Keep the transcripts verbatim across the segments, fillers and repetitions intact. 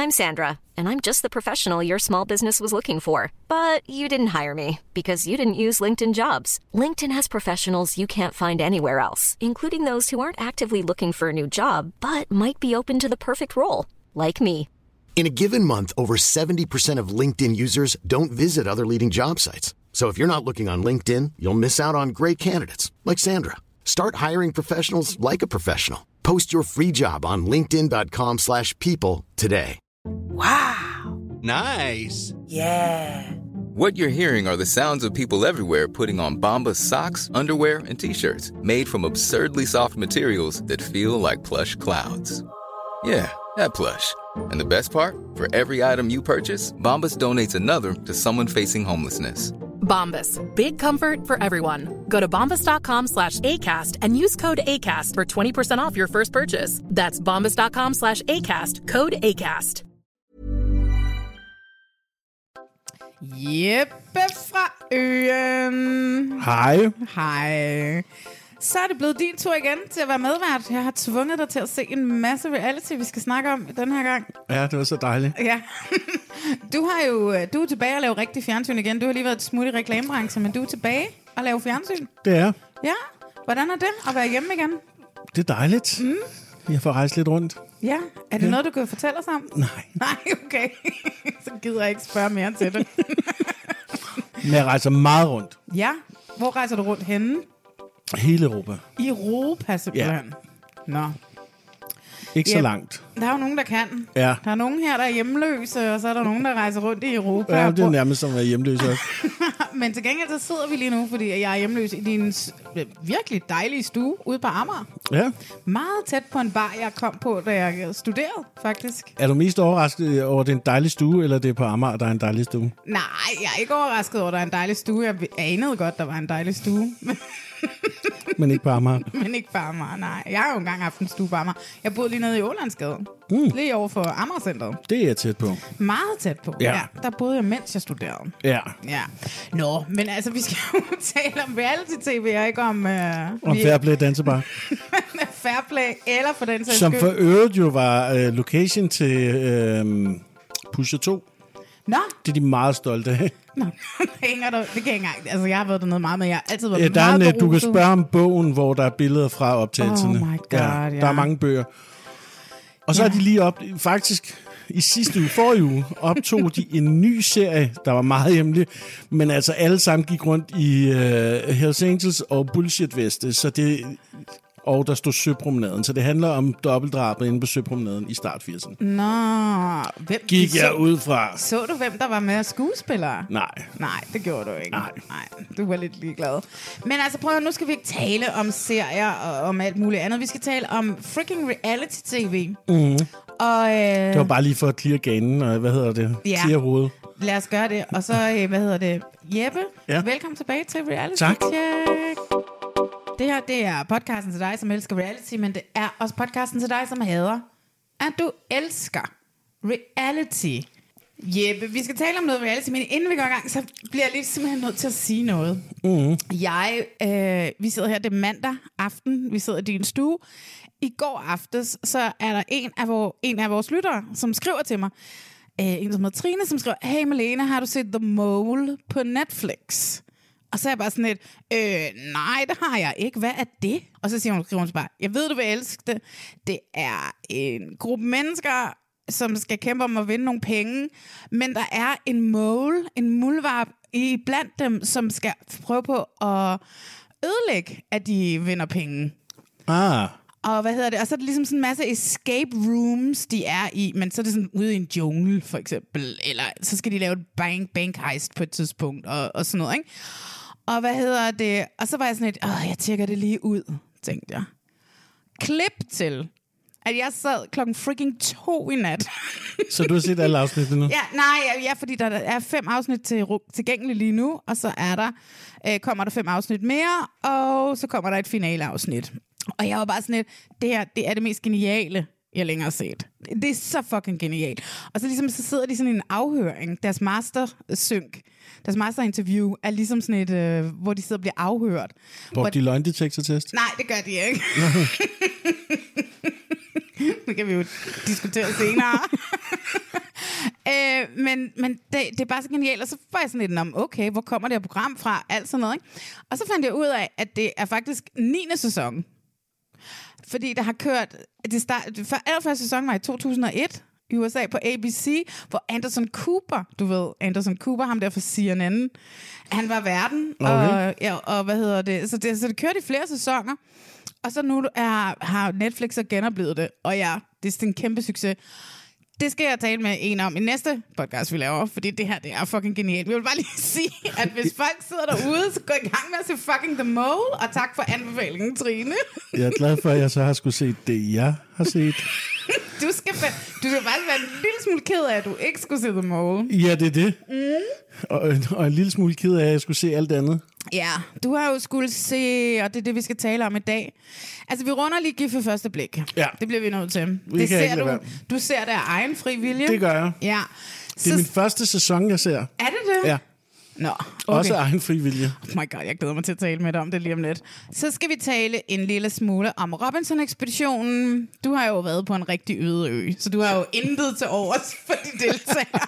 I'm Sandra, and I'm just the professional your small business was looking for. But you didn't hire me because you didn't use LinkedIn Jobs. LinkedIn has professionals you can't find anywhere else, including those who aren't actively looking for a new job, but might be open to the perfect role, like me. In a given month, over seventy percent of LinkedIn users don't visit other leading job sites. So if you're not looking on LinkedIn, you'll miss out on great candidates like Sandra. Start hiring professionals like a professional. Post your free job on linkedin dot com slash people today. Wow. Nice. Yeah. What you're hearing are the sounds of people everywhere putting on Bombas socks, underwear, and T-shirts made from absurdly soft materials that feel like plush clouds. Yeah, that plush. And the best part? For every item you purchase, Bombas donates another to someone facing homelessness. Bombas. Big comfort for everyone. Go to bombas.com slash ACAST and use code ACAST for twenty percent off your first purchase. That's bombas.com slash ACAST. Code ACAST. Jeppe fra øen. Hej. Hej. Så er det blevet din tur igen til at være medvært. Jeg har tvunget dig til at se en masse reality, vi skal snakke om den her gang. Ja, det var så dejligt. Ja. Du har jo du er tilbage og lave rigtig fjernsyn igen. Du har lige været et smut i reklamebranchen, men du er tilbage og lave fjernsyn. Det er. Ja. Hvordan er det at være hjemme igen? Det er dejligt. Mm. Jeg får rejse lidt rundt. Ja. Er det ja. noget, du kan fortælle os om? Nej. Nej, okay. Så gider jeg ikke spørge mere til det. Men jeg rejser meget rundt. Ja. Hvor rejser du rundt henne? Hele Europa. I Europa, simpelthen. Ja. Nå. Ikke ja, så langt. Der er jo nogen, der kan. Ja. Der er nogen her, der er hjemløse, og så er der nogen, der rejser rundt i Europa. Ja, det er nærmest som at være hjemløs også. Men til gengæld, så sidder vi lige nu, fordi jeg er hjemløs i din virkelig dejlige stue ude på Amager. Ja. Meget tæt på en bar, jeg kom på, da jeg studerede, faktisk. Er du mest overrasket over, at det er en dejlig stue, eller det er på Amager, der er en dejlig stue? Nej, jeg er ikke overrasket over, at der er en dejlig stue. Jeg anede godt, der var en dejlig stue. Men ikke på Amager. Men ikke på Amager, nej. Jeg har jo engang haft en stue på Amager. Jeg boede lige nede i Ålandsgade. Mm. Lige over for Amagercenteret. Det er jeg tæt på. Meget tæt på, ja. ja. Der boede jeg, mens jeg studerede. Ja. Ja. Nå, men altså, vi skal jo tale om reality-tv, og ikke om... Øh, om vi... Fairplay Dansebar. Fairplay, eller for den sags Som skyld. for øvrigt jo var øh, location til øh, Pusher to. Nå. Det er de meget stolte af. Nå, det hænger der, det kan jeg ikke engang. Altså, jeg har været dernede meget, men jeg har altid været ja, der meget er en, du kan spørge om bogen, hvor der er billeder fra optagelserne. Oh my God, ja, ja. Der er mange bøger. Og så ja. er de lige op... Faktisk, i sidste uge, forrige uge, optog de en ny serie, der var meget hemmelig. Men altså, alle sammen gik rundt i uh, Hells Angels og Bullshit-veste. Så det... Og der stod Søpromenaden, så det handler om dobbeltdrabet inde på Søpromenaden i start firserne. Nå, hvem Gik så, jeg ud fra. Så du, hvem der var med skuespillere? Nej. Nej, det gjorde du ikke. Nej. Nej, du var lidt ligeglad. Men altså prøv at, nu skal vi ikke tale om serier og om alt muligt andet. Vi skal tale om freaking reality-tv. Mm. Og, øh, det var bare lige for at clear ganen, og hvad hedder det? Ja. Clear hovedet. Lad os gøre det. Og så, øh, hvad hedder det? Jeppe, ja. velkommen tilbage til Reality Tak. Check. Det her, det er podcasten til dig, som elsker reality, men det er også podcasten til dig, som hader, at du elsker reality. Jeppe, vi skal tale om noget reality, men inden vi går i gang, så bliver jeg lige simpelthen nødt til at sige noget. Mm. Jeg, øh, vi sidder her, det er mandag aften, vi sidder i din stue. I går aftes, så er der en af, vores, en af vores lyttere, som skriver til mig, øh, en som hedder Trine, som skriver, hey Malene, har du set The Mole på Netflix? Og så er jeg bare sådan lidt, øh, nej, det har jeg ikke. Hvad er det? Og så siger hun, skriver hun så bare, jeg ved, du vil elske det. Det er en gruppe mennesker, som skal kæmpe om at vinde nogle penge. Men der er en mole, en muldvarp i blandt dem, som skal prøve på at ødelægge, at de vinder penge. Ah. Og hvad hedder det? Og så er det ligesom sådan en masse escape rooms, de er i, men så er det sådan ude i en jungle, for eksempel. Eller så skal de lave et bank, bank heist på et tidspunkt, og, og sådan noget, ikke? Og hvad hedder det? Og så var jeg sådan lidt, åh, jeg tjekker det lige ud, tænkte jeg. Klip til, at jeg sad klokken freaking to i nat. Så du har set alle afsnit nu? Ja, nej, ja, fordi der er fem afsnit til, tilgængelige lige nu, og så er der, øh, kommer der fem afsnit mere, og så kommer der et finaleafsnit. Og jeg var bare sådan lidt, det her, det er det mest geniale, jeg længere har set. Det er så fucking genialt. Og så ligesom, så sidder de sådan i en afhøring, deres master-synk, deres master-interview er ligesom sådan et, øh, hvor de sidder og bliver afhørt. Brugte de løgndetektortest? Nej, det gør de ikke. Det kan vi jo diskutere senere. men, men det, det er bare så genialt, og så var jeg sådan lidt om, okay, hvor kommer det her program fra, alt sådan noget, ikke? Og så fandt jeg ud af, at det er faktisk niende sæson. Fordi der har kørt, det start, for allerførste sæson var i to tusind og et i U S A på A B C, hvor Anderson Cooper, du ved, Anderson Cooper, ham der fra C N N, han var verden, okay. og, ja, og hvad hedder det, så det, så det kørte i flere sæsoner, og så nu er, har Netflix så genoplevet det, og ja, det er en kæmpe succes. Det skal jeg tale med en om i næste podcast, vi laver, fordi det her, det er fucking genialt. Vi vil bare lige sige, at hvis folk sidder derude, så gå i gang med at se fucking The Mole, og tak for anbefalingen, Trine. Jeg er glad for, at jeg så har skulle se det, jeg har set. Du skal, du skal bare være en lille smule ked af, at du ikke skulle se The Mole. Ja, det er det. Mm. Og, og en lille smule ked af, at jeg skulle se alt andet. Ja, du har jo skulle se, og det er det, vi skal tale om i dag. Altså, vi runder lige Gift ved første blik. Ja. Det bliver vi nødt til. Det ser du, du ser det af egen fri vilje. Det gør jeg. Ja. Det er så, min første sæson, jeg ser. Er det det? Ja. Nå, okay. Også egen fri vilje. Oh my god, jeg glæder mig til at tale med dig om det lige om lidt. Så skal vi tale en lille smule om Robinson-ekspeditionen. Du har jo været på en rigtig øde ø, så du har jo intet til overs for de deltagere.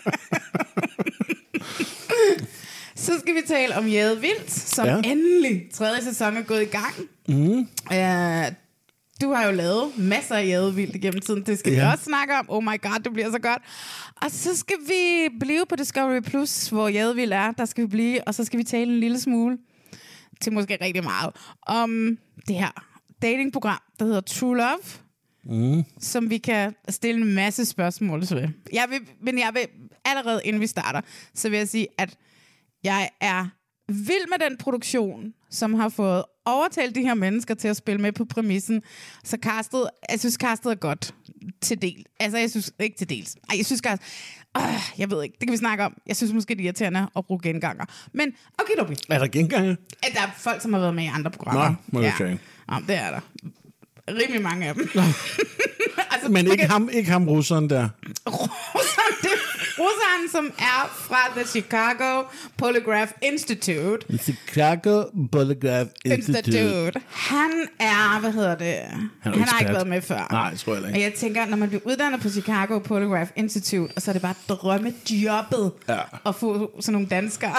Så skal vi tale om Jade Vildt, som ja. endelig tredje sæson er gået i gang. Mm. Uh, du har jo lavet masser af Jade Vildt igennem tiden. Det skal ja. vi også snakke om. Oh my god, det bliver så godt. Og så skal vi blive på Discovery Plus, hvor Jade Vildt er. Der skal vi blive, og så skal vi tale en lille smule, til måske rigtig meget, om det her datingprogram, der hedder True Love. Mm. Som vi kan stille en masse spørgsmål til. Jeg vil, men jeg vil allerede, inden vi starter, så vil jeg sige, at jeg er vild med den produktion, som har fået overtalt de her mennesker til at spille med på præmissen. Så castet, jeg synes, castet er godt til del. Altså, jeg synes ikke til dels. Ej, jeg synes castet, øh, jeg ved ikke, det kan vi snakke om. Jeg synes måske, det er irriterende at bruge genganger. Men, okay, okay. Er der genganger? At der er folk, som har været med i andre programmer. Nå, må ja. okay. Ja, det er der. Rimelig mange af dem. altså, Men ikke, okay. ham, ikke ham russeren der. Russeren, det russeren, som er fra The Chicago Polygraph Institute. The Chicago Polygraph Institute. Institute. Han er, hvad hedder det? Han, han har ikke været med før. Nej, tror jeg ikke. Og jeg tænker, når man bliver uddannet på Chicago Polygraph Institute, og så er det bare drømmejobbet ja. at få sådan nogle danskere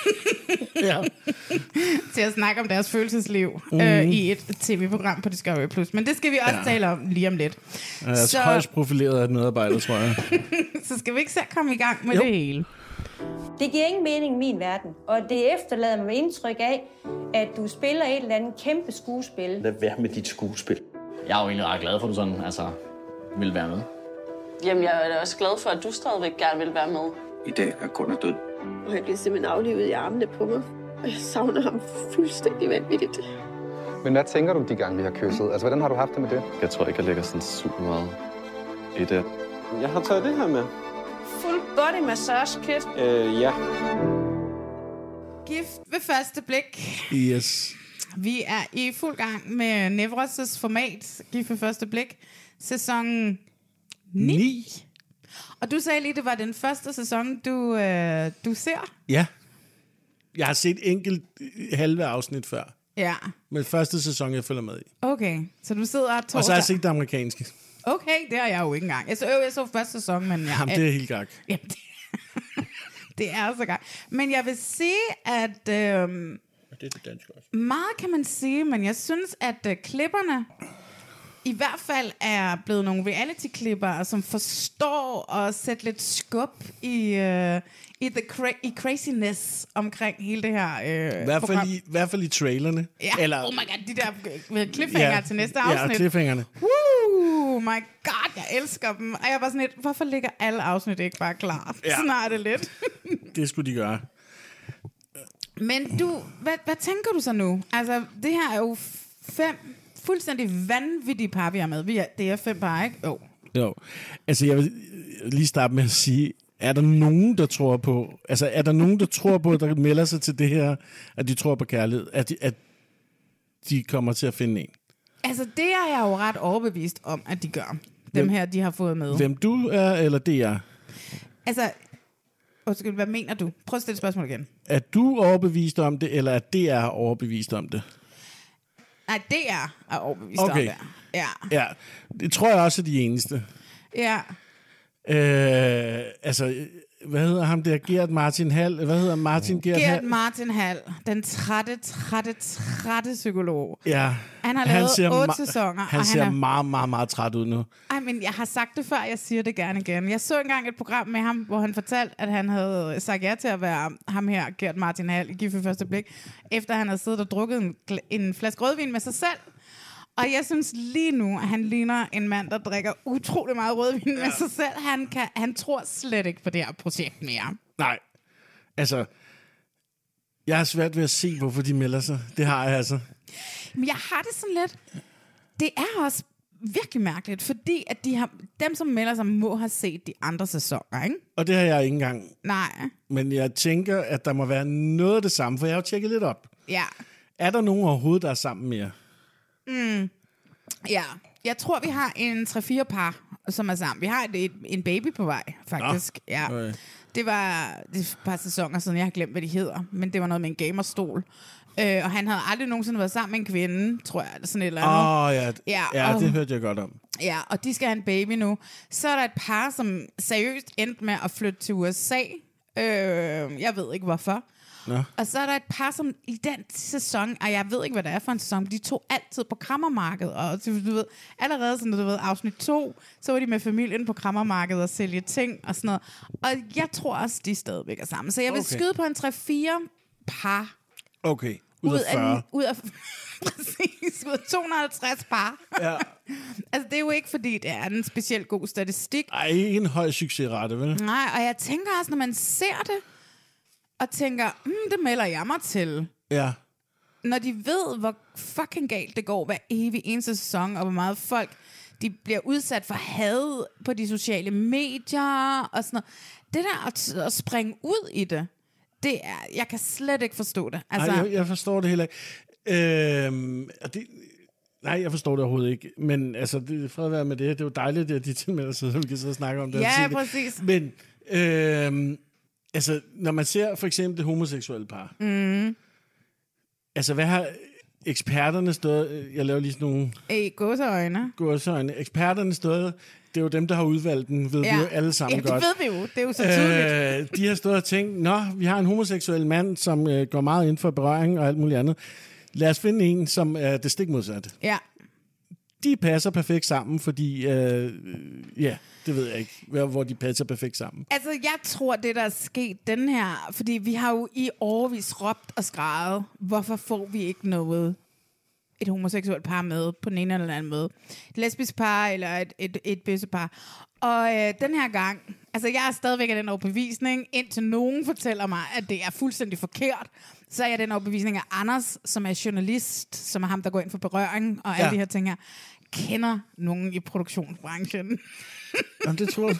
ja. til at snakke om deres følelsesliv mm. øh, i et tv-program på Discovery Plus. Men det skal vi også ja. tale om lige om lidt. Jeg er så højst profileret af et medarbejder, tror jeg. Så skal vi ikke så komme i gang med jo. det hele. Det giver ingen mening i min verden, og det efterlader mig med indtryk af, at du spiller et eller andet kæmpe skuespil. Lad være med dit skuespil. Jeg er jo egentlig ret glad for, at du sådan, altså, vil være med. Jamen, jeg er da også glad for, at du stadigvæk gerne vil være med. I dag er Gunnar død. Og han bliver simpelthen aflivet i armene på mig. Og jeg savner ham fuldstændig vanvittigt. Men hvad tænker du de gange, vi har kysset? Altså, hvordan har du haft det med det? Jeg tror ikke, jeg lægger sådan super meget i det. Jeg har taget det her med. Full body massage kit. Øh, ja. Gift ved første blik. Yes. Vi er i fuld gang med Nevros' format. Gift ved første blik. Sæson ni. ni. Og du sagde lige, det var den første sæson, du, øh, du ser. Ja. Jeg har set enkelt halve afsnit før. Ja. Men første sæson, jeg følger med i. Okay, så du sidder torsdag. Og så har jeg set det amerikanske. Okay, det har jeg jo ikke engang. Jeg så, øh, jeg så første sæson, men... Jeg, Jamen, det er helt gak. Ja, det, det er så gak. Men jeg vil sige, at... Øh, det er det danske også. Meget kan man sige, men jeg synes, at øh, klipperne i hvert fald er blevet nogle reality-klipper, som forstår at sætte lidt skub i, øh, i, the cra- i craziness omkring hele det her øh, I hvert program. fald i, i hvert fald i trailerne. Ja, Eller, oh my god, de der øh, cliffhanger ja, til næste afsnit. Ja, cliffhangerne. Woo, my god, jeg elsker dem. Og jeg var sådan lidt, hvorfor ligger alle afsnit ikke bare klar? Ja. Snart er det lidt. Det skulle de gøre. Men du, hvad, hvad tænker du så nu? Altså, det her er jo fem fuldstændig vanvittige par, vi har med. Vi er, det er fem par, ikke? Jo. Jo. Altså, jeg vil lige starte med at sige, er der nogen, der tror på, altså, er der nogen, der tror på, der melder sig til det her, at de tror på kærlighed, at de, at de kommer til at finde en? Altså, det er jeg jo ret overbevist om, at de gør. Dem hvem, her, de har fået med. Hvem du er, eller det er? Altså, undskyld, hvad mener du? Prøv at stille spørgsmål igen. Er du overbevist om det, eller er D R overbevist om det? Nej, det er, er overbevist okay. om det. Ja. Ja, det tror jeg også er de eneste. Ja. Øh, altså, hvad hedder ham der? Gert Martin Hall? Hvad hedder Martin Gert Hall? Gert Martin Hall. Den trætte, trætte, trætte psykolog. Ja. Han har lavet ser otte ma- sæsoner. Han og ser han er... meget, meget, meget træt ud nu. Ej, men jeg har sagt det før, jeg siger det gerne igen. Jeg så engang et program med ham, hvor han fortalte, at han havde sagt ja til at være ham her, Gert Martin Hall, i Gift ved første blik, efter han havde siddet og drukket en, en flaske rødvin med sig selv. Og jeg synes lige nu, at han ligner en mand, der drikker utrolig meget rødvin ja. med sig selv. Han, kan, han tror slet ikke på det her projekt mere. Nej. Altså, jeg har svært ved at se, hvorfor de melder sig. Det har jeg altså. Men jeg har det sådan lidt... Det er også virkelig mærkeligt, fordi at de har, dem, som melder sig, må have set de andre sæsoner, ikke? Og det har jeg ikke engang. Nej. Men jeg tænker, at der må være noget af det samme, for jeg har jo tjekket lidt op. Ja. Er der nogen overhovedet, der er sammen mere? Mm. Ja. Jeg tror, vi har en tre fire par, som er sammen. Vi har et, et, en baby på vej, faktisk. Nå. Ja. Okay. Det var et par sæsoner siden, jeg har glemt, hvad de hedder. Men det var noget med en gamerstol. Øh, og han havde aldrig nogensinde været sammen med en kvinde, tror jeg, eller sådan et eller andet. Åh, oh, ja. Ja, ja og, det hørte jeg godt om. Ja, og de skal have en baby nu. Så er der et par, som seriøst endte med at flytte til U S A. Øh, jeg ved ikke, hvorfor. Nå. Og så er der et par, som i den sæson, og jeg ved ikke, hvad det er for en sæson, de tog altid på krammermarkedet. Og du ved, allerede sådan, du ved, afsnit to, så var de med familien på krammermarkedet og sælge ting og sådan noget. Og jeg tror også, de stadigvæk er sammen. Så jeg vil okay. skyde på en tre fire par. Okay. Ud af fyrre. Af, ud af, præcis, ud af to hundrede og halvtreds par. Ja. Altså, det er jo ikke, fordi det er en specielt god statistik. Ej, ikke en høj succesrate, vel? Nej, og jeg tænker også, når man ser det, og tænker, mm, det melder jeg mig til. Ja. Når de ved, hvor fucking galt det går hver evig eneste sæson, og hvor meget folk, de bliver udsat for had på de sociale medier, og sådan noget. Det der at, at springe ud i det, det er, jeg kan slet ikke forstå det. Altså, nej, jeg, jeg forstår det heller ikke. Øhm, det, nej, jeg forstår det overhovedet ikke. Men altså, det, fred at være med det. Det er jo dejligt, at de tilmelder sig, så vi kan så snakke om det. Ja, præcis. Det. Men øhm, altså, når man ser for eksempel det homoseksuelle par, mm. altså, hvad har eksperterne stået... Jeg laver lige sådan nogle... Ej, gåseøjne. Gåseøjne. Eksperterne stået... Det er jo dem, der har udvalgt den, ved ja. vi jo alle sammen ja, det godt. ved vi jo. Det er jo så tydeligt. Øh, de har stået og tænkt, nå, vi har en homoseksuel mand, som øh, går meget ind for berøring og alt muligt andet. Lad os finde en, som er det stik modsatte. Ja. De passer perfekt sammen, fordi... Øh, ja, det ved jeg ikke, hvor de passer perfekt sammen. Altså, jeg tror, det der er sket den her... Fordi vi har jo i årevis råbt og skreget, hvorfor får vi ikke noget... et homoseksuelt par med, på den ene eller den anden måde. Et lesbisk par, eller et, et, et bøssepar. Og øh, den her gang, altså jeg er stadigvæk af den overbevisning, indtil nogen fortæller mig, at det er fuldstændig forkert, så er jeg den overbevisning af Anders, som er journalist, som er ham, der går ind for berøring, og alle ja. de her ting her, kender nogen i produktionsbranchen. Jamen, det tror jeg.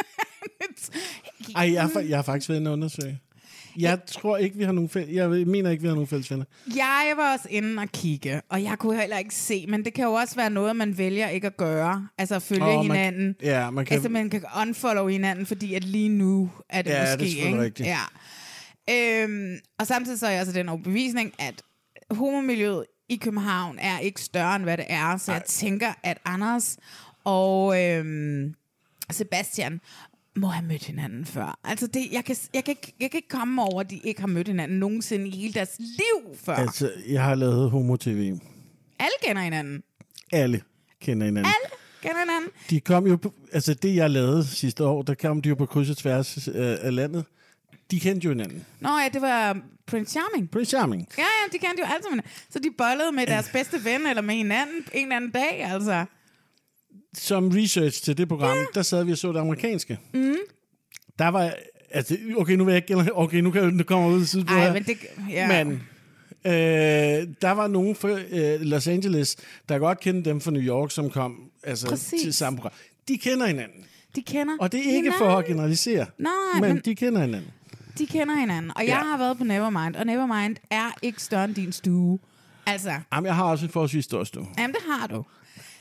Ej, jeg har, jeg har faktisk været inde og undersøge. Jeg tror ikke, vi har nogen fælles... Jeg mener ikke, vi har nogen fælles venner. Jeg var også inde og kigge, og jeg kunne heller ikke se, men det kan jo også være noget, man vælger ikke at gøre. Altså at følge oh, hinanden. Man, ja, man kan... Altså man kan unfollow hinanden, fordi at lige nu er det ja, måske, det er ikke? Rigtigt. Ja. Øhm, og samtidig så er jeg altså den overbevisning, at homomiljøet i København er ikke større, end hvad det er. Så Ej. jeg tænker, at Anders og øhm, Sebastian... må have mødt hinanden før. Altså, det, jeg, kan, jeg, kan ikke, jeg kan ikke komme over, at de ikke har mødt hinanden nogensinde i hele deres liv før. Altså, jeg har lavet homo-tv. Alle kender hinanden. Alle kender hinanden. Alle kender hinanden. De kom jo på, altså det, jeg lavede sidste år, der kom de jo på kryds og tværs øh, af landet. De kendte jo hinanden. Nå ja, det var Prince Charming. Prince Charming. Ja, ja, de kendte jo alle sammen. Så de bollede med deres bedste ven, eller med hinanden en eller anden dag, altså. Som research til det program, yeah. der sad vi og så det amerikanske. Mm. Der var, altså, okay, nu vil jeg ikke, okay, nu kan nu kommer jeg ud til Ej, men det, ja. Men øh, der var nogen fra øh, Los Angeles, der godt kendte dem fra New York, som kom altså, Præcis. til samme program. De kender hinanden. De kender Og det er ikke hinanden. For at generalisere, Nej, men, men de kender hinanden. De kender hinanden. Og ja. jeg har været på Nevermind, og Nevermind er ikke større end din stue. Altså. Jamen, jeg har også en forholdsvis stor stue. Jamen, det har du.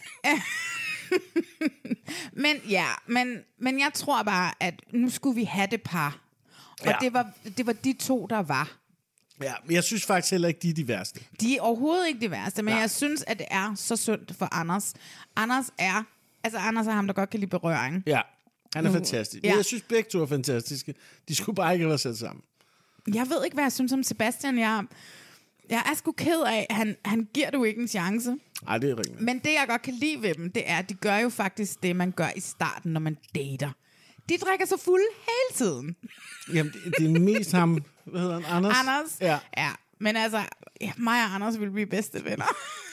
men ja, men, men jeg tror bare, at nu skulle vi have det par. Og ja. det, var, det var de to, der var. Ja, men jeg synes faktisk heller ikke, de er de værste. De er overhovedet ikke de værste, men ja. jeg synes, at det er så sundt for Anders. Anders er, altså Anders er ham, der godt kan lide berøring. Ja. Han er Nu- fantastisk. Ja. Ja. Jeg synes, begge to er fantastiske. De skulle bare ikke have været sat sammen. Jeg ved ikke, hvad jeg synes om Sebastian. Jeg, jeg er sgu ked af, at han, han giver du ikke en chance. Nej, det er rigtigt. Men det, jeg godt kan lide ved dem, det er, at de gør jo faktisk det, man gør i starten, når man dater. De drikker så fulde hele tiden. Jamen, det, det er mest ham. Hvad hedder han? Anders? Anders? Ja. Ja. Men altså, ja, mig og Anders vil blive bedste venner.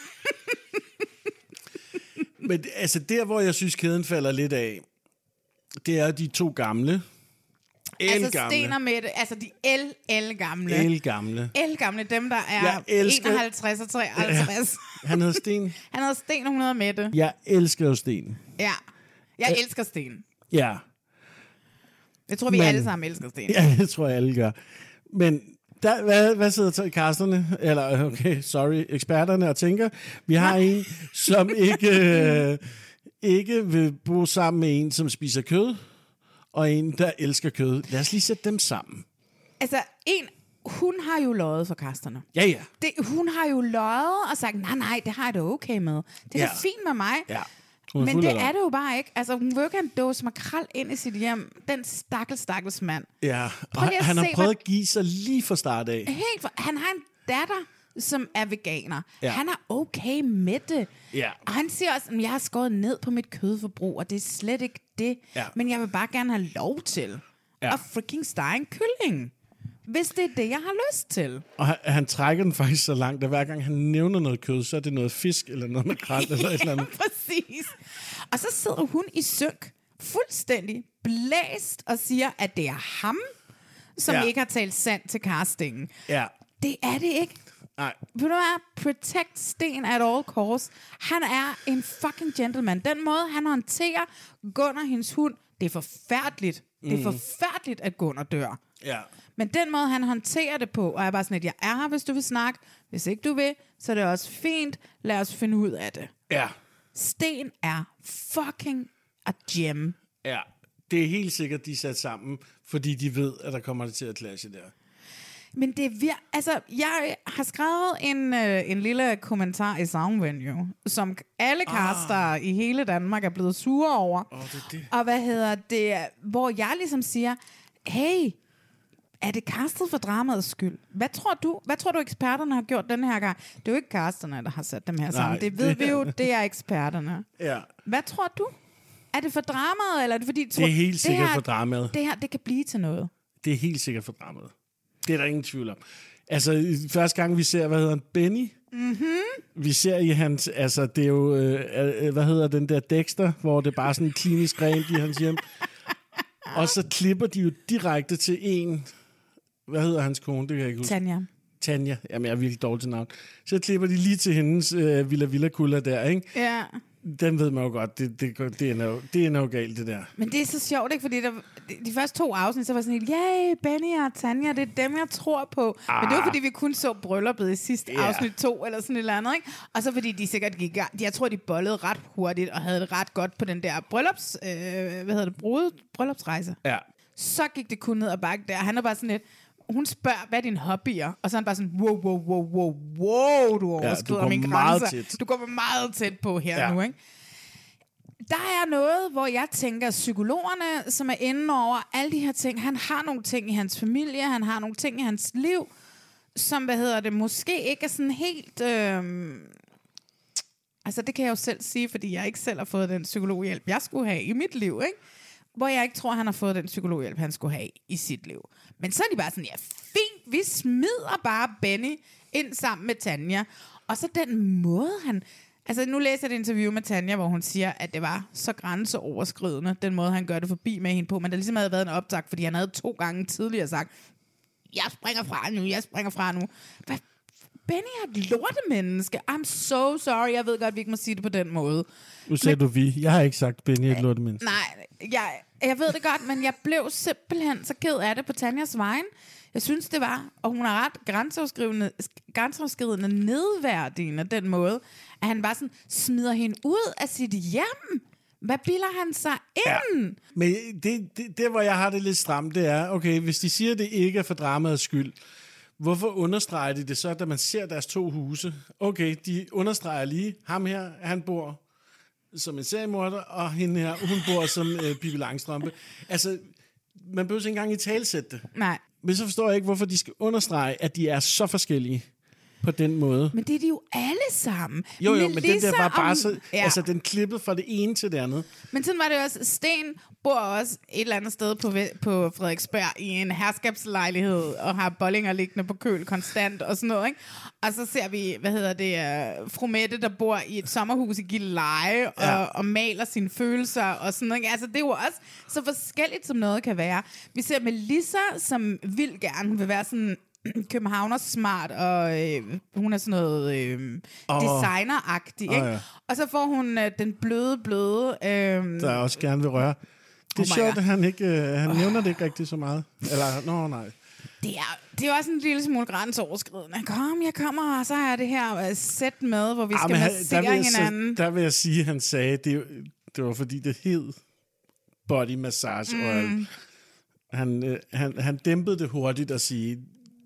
Men altså, der, hvor jeg synes, kæden falder lidt af, det er de to gamle. Altså Sten og Mette, altså de el, el gamle. El gamle. El gamle, dem der er Jeg elsker- enoghalvtreds og treoghalvtreds. Han hedder Sten. Han hedder Sten, og hun hedder Mette. Jeg elsker jo Sten. Ja, jeg Øh. elsker Sten. Ja. Jeg tror, vi Men- alle sammen elsker Sten. Ja, det tror jeg, alle gør. Men der, hvad, hvad sidder så kasterne, eller okay, sorry, eksperterne og tænker, vi har en, som ikke, øh, ikke vil bo sammen med en, som spiser kød, og en, der elsker kød. Lad os lige sætte dem sammen. Altså, en, hun har jo løjet for kasterne. Ja, ja. Det, hun har jo løjet og sagt, nej, nej, det har jeg da okay med. Det er Ja. da fint med mig. Ja. Hun Men fuld det af løgn. er det jo bare ikke. Altså, hun vil jo ikke have en dåse makrel ind i sit hjem. Den stakkels, stakkels mand. Ja, og Prøv lige at han har se, prøvet hvad- at give sig lige fra start af. Helt for, han har en datter, som er veganer. Ja. Han er okay med det. Ja. Og han siger også, at jeg har skåret ned på mit kødforbrug, og det er slet ikke det. Ja. Men jeg vil bare gerne have lov til Ja. at freaking stege en kylling. Hvis det er det, jeg har lyst til. Og han, han trækker den faktisk så langt, at hver gang han nævner noget kød, så er det noget fisk, eller noget makrel, eller et eller andet. Præcis. Og så sidder hun i synk, fuldstændig blæst, og siger, at det er ham, som Ja. ikke har talt sandt til castingen. Ja. Det er det ikke. Nej. Ved du hvad? Protect Sten at all costs. Han er en fucking gentleman. Den måde, han håndterer Gunnar, hendes hund, det er forfærdeligt. Det er Mm. forfærdeligt, at Gunnar dør. Ja. Men den måde, han håndterer det på, og er bare sådan, at jeg er her, hvis du vil snakke. Hvis ikke du vil, så er det også fint. Lad os finde ud af det. Ja. Sten er fucking a gem. Ja. Det er helt sikkert, de er sat sammen, fordi de ved, at der kommer det til at clashe der. Men det er vir- altså, jeg har skrevet en, øh, en lille kommentar i Soundvenue, som alle caster ah. i hele Danmark er blevet sure over. Åh, det er det. Og hvad hedder det, hvor jeg ligesom siger, hey, er det castet for dramaets skyld? Hvad tror du, hvad tror du eksperterne har gjort den her gang? Det er jo ikke casterne, der har sat dem her sammen. Nej, Det ved det- vi jo, det er eksperterne. Ja. Hvad tror du? Er det for dramaet, eller er det fordi... Det er helt sikkert her, for dramaet. Det her, det kan blive til noget. Det er helt sikkert for dramaet. Det er der ingen tvivl om. Altså, første gang vi ser, hvad hedder han, Benny? Mm-hmm. Vi ser i hans, altså, det er jo, øh, øh, hvad hedder den der Dexter, hvor det er bare sådan klinisk rent i hans hjem. Og så klipper de jo direkte til en, hvad hedder hans kone, det kan jeg ikke huske. Tanja. Tanja, jamen jeg er virkelig dårlig til navn. Så klipper de lige til hendes øh, Villa Villa Kulla der, ikke? Ja. Den ved man jo godt, det, det, det, det, er, jo, det er jo galt, det der. Men det er så sjovt, ikke? Fordi der, de, de første to afsnit, så var sådan helt, yay, Benny og Tanja, det er dem, jeg tror på. Ah. Men det var, fordi vi kun så brylluppet i sidste Ja. afsnit to, eller sådan et eller andet, ikke? Og så fordi de sikkert gik i gang. Jeg tror, de bollede ret hurtigt, og havde det ret godt på den der bryllups, øh, hvad hedder det, brud, bryllupsrejse. Ja. Så gik det kun ned ad bakke der. Han er bare sådan lidt, hun spørger, hvad er dine hobbyer? Og så er han bare sådan, wow, wow, wow, wow, wow, du overskrider går mine meget grænser. tæt. Du går meget tæt på her Ja. nu, ikke? Der er noget, hvor jeg tænker, psykologerne, som er inde over alle de her ting, han har nogle ting i hans familie, han har nogle ting i hans liv, som, hvad hedder det, måske ikke er sådan helt... Øh... Altså, det kan jeg jo selv sige, fordi jeg ikke selv har fået den psykologhjælp, jeg skulle have i mit liv, ikke? Hvor jeg ikke tror, han har fået den psykologhjælp, han skulle have i sit liv. Men så er de bare sådan, ja, fint, vi smider bare Benny ind sammen med Tanja. Og så den måde, han... Altså, nu læser jeg et interview med Tanja, hvor hun siger, at det var så grænseoverskridende, den måde, han gør det forbi med hende på. Men der ligesom havde været en optag, fordi han havde to gange tidligere sagt, jeg springer fra nu, jeg springer fra nu. Hvad? Benny er et lortemenneske. I'm so sorry. Jeg ved godt, vi ikke må sige det på den måde. Nu sagde men, du vi. Jeg har ikke sagt Benny er et lortemenneske. Nej, jeg, jeg ved det godt, men jeg blev simpelthen så ked af det på Tanjas vejen. Jeg synes, det var, og hun er ret grænseoverskridende, grænseoverskridende nedværdigende, den måde, at han bare sådan smider hende ud af sit hjem. Hvad bilder han sig ind? Ja. Men det, det, det, hvor jeg har det lidt stramt, det er, okay, hvis de siger, at det ikke er for dramaets skyld, hvorfor understreger de det så, da man ser deres to huse? Okay, de understreger lige, ham her, han bor som en seriemorder, og hende her, hun bor som øh, Pippi Langstrømpe. Altså, man behøver ikke engang i talesætte det. Nej. Men så forstår jeg ikke, hvorfor de skal understrege, at de er så forskellige på den måde. Men det er de jo alle sammen. Jo, jo, men den der var bare om, så... ja. Altså, den klippede fra det ene til det andet. Men sådan var det også. Sten bor også et eller andet sted på, på Frederiksberg i en herskabslejlighed og har bollinger liggende på køl konstant og sådan noget, ikke? Og så ser vi, hvad hedder det, uh, fru Mette, der bor i et sommerhus i Gilleleje og, ja. og maler sine følelser og sådan noget. Altså, det er jo også så forskelligt, som noget kan være. Vi ser Melissa, som vil gerne vil være sådan... københavner smart, og øh, hun er sådan noget øh, oh. designeragtig, ikke? Oh, ja. Og så får hun øh, den bløde, bløde... Øh, der også gerne vil røre. Det er oh sjovt, at han ikke øh, han oh. nævner det ikke rigtig så meget. Eller, nå, nej. Det er, det er også en lille smule grænseoverskridende. Kom, jeg kommer, og så er det her sæt med, hvor vi ah, skal massere der hinanden. Så, der vil jeg sige, at han sagde, det, det var fordi, det hed body massage mm. oil. Han, øh, han, han dæmpede det hurtigt at sige...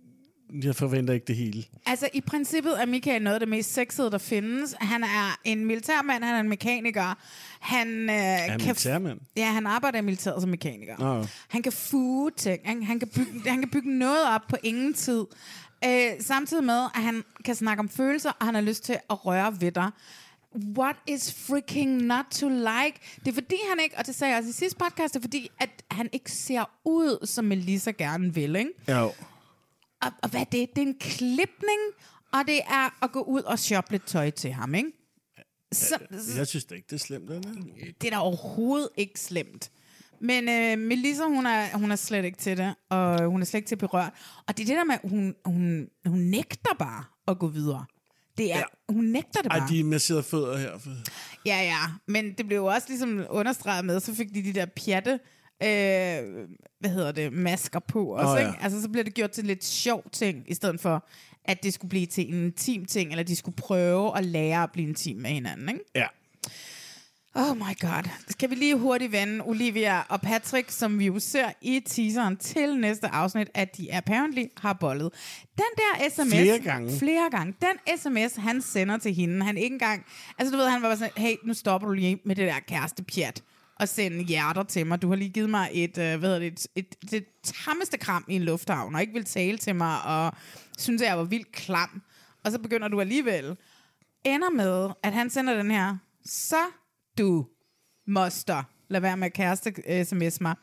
Jeg forventer ikke det hele. Altså, i princippet er Michael noget af det mest sexede, der findes. Han er en militærmand, han er en mekaniker. Han øh, er han kan... militærmand? Ja, han arbejder i militæret som mekaniker. Oh. Han kan fuge ting. Han, han, kan bygge, han kan bygge noget op på ingen tid. Øh, samtidig med, at han kan snakke om følelser, og han har lyst til at røre ved dig. What is freaking not to like? Det er fordi han ikke, og det sagde jeg også i sidste podcast, det er fordi, at han ikke ser ud, som Melissa gerne vil, ikke? Jo. Og, og hvad er det? Det er en klipning, og det er at gå ud og shoppe lidt tøj til ham, ikke? Så, jeg, jeg synes da ikke, det er slemt, eller? Det er da overhovedet ikke slemt. Men øh, Melissa, hun er, hun er slet ikke til det, og hun er slet ikke til berørt. Og det er det der med, hun, hun, hun nægter bare at gå videre. Det er, ja. Hun nægter det bare. Ej, de er masserede fødder her. Ja, ja. Men det blev jo også ligesom understreget med, så fik de de der pjatte, Øh, hvad hedder det, masker på også, oh, ja. Ikke? Altså så bliver det gjort til lidt sjov ting, i stedet for at det skulle blive til en intim ting, eller de skulle prøve at lære at blive intim med hinanden, ikke? Ja. Oh my god. Skal vi lige hurtigt vende Olivia og Patrick, som vi jo ser i teaseren til næste afsnit, at de apparently har bollet. Den der sms... Flere gange. Flere gange. Den sms, han sender til hende, han ikke engang... Altså du ved, han var sådan, hey, nu stopper du lige med det der kærestepjat og sende hjerter til mig. Du har lige givet mig et, øh, hvad hedder det, et, et, et, et tammeste kram i en lufthavn, og ikke vil tale til mig, og synes, at jeg var vildt klam. Og så begynder du alligevel. Ender med, at han sender den her, så du moster, lad være med at kæreste sms mig.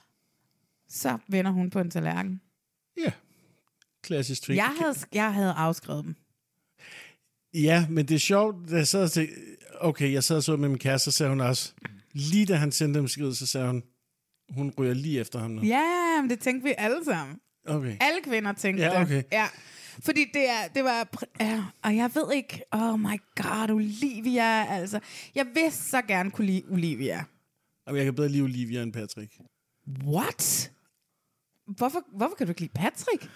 Så vender hun på en tallerken. Ja, klassisk trick. Jeg havde, jeg havde afskrevet dem. Ja, men det er sjovt, da jeg sad og tænkte, okay, jeg sad og så med min kæreste, så sagde hun også, lige da han sendte dem skridt, så sagde hun, hun ryger lige efter ham nu. Ja, men det tænkte vi alle sammen. Okay. Alle kvinder tænkte ja, okay. det. Ja, fordi det, er, det var... Ja, og jeg ved ikke... Oh my god, Olivia, altså. Jeg vil så gerne kunne lide Olivia. Jamen, jeg kan bedre lide Olivia end Patrick. What? Hvorfor, hvorfor kan du ikke lide Patrick?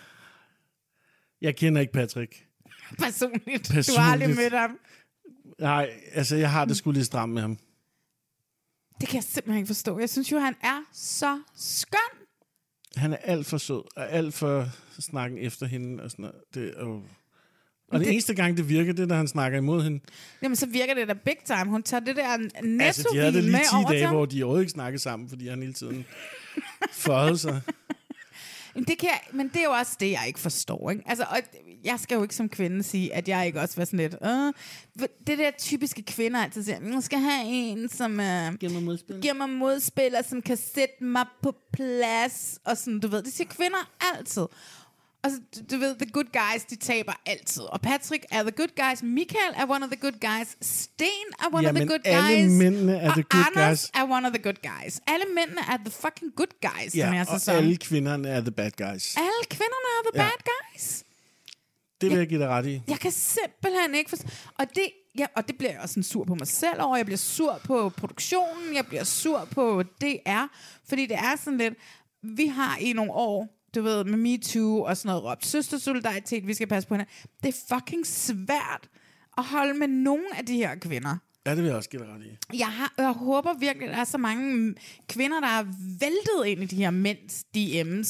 Jeg kender ikke Patrick. Personligt. Personligt. Du har aldrig mødt ham. Nej, altså jeg har det sgu lidt stramt med ham. Det kan jeg simpelthen ikke forstå. Jeg synes jo, han er så skøn. Han er alt for sød, og alt for snakken efter hende. Og, sådan noget. Det, og, og det, det eneste gang, det virker, det er, når han snakker imod hende. Jamen, så virker det da big time. Hun tager det der netto-vin altså, de havde det lige ti dage, ham. hvor de overhovedet ikke snakkede sammen, fordi han hele tiden føjede sig. Det kan jeg, men det er jo også det, jeg ikke forstår. Ikke? Altså, og jeg skal jo ikke som kvinde sige, at jeg ikke også var sådan lidt... Øh, det der typiske kvinder altid siger, jeg skal have en, som uh, giver mig modspil. giver mig modspil, og som kan sætte mig på plads. Og sådan, du ved, det siger kvinder altid. Og så, du ved, the good guys, de taber altid. Og Patrick er the good guys. Michael er one of the good guys. Sten er one ja, of the good alle guys. mændene er og the good Anders guys. er one of the good guys. Alle mændene er the fucking good guys. Ja, den her og sæson. alle kvinderne er the bad guys. Alle kvinderne er the ja. bad guys. Det vil jeg, jeg give dig ret i. Jeg kan simpelthen ikke forstå. Og det, ja, og det bliver jeg også sådan sur på mig selv over. Jeg bliver sur på produktionen. Jeg bliver sur på D R. Fordi det er sådan lidt... Vi har i nogle år... Du ved, med MeToo og sådan noget råbt søstersolidaritet, vi skal passe på hende. Det er fucking svært at holde med nogen af de her kvinder. Ja, det vil jeg også give dig ret i. Jeg, har, jeg håber virkelig, at der er så mange kvinder, der er væltet ind i de her mænds D M's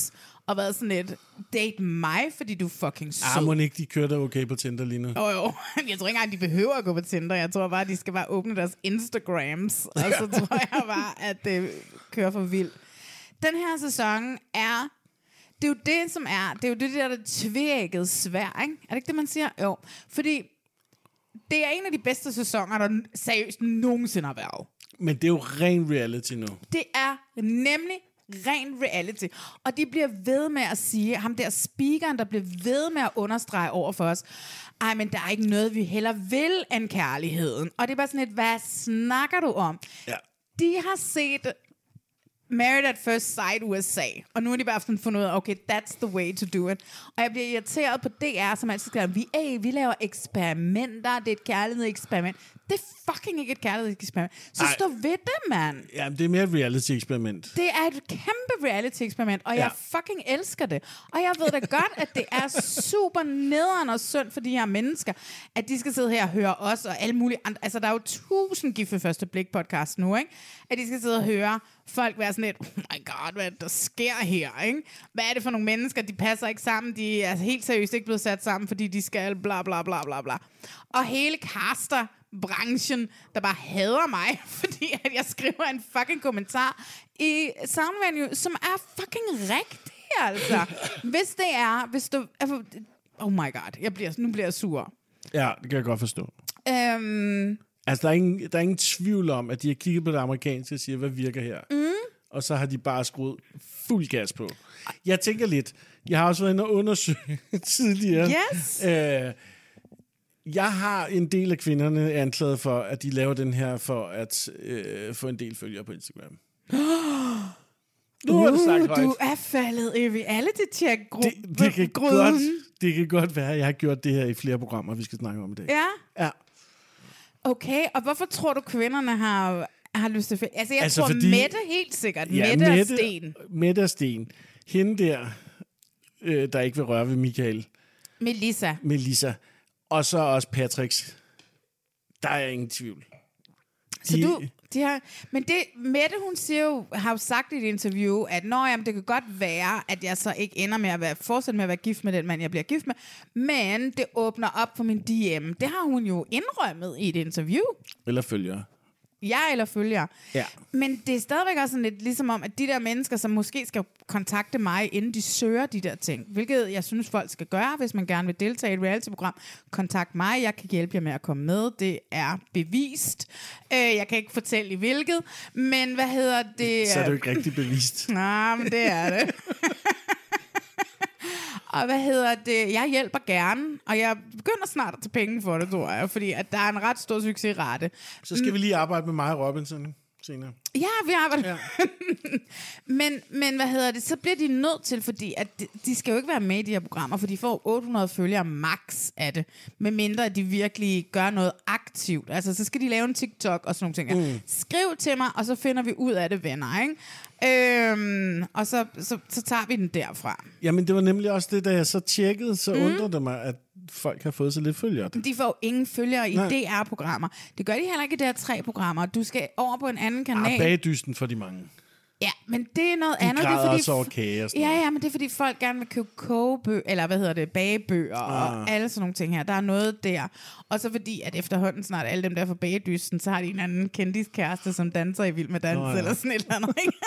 og været sådan et, date mig, fordi du er fucking sød. Ah, må ikke de kører der okay på Tinder lige nu? Jo, jo. Jeg tror ikke engang, de behøver at gå på Tinder. Jeg tror bare, de skal bare åbne deres Instagrams. Og så tror jeg bare, at det kører for vildt. Den her sæson er... Det er jo det, som er... Det er jo det der, der tvækket svær, ikke? Er det ikke det, man siger? Jo. Fordi det er en af de bedste sæsoner, der seriøst nogensinde har været. Men det er jo ren reality nu. Det er nemlig ren reality. Og de bliver ved med at sige, ham der speakeren, der bliver ved med at understrege over for os, ej, men der er ikke noget, vi heller vil end kærligheden. Og det er bare sådan et, hvad snakker du om? Ja. De har set Married at First Sight U S A, og nu har de bare fundet ud af, okay, that's the way to do it. Og jeg bliver irriteret på D R, som altid skriver, vi, ey, vi laver eksperimenter, det er et kærlighedseksperiment. Det er fucking ikke et kærlighedseksperiment. Så Ej. stå ved det, mand. Ja, det er mere et reality-eksperiment. Det er et kæmpe reality-eksperiment, og ja. jeg fucking elsker det. Og jeg ved da godt, at det er super nederen og synd for de her mennesker, at de skal sidde her og høre os og alle mulige andre. Altså, der er jo tusind Gift ved første blik podcast nu, ikke? At de skal sidde og høre folk være sådan lidt, oh my god, hvad der sker her, ikke? Hvad er det for nogle mennesker, de passer ikke sammen, de er helt seriøst ikke blevet sat sammen, fordi de skal bla bla bla bla bla. Og hele caster branchen, der bare hader mig, fordi at jeg skriver en fucking kommentar i Soundvenue, som er fucking rigtig, altså. Hvis det er, hvis du... Oh my god, jeg bliver, nu bliver jeg sur. Ja, det kan jeg godt forstå. Øhm, altså, der er, ingen, der er ingen tvivl om, at de har kigget på det amerikanske og siger, hvad virker her? Mm. Og så har de bare skruet fuld gas på. Jeg tænker lidt, jeg har også været inde og undersøge tidligere. Yes. Øh, Jeg har en del af kvinderne anklaget for, at de laver den her for at øh, få en del følgere på Instagram. Nu har du sagt højt. Du er faldet i reality-check-gruppen. Det, det, kan godt, det kan godt være, at jeg har gjort det her i flere programmer, vi skal snakke om i dag. Ja? Ja. Okay, og hvorfor tror du, kvinderne har, har lyst til... Altså, jeg altså, tror, fordi, Mette helt sikkert. Ja, Mette, Mette og Sten. Mette og Sten. Hende der, øh, der ikke vil røre ved Michael. Melissa. Melissa. Og så også Patricks. Der er ingen tvivl. De, så du, de har, men det, Mette, hun siger jo, har jo sagt i et interview, at nå, jamen, det kan godt være, at jeg så ikke ender med at være, fortsætte med at være gift med den mand, jeg bliver gift med, men det åbner op for min D M. Det har hun jo indrømmet i et interview. Eller følger. Ja, eller følger. Ja. Men det er stadigvæk også sådan lidt ligesom om, at de der mennesker, som måske skal kontakte mig, inden de søger de der ting, hvilket jeg synes, folk skal gøre, hvis man gerne vil deltage i et reality-program, kontakt mig, jeg kan hjælpe jer med at komme med, det er bevist. Øh, jeg kan ikke fortælle i hvilket, men hvad hedder det? Så er det jo ikke rigtig bevist. Nej, men det er det. Og hvad hedder det? Jeg hjælper gerne, og jeg begynder snart at tage penge for det, tror jeg, fordi at der er en ret stor succesrate. Så skal vi lige arbejde med mig og Robinson senere. Ja, vi arbejder. Ja. men, men hvad hedder det? Så bliver de nødt til, fordi at de, de skal jo ikke være med i de her programmer, for de får otte hundrede følgere max af det, medmindre at de virkelig gør noget aktivt. Altså, så skal de lave en TikTok og sådan nogle ting. Mm. Skriv til mig, og så finder vi ud af det, venner, ikke? Øhm, og så, så, så tager vi den derfra. Jamen, det var nemlig også det, da jeg så tjekkede, så mm. undrede det mig, at folk har fået så lidt følgere. De får ingen følgere i Nej. D R-programmer. Det gør de heller ikke i de her tre programmer. Du skal over på en anden kanal. Ah, bagdysten for de mange. Ja, men det er noget de andet. De græder det er fordi, også over kage og sådan ja, noget. ja, men det er fordi folk gerne vil købe kogebøger, eller hvad hedder det, bagebøger ah. og alle sådan nogle ting her. Der er noget der. Og så fordi, at efterhånden snart alle dem der fra bagdysten, så har de en anden kendiskæreste, som danser i Vild med Dans, oh, ja. eller sådan et eller andet, ikke?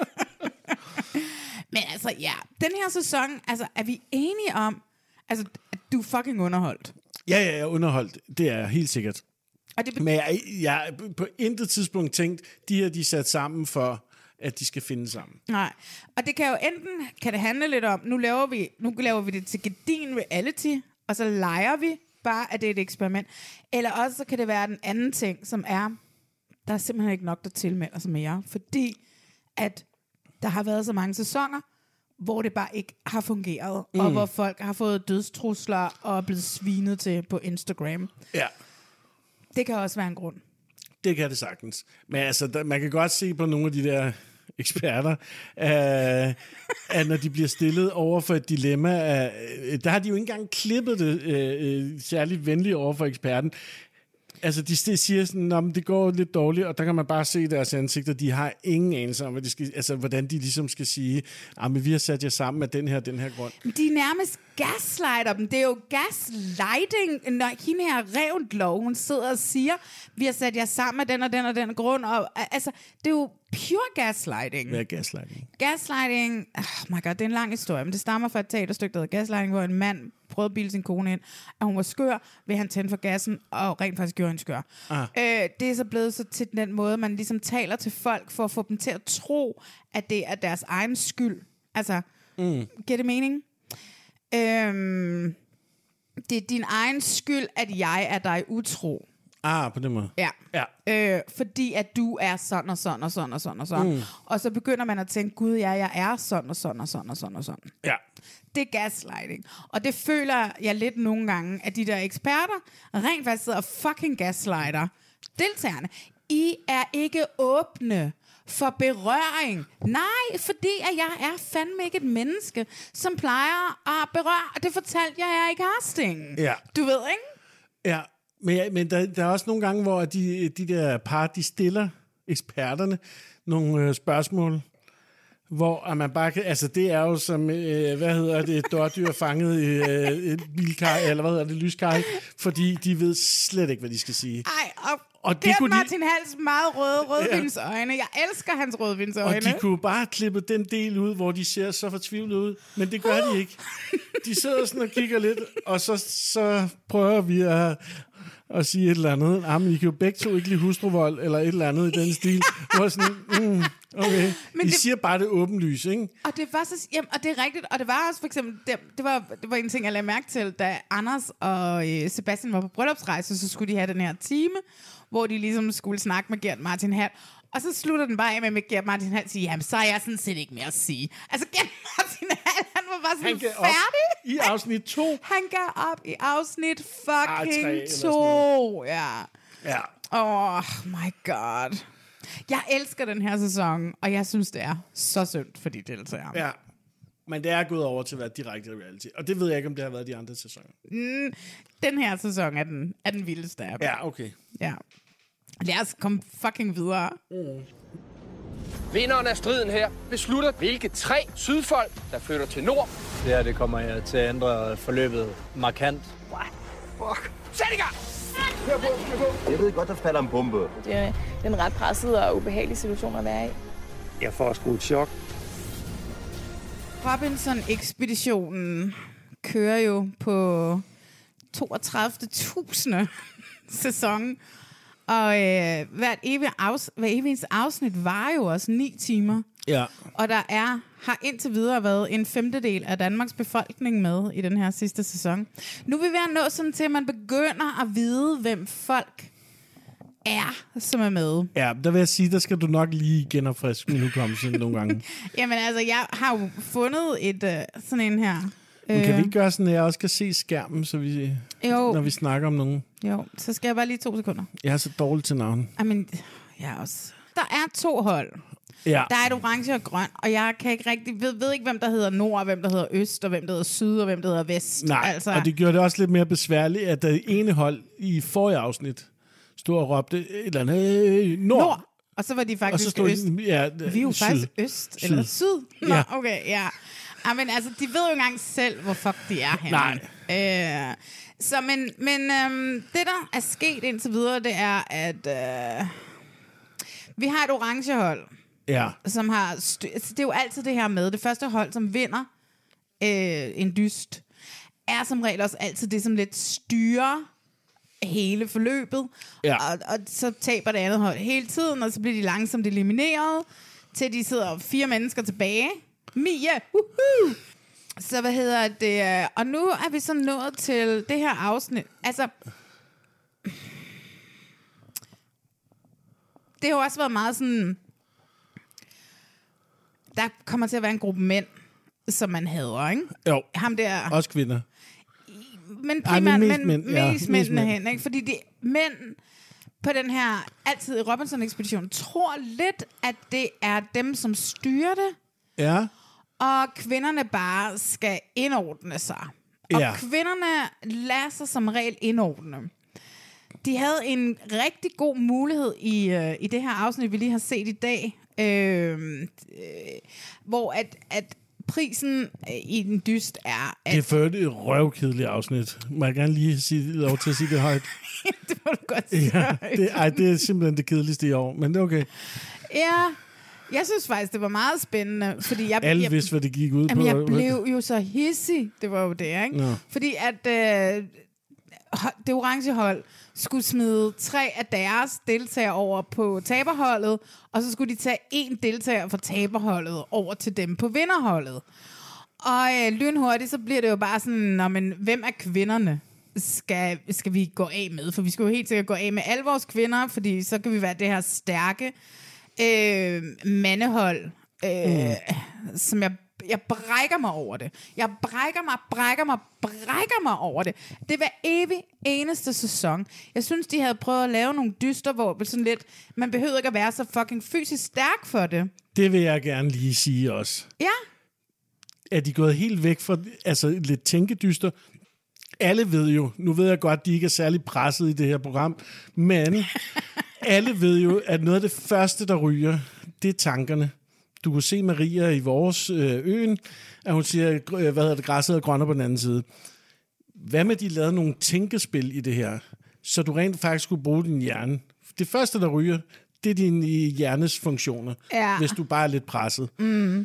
Men altså, ja, den her sæson, altså, er vi enige om, altså, at du er fucking underholdt? Ja, ja, jeg er underholdt. Det er jeg helt sikkert. Og det be- Men jeg, jeg på intet tidspunkt tænkt, de her, de er sat sammen for, at de skal finde sammen. Nej, og det kan jo enten, kan det handle lidt om, nu laver vi, nu laver vi det til gedin reality, og så leger vi bare, at det er et eksperiment. Eller også så kan det være den anden ting, som er, der er simpelthen ikke nok, der tilmelder sig mere, fordi at der har været så mange sæsoner, hvor det bare ikke har fungeret, mm. og hvor folk har fået dødstrusler og er blevet svinet til på Instagram. Ja. Det kan også være en grund. Det kan det sagtens. Men altså, der, man kan godt se på nogle af de der eksperter, øh, at når de bliver stillet over for et dilemma, øh, der har de jo ikke engang klippet det øh, særligt venligt over for eksperten. Altså, de siger sådan, at det går lidt dårligt, og der kan man bare se deres ansigter. De har ingen anelse om, hvad de skal, altså, hvordan de ligesom skal sige, at vi har sat jer sammen med den her, den her grund. De nærmest gaslighter dem. Det er jo gaslighting, når hende her Revendlov, hun sidder og siger, vi har sat jer sammen med den og den og den grund. Og, altså, det er jo pure gaslighting. Hvad er gaslighting? Gaslighting, oh my god, det er en lang historie, men det stammer fra et teaterstykke, der hedder Gaslighting, hvor en mand prøvede at bilde sin kone ind, at hun var skør, ved han tænde for gassen, og rent faktisk gjorde hende skør. Ah. Øh, det er så blevet så til den måde, man ligesom taler til folk, for at få dem til at tro, at det er deres egen skyld. Altså, mm. giver det mening? Øhm, det er din egen skyld, at jeg er dig utro. Ah, på den måde. Ja. ja. Øh, fordi at du er sådan og sådan og sådan og sådan og sådan. Mm. Og så begynder man at tænke, gud ja, jeg er sådan og sådan og sådan og sådan og sådan. Ja. Det er gaslighting. Og det føler jeg lidt nogle gange, at de der eksperter rent faktisk sidder og fucking gaslighter deltagerne. I er ikke åbne for berøring. Nej, fordi at jeg er fandme ikke et menneske, som plejer at berøre. Og det fortalte jeg her i castingen. Ja. Du ved, ikke? Ja, men, ja, men der, der er også nogle gange, hvor de, de der par, de stiller eksperterne nogle øh, spørgsmål, hvor man bare kan, altså det er jo som, øh, hvad hedder det, dårdyr fanget i øh, et bilkar, eller hvad hedder det, lyskar, fordi de ved slet ikke, hvad de skal sige. Ej, og, og det er Martin Hals meget røde rødvinsøjne. Jeg elsker hans rødvinsøjne. Og de kunne bare klippe den del ud, hvor de ser så fortvivlet ud, men det gør de ikke. De sidder sådan og kigger lidt, og så, så prøver vi at, at sige et eller andet. Jamen, I kan jo begge to ikke lide hustruvold, eller et eller andet i den stil. Hvor sådan, mm, okay. Men de det, siger bare det åbenlys, ikke? Og det var så, jamen, og det er rigtigt, og det var også for eksempel, det, det, var, det var en ting, jeg lagde mærke til, da Anders og øh, Sebastian var på bryllupsrejse, så skulle de have den her time, hvor de ligesom skulle snakke med Gert Martin Hall. Og så slutter den bare af med, med Gert Martin Hall siger, jamen så er jeg sådan set ikke mere at sige. Altså Gert Martin Hall, han var bare sådan færdig. I afsnit to. Han gav op i afsnit fucking ah, to. Ja. Ja. Oh my god. Jeg elsker den her sæson, og jeg synes, det er så synd for de deltagere. Ja. Men det er gået over til at være direkte reality. Og det ved jeg ikke, om det har været de andre sæsoner. Mm, den her sæson er den, er den vildeste af dem. Ja, okay. Ja. Lad os komme fucking videre. Mm. Vinderen af striden her beslutter, hvilke tre sydfolk, der flytter til nord. Det her det kommer jeg til at ændre forløbet markant. What? Fuck. Sæt i gang! Kør på, kør på. Jeg ved godt, der falder en bombe. Det er en ret presset og ubehagelig situation at være i. Jeg får sgu et chok. Robinson-ekspeditionen kører jo på toogtredive tusind sæson. Og øh, hvert evigt afs- hver evigt afsnit var jo også ni timer. Ja. Og der er, har indtil videre været en femtedel af Danmarks befolkning med i den her sidste sæson. Nu er vi ved at nå sådan til, at man begynder at vide, hvem folk er, som er med. Ja, der vil jeg sige, der skal du nok lige genopfriske min hukommelse nogle gange. Jamen altså, jeg har jo fundet et uh, sådan en her. Men kan vi ikke gøre sådan, at jeg også kan se skærmen, så vi, jo. når vi snakker om nogen? Jo, så skal jeg bare lige to sekunder. Jeg er så dårlig til navn. Jamen, jeg også. Der er to hold. Ja. Der er et orange og grøn, og jeg kan ikke rigtig ved, ved ikke, hvem der hedder nord, og hvem der hedder øst, og hvem der hedder syd, og hvem der hedder vest. Nej, altså. Og det gjorde det også lidt mere besværligt, at der ene hold i forrige afsnit stod og råbte et eller andet øh, nord. nord. Og så var de faktisk stod, øst. Ja, vi er jo syd. faktisk øst, syd. eller syd. Nå, ja. okay, ja. Men altså, de ved jo engang selv, hvor fuck de er henne. Nej. Øh, så, men, men øhm, det, der er sket indtil videre, det er, at øh, vi har et orange hold, ja. som har... Styr- det er jo altid det her med, det første hold, som vinder øh, en dyst, er som regel også altid det, som lidt styrer hele forløbet. Ja. Og, og så taber det andet hold hele tiden, og så bliver de langsomt elimineret, til de sidder fire mennesker tilbage. Mia! Woohoo! Så hvad hedder det? Og nu er vi så nået til det her afsnit. Altså, det har jo også været meget sådan, der kommer til at være en gruppe mænd, som man hader, ikke? Jo, ham der, også kvinder. Men primært mest mænd, mænd, ja, mest mændene hen, ikke? Fordi de mænd på den her, altid i Robinson-ekspeditionen, tror lidt, at det er dem, som styrer det. Ja. Og kvinderne bare skal indordne sig. Og ja. kvinderne lader sig som regel indordne. de havde en rigtig god mulighed i, øh, i det her afsnit, vi lige har set i dag, øh, øh, hvor at, at prisen i den dyst er... At det er for et røvkedeligt afsnit. Må jeg gerne lige sige, lov til at sige det højt? Det må du godt sige. Ja, det, ej, det er simpelthen det kedeligste i år, men det er okay. Ja, jeg synes faktisk, det var meget spændende, fordi jeg... Alle jeg, vidste, hvad det gik ud jamen, på. Jeg blev jo så hissig, det var jo det, ikke? Nå. Fordi at øh, det orange hold skulle smide tre af deres deltagere over på taberholdet, og så skulle de tage en deltager fra taberholdet over til dem på vinderholdet. Og øh, lynhurtigt, så bliver det jo bare sådan, nå, men hvem er kvinderne? Skal, skal vi gå af med? For vi skal jo helt sikkert gå af med alle vores kvinder, fordi så kan vi være det her stærke øh, mandehold, øh, mm. som jeg, jeg brækker mig over det. Jeg brækker mig, brækker mig, brækker mig over det. Det var evig eneste sæson. Jeg synes, de havde prøvet at lave nogle dyster, hvor sådan lidt, man behøver ikke at være så fucking fysisk stærk for det. Det vil jeg gerne lige sige også. Ja. Er de gået helt væk fra altså, lidt tænkedyster? Alle ved jo, nu ved jeg godt, at de ikke er særlig presset i det her program, men alle ved jo, at noget af det første, der ryger, det er tankerne. Du kunne se Maria i vores øh, øen, at hun siger, hvad hedder det, græsset er grønnere på den anden side. Hvad med, de lavede nogle tænkespil i det her, så du rent faktisk skulle bruge din hjerne? Det første, der ryger, det er din hjernes funktioner, ja. Hvis du bare er lidt presset. Mm.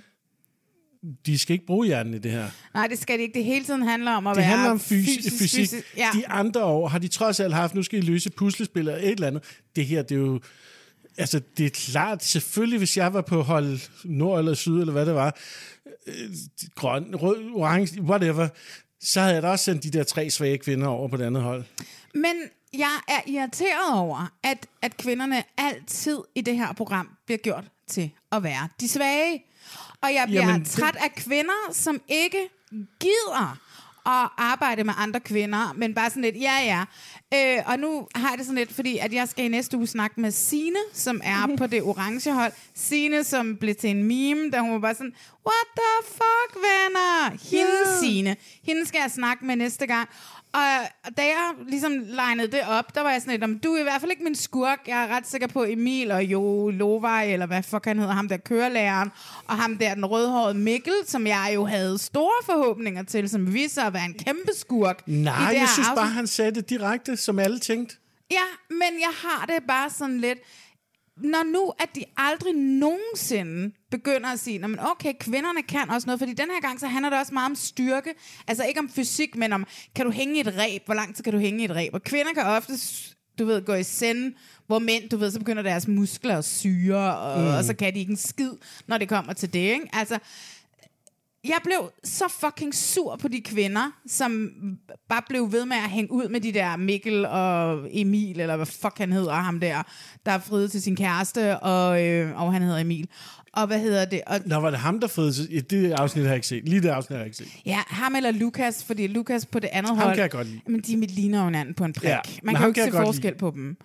De skal ikke bruge hjernen i det her. Nej, det skal det ikke. Det hele tiden handler om at det være handler om fys- fysisk. fysik. fysisk ja. De andre år har de trods alt haft, nu skal I løse puslespil eller et eller andet. Det her, det er jo... Altså, det er klart, selvfølgelig, hvis jeg var på hold nord eller syd, eller hvad det var, øh, grøn, rød, orange, whatever, så havde jeg da også sendt de der tre svage kvinder over på det andet hold. Men jeg er irriteret over, at, at kvinderne altid i det her program bliver gjort til at være de svage. Og jeg bliver Jamen, træt det... af kvinder, som ikke gider at arbejde med andre kvinder, men bare sådan lidt, ja, ja. Øh, og nu har jeg det sådan lidt, fordi at jeg skal i næste uge snakke med Signe, som er på det orange hold. Signe, som blev til en meme, der hun var bare sådan, what the fuck, venner? Hende yeah. Signe. Hende skal jeg snakke med næste gang. Og da jeg ligesom linede det op, der var jeg sådan lidt, om du er i hvert fald ikke min skurk. Jeg er ret sikker på Emil og Jo Lovej, eller hvad fuck han hedder, ham der kørelæreren, og ham der den rødhårede Mikkel, som jeg jo havde store forhåbninger til, som viser at være en kæmpe skurk. Nej, jeg synes afsnit. bare, han sagde det direkte, som alle tænkte. Ja, men jeg har det bare sådan lidt... Når nu, at de aldrig nogensinde begynder at sige, men okay, kvinderne kan også noget, fordi den her gang, så handler det også meget om styrke. Altså ikke om fysik, men om, kan du hænge i et reb? Hvor lang tid kan du hænge i et reb? Og kvinder kan ofte, du ved, gå i send, hvor mænd, du ved, så begynder deres muskler at syre, og, mm. og så kan de ikke en skid, når det kommer til det, ikke? Altså... Jeg blev så fucking sur på de kvinder, som bare blev ved med at hænge ud med de der Mikkel og Emil, eller hvad fuck han hedder, ham der, der er friet til sin kæreste, og, øh, og han hedder Emil. Og hvad hedder det? Og Nå, var det ham, der friede til... Det afsnit har jeg ikke set. Lige det afsnit har jeg ikke set. Ja, ham eller Lukas, fordi Lukas på det andet ham hold... Ham kan jeg godt lide. Men de ligner jo hinanden på en prik. Ja, Man kan jo ikke se forskel lide. på dem.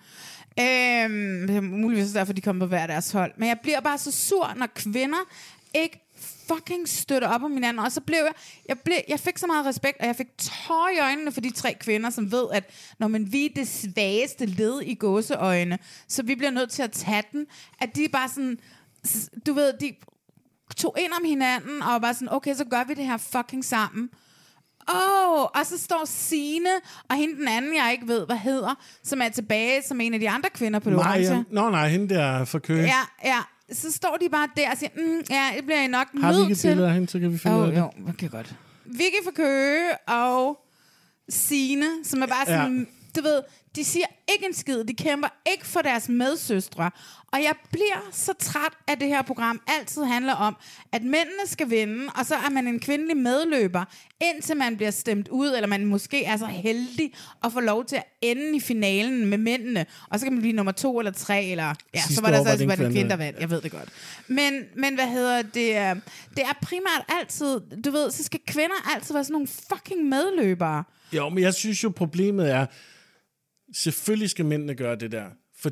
Øhm, muligvis derfor, de kommer på hver deres hold. Men jeg bliver bare så sur, når kvinder ikke fucking støtter op om hinanden, og så blev jeg, jeg, blev, jeg fik så meget respekt, og jeg fik tårer i øjnene for de tre kvinder, som ved, at når man vi er det svageste led i gåseøjne, så vi bliver nødt til at tage den, at de bare sådan, du ved, de tog ind om hinanden, og var sådan, okay, så gør vi det her fucking sammen. Åh, oh, og så står Signe, og hende den anden, jeg ikke ved, hvad hedder, som er tilbage som en af de andre kvinder på det orange. Nå nej, hende der fra Køge. Ja, ja. Så står de bare der og siger, mm, ja, det bliver I nok nødt til. Har vi ikke et billede af hende, så kan vi finde oh, ud af det? Jo, okay, godt. Vicky fra Køge og Signe, som er bare sådan, ja. Du ved, de siger ikke en skid, de kæmper ikke for deres medsøstre. Og jeg bliver så træt af det her program. Altid handler om, at mændene skal vinde, og så er man en kvindelig medløber, indtil man bliver stemt ud, eller man måske er så heldig at få lov til at ende i finalen med mændene. Og så kan man blive nummer to eller tre, eller ja, sidste så var der så altså var en kvinde, der vandt. Jeg ved det godt. Men, men hvad hedder det? Det er primært altid, du ved, så skal kvinder altid være sådan nogle fucking medløbere. Jo, men jeg synes jo, problemet er, selvfølgelig skal mændene gøre det der. Fordi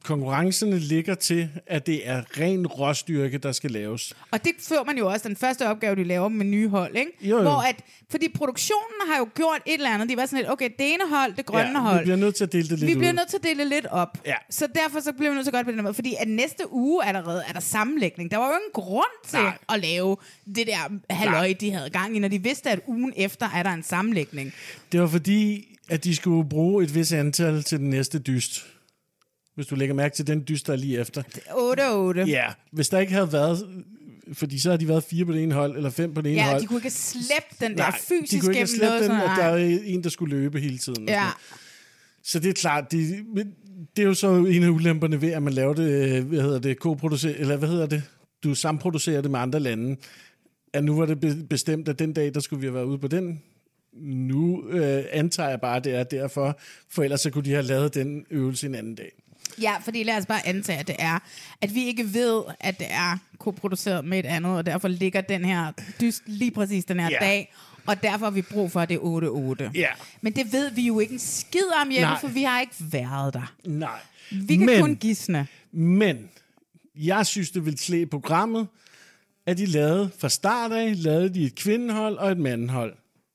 konkurrencerne ligger til, at det er ren råstyrke, der skal laves. Og det fører man jo også den første opgave, de laver med nye hold, ikke? Jo, jo. Hvor at, fordi produktionen har jo gjort et eller andet. De var sådan lidt, okay, det ene hold, det grønne ja, hold. vi bliver nødt til at dele det lidt Vi bliver ud. nødt til at dele det lidt op. Ja. Så derfor så bliver vi nødt til at gøre det på den måde. Fordi at næste uge allerede er der sammenlægning. Der var jo ingen grund til Nej. at lave det der halløj, de havde gang i, når de vidste, at ugen efter er der en sammenlægning. Det var fordi, at de skulle bruge et vis antal til den næste dyst. Hvis du lægger mærke til den dyst, der er lige efter. otte og otte. Ja, hvis der ikke havde været... Fordi så har de været fire på det ene hold, eller fem på det ene ja, hold. Ja, de kunne ikke slæbe den der Nej, fysisk de kunne ikke gennem noget. Den, sådan, at der er en, der skulle løbe hele tiden. Ja. Så det er klart, det, det er jo så en af ulemperne ved, at man laver det, hvad hedder det, co-producer, eller hvad hedder det, du samproducerer det med andre lande. At nu var det bestemt, at den dag, der skulle vi have været ude på den. Nu øh, antager jeg bare, at det er derfor, for ellers så kunne de have lavet den øvelse en anden dag. Ja, fordi lad os bare antage, at det er, at vi ikke ved, at det er koproduceret med et andet, og derfor ligger den her dyst lige præcis den her ja. dag, og derfor har vi brug for, at det er otte otte. Ja. Men det ved vi jo ikke en skid om hjemme, for vi har ikke været der. Nej. Vi kan men, kun gisne. Men jeg synes, det vil klæde programmet, at de lavede fra start af, lavede de et kvindehold og et mandehold.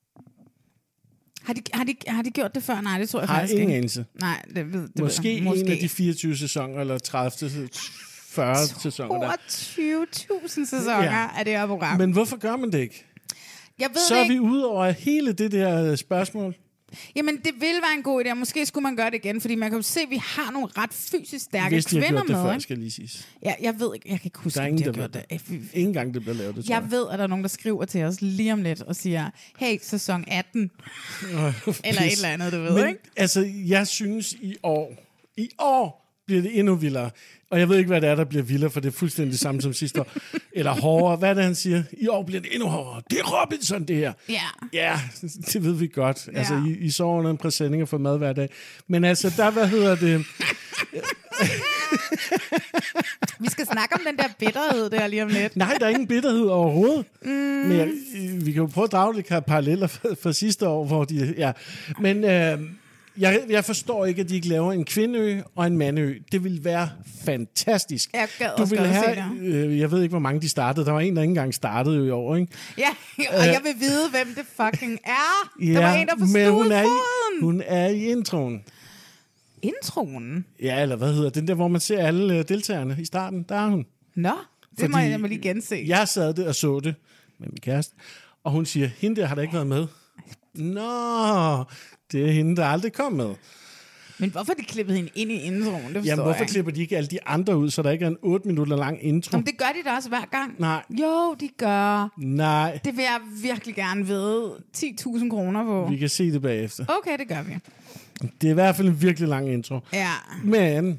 Har de, har, de, har de gjort det før? Nej, det tror jeg har faktisk ingen ikke. Anelse. Nej, det ved det Måske, ved Måske en af de fireogtyve sæsoner, eller tredive, fyrre sæsoner. toogtyve tusind sæsoner ja. er det her program. Men hvorfor gør man det ikke? Jeg ved Så er ikke. vi ude over hele det der spørgsmål. Jamen, det vil være en god idé, og måske skulle man gøre det igen, fordi man kan jo se, at vi har nogle ret fysisk stærke Hvis de kvinder har gjort med. det før, ikke? skal lige siges. Ja, jeg ved ikke, jeg kan ikke huske, der er om ingen, de har der gjort det. det. Ingen gang, det bliver lavet, det tror jeg. Jeg ved, at der er nogen, der skriver til os lige om lidt og siger, hey, sæson atten. Eller et eller andet, du ved, Men, ikke? altså, jeg synes i år, i år bliver det endnu vildere. Og jeg ved ikke, hvad det er, der bliver vildere, for det er fuldstændig det samme som sidste år. Eller hårdere. Hvad er det, han siger? I år bliver det endnu hårdere. Det er Robinson, det her. Ja. Ja, det ved vi godt. Ja. Altså, I, I sover under en præsending og får mad hver dag. Men altså, der, hvad hedder det? Vi skal snakke om den der bitterhed der lige om lidt. Nej, der er ingen bitterhed overhovedet. Mm. Men jeg, vi kan jo prøve at drage lidt paralleller fra, fra sidste år, hvor de... Ja. Men... Øh, Jeg, jeg forstår ikke, at de ikke laver en kvindeø og en mandeø. Det ville være fantastisk. Jeg gad du også ville godt have, øh, jeg ved ikke, hvor mange de startede. Der var en, der ikke engang startede i år, ikke? Ja, og jeg vil vide, hvem det fucking er. Ja, der var en, der forstod men hun er, foden. i, hun er i introen. Introen? Ja, eller hvad hedder den der, hvor man ser alle øh, deltagerne i starten. Der er hun. Nå, det Fordi må jeg, jeg må lige gense. Jeg sad det og så det med min kæreste, og hun siger, hende der har der ikke været med. Nå, det er hende, der aldrig kom med. Men hvorfor de klippet hende ind i introen? Det Jamen, hvorfor jeg. klipper de ikke alle de andre ud, så der ikke er en otte minutter lang intro? Jamen, det gør de da også hver gang. Nej. Jo, de gør. Nej. Det vil jeg virkelig gerne vide ti tusind kroner på. Vi kan se det bagefter. Okay, det gør vi. Det er i hvert fald en virkelig lang intro. Ja. Men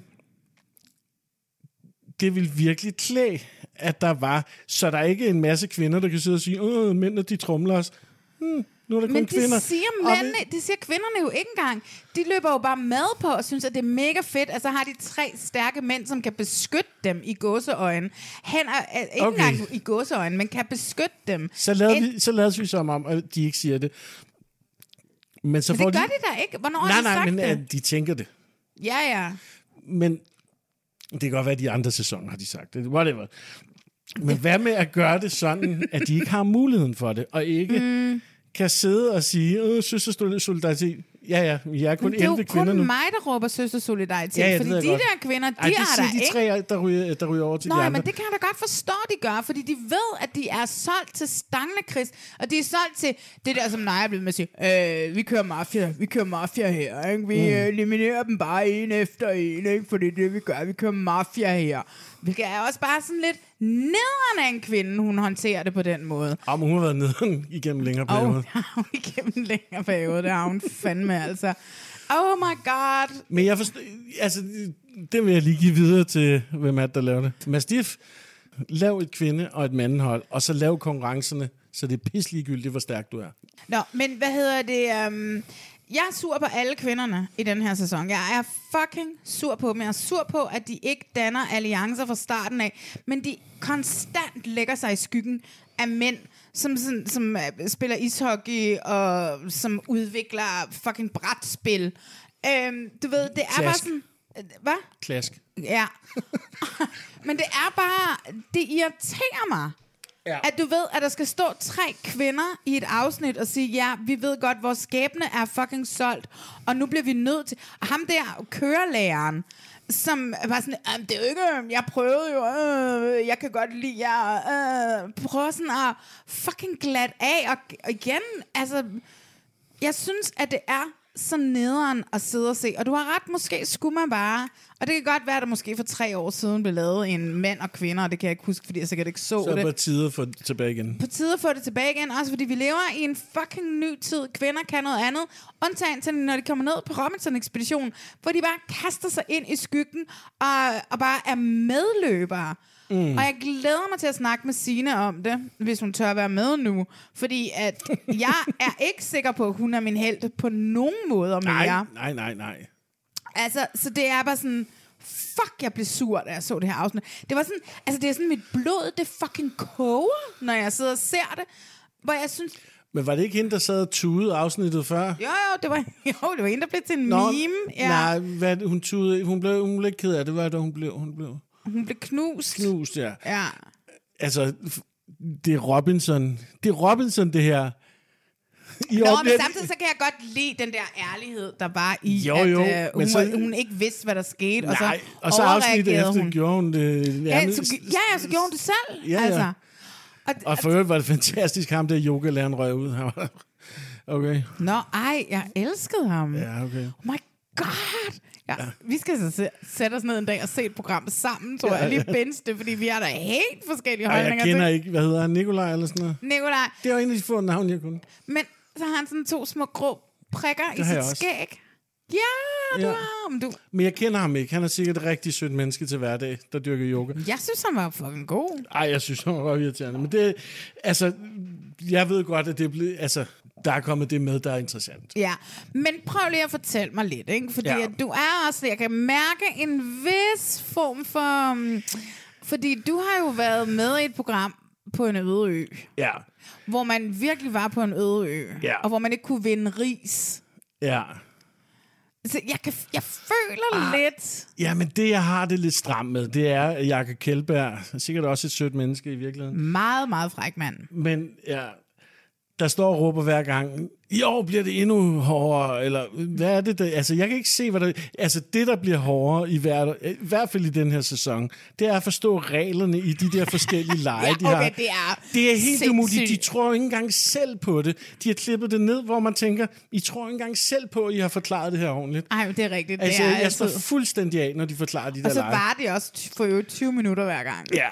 det vil virkelig klæde, at der var, så der ikke er en masse kvinder, der kan sidde og sige, åh, mændene, de tromler os. Hmm. Nu er der kun Men kvinder. det siger, mændene, det siger kvinderne jo ikke engang. De løber jo bare med på og synes, at det er mega fedt. Altså har de tre stærke mænd, som kan beskytte dem i gåseøjne. Han er øh, ikke okay. engang i gåseøjne, men kan beskytte dem. Så lader vi, så lader vi som om, at de ikke siger det. Men, så men får det gør de... de da ikke. Hvornår nej, har de nej, sagt men, det? Nej, de tænker det. Ja, ja. Men det kan godt være, at de andre sæsoner har de sagt det. Whatever. Men hvad med at gøre det sådan, at de ikke har muligheden for det, og ikke... Mm. kan sidde og sige, åh, søstersolidaritet. Ja, ja, vi er kun elleve kvinder nu. det er jo kun mig, der råber søstersolidaritet, ja, ja, fordi de godt. der kvinder, de Ej, det har der ikke. de tre, der ryger, der ryger over til Nå, de andre. men det kan jeg da godt forstå, de gør, fordi de ved, at de er solgt til Stanglekris, og de er solgt til det der, som Naja er blevet med at sige, øh, vi kører mafia, vi kører mafia her, ikke? Vi mm. eliminerer dem bare en efter en, ikke? For det er det, vi gør, vi kører mafia her. Hvilket er også bare sådan lidt nederen af en kvinde, hun håndterer det på den måde. Ja, men hun har været nederen igennem længere periode. Åh, oh, hun igennem længere periode, det har hun fandme altså. Oh my god. Men jeg forstår, altså, det vil jeg lige give videre til, hvem er det, der laver det. Mastiff, lav et kvinde- og et mandehold, og så lav konkurrencerne, så det er pisligegyldigt, hvor stærk du er. Nå, men hvad hedder det... Um Jeg er sur på alle kvinderne i den her sæson. Jeg er fucking sur på dem. Jeg er sur på, at de ikke danner alliancer fra starten af, men de konstant lægger sig i skyggen af mænd, som, som, som spiller ishockey og som udvikler fucking brætspil. Øhm, du ved, det er Klask. bare sådan... Hvad? Klask. Ja. Men det er bare, det irriterer mig, ja. At du ved, at der skal stå tre kvinder i et afsnit og sige, ja, vi ved godt, vores skæbne er fucking solgt, og nu bliver vi nødt til... Og ham der kørelæreren, som var sådan, det er jo ikke, jeg prøvede jo, øh, jeg kan godt lide jer, øh, prøver sådan at fucking glat af, og, og igen, altså, jeg synes, at det er så nederen at sidde og se, og du har ret, måske skulle man bare, og det kan godt være, at der måske for tre år siden blev lavet en mænd og kvinder, og det kan jeg ikke huske, fordi jeg sikkert ikke så, så det. Så på tide at få det tilbage igen. På tide at få det tilbage igen, også fordi vi lever i en fucking ny tid. Kvinder kan noget andet, undtagen til, når de kommer ned på Robinson-ekspeditionen, hvor de bare kaster sig ind i skyggen, og, og bare er medløbere. Mm. Og jeg glæder mig til at snakke med Signe om det, hvis hun tør være med nu. Fordi at jeg er ikke sikker på, at hun er min helt på nogen måder mere. Nej, nej, nej, nej. Altså, så det er bare sådan... Fuck, jeg blev sur, da jeg så det her afsnit. Det var sådan... Altså, det er sådan, mit blod, det fucking koger, når jeg sidder og ser det. Hvor jeg synes... Men var det ikke hende, der sad og tudede afsnittet før? Jo, jo, det var, jo, det var hende, der blev til en Nå, meme. Ja. Nej, hvad, hun tudede... Hun blev, hun blev ikke ked af det. Hvad da hun blev? Hun blev... Hun blev knust. Knust, ja. Ja. Altså, det er Robinson. Det er Robinson, det her. I Nå, men samtidig så kan jeg godt lide den der ærlighed, der var i, jo, jo, at uh, hun, så, hun ikke vidste, hvad der skete. Nej, og så, og så afsnittet efter, hun. gjorde hun det. Ja, så, ja, ja, så gjorde hun det selv. Ja, ja. Altså. Og, og for øvrigt var det fantastisk, ham der yogalæreren røg ud. Okay. Nå, ej, jeg elskede ham. Ja, okay. Oh my god. Ja, ja. Vi skal så sætte os ned en dag og se et program sammen, tror jeg. Lige binge det, fordi vi er der helt forskellige holdninger. Jeg kender til. Ikke, hvad hedder han? Nikolaj eller sådan noget? Nikolaj. Det var en af de få navn, jeg kunne. Men så har han sådan to små grå prikker det i sit skæg. Ja, du ja. har ham, du. Men jeg kender ham ikke. Han er sikkert et rigtig sødt menneske til hverdag, der dyrker yoga. Jeg synes, han var fucking god. Ej, jeg synes, han var irriterende. Men det, altså, jeg ved godt, at det blev, altså, der er kommet det med, der er interessant. Ja, men prøv lige at fortælle mig lidt, ikke? Fordi ja. at du er også, jeg kan mærke en vis form for, um, fordi du har jo været med i et program på en øde ø. Ja. Hvor man virkelig var på en øde ø. Ja. Og hvor man ikke kunne vinde ris. Ja. Så jeg, kan, jeg føler ah, lidt... Ja, men det, jeg har det lidt stramt med, det er Jakob Kjeldberg. Sikkert også et sødt menneske i virkeligheden. Meget, meget fræk mand. Men ja, der står og råber hver gang, i år bliver det endnu hårdere, eller hvad er det der? Altså, jeg kan ikke se, hvad der... Altså, det, der bliver hårdere, i, hver, i hvert fald i den her sæson, det er at forstå reglerne i de der forskellige lege, ja, de har. Okay, det er det er helt umuligt. De tror jo ikke engang selv på det. De har klippet det ned, hvor man tænker, I tror ikke engang selv på, at I har forklaret det her ordentligt. Nej, det er rigtigt. Altså, det er jeg altid. står fuldstændig af, når de forklarer de der lege. Og så var det også for jo tyve minutter hver gang. Ja.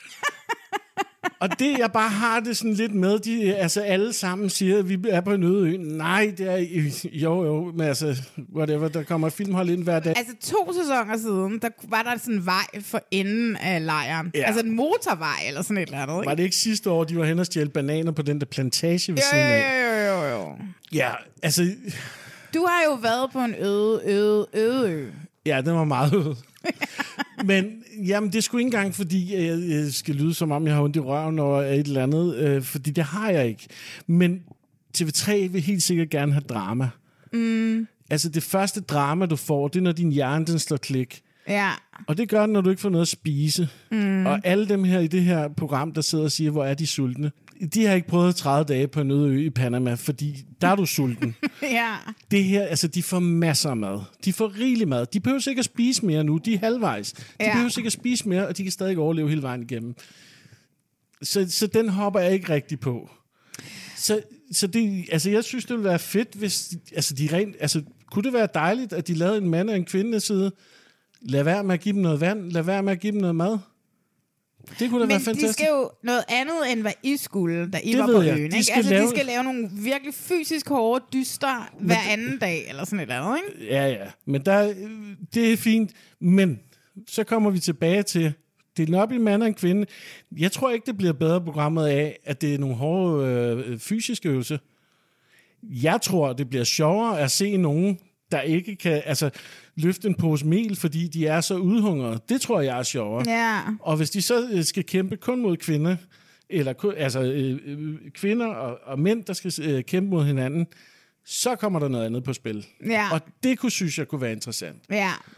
Og det, jeg bare har det sådan lidt med, de, altså alle sammen siger, at vi er på en øde ø. Nej, det er jo, jo, men altså, whatever, der kommer filmhold ind hver dag. Altså to sæsoner siden, der var der sådan en vej for enden af lejren. Ja. Altså en motorvej eller sådan et eller andet, ikke? Var det ikke sidste år, de var hen og stjæle bananer på den der plantage ved jo, siden af? Jo, jo, jo, jo. Ja, altså... Du har jo været på en øde, øde, øde ø. Ja, den var meget øde. Men jamen, det er sgu ikke engang, fordi jeg skal lyde, som om jeg har ondt i røven over et eller andet, øh, fordi det har jeg ikke. Men T V tre vil helt sikkert gerne have drama. Mm. Altså, det første drama, du får, det er, når din hjerne, den slår klik. Ja. Og det gør den, når du ikke får noget at spise. Mm. Og alle dem her i det her program, der sidder og siger, hvor er de sultne, de har ikke prøvet tredive dage på en øde ø i Panama, fordi der er du sulten. Ja. Det her, altså, de får masser af mad. De får rigelig mad. De behøver ikke at spise mere nu. De er halvvejs. De ja. behøver ikke at spise mere, og de kan stadig overleve hele vejen igennem. Så, så den hopper jeg ikke rigtig på. Så, så det, altså, jeg synes, det ville være fedt, hvis... Altså, de rent, altså, kunne det være dejligt, at de lavede en mand og en kvinde side? Lad være med at give dem noget vand. Lad være med at give dem noget mad. Det kunne da Men være fantastisk. de skal jo noget andet, end hvad I skulle, da I det var på øen. De ikke? skal, altså, lave... de skal lave nogle virkelig fysisk hårde dyster hver anden dag, eller sådan et eller andet, ikke? Ja, ja. Men der, det er fint. Men så kommer vi tilbage til, det er op i en mand og en kvinde. Jeg tror ikke, det bliver bedre programmet af, at det er nogle hårde øh, fysiske øvelser. Jeg tror, det bliver sjovere at se nogen, der ikke kan altså, løfte en pose mel, fordi de er så udhungrede. Det tror jeg er sjovere. Ja. Og hvis de så skal kæmpe kun mod kvinder, eller altså øh, kvinder og, og mænd, der skal øh, kæmpe mod hinanden, så kommer der noget andet på spil. Ja. Og det kunne synes jeg kunne være interessant. Ja.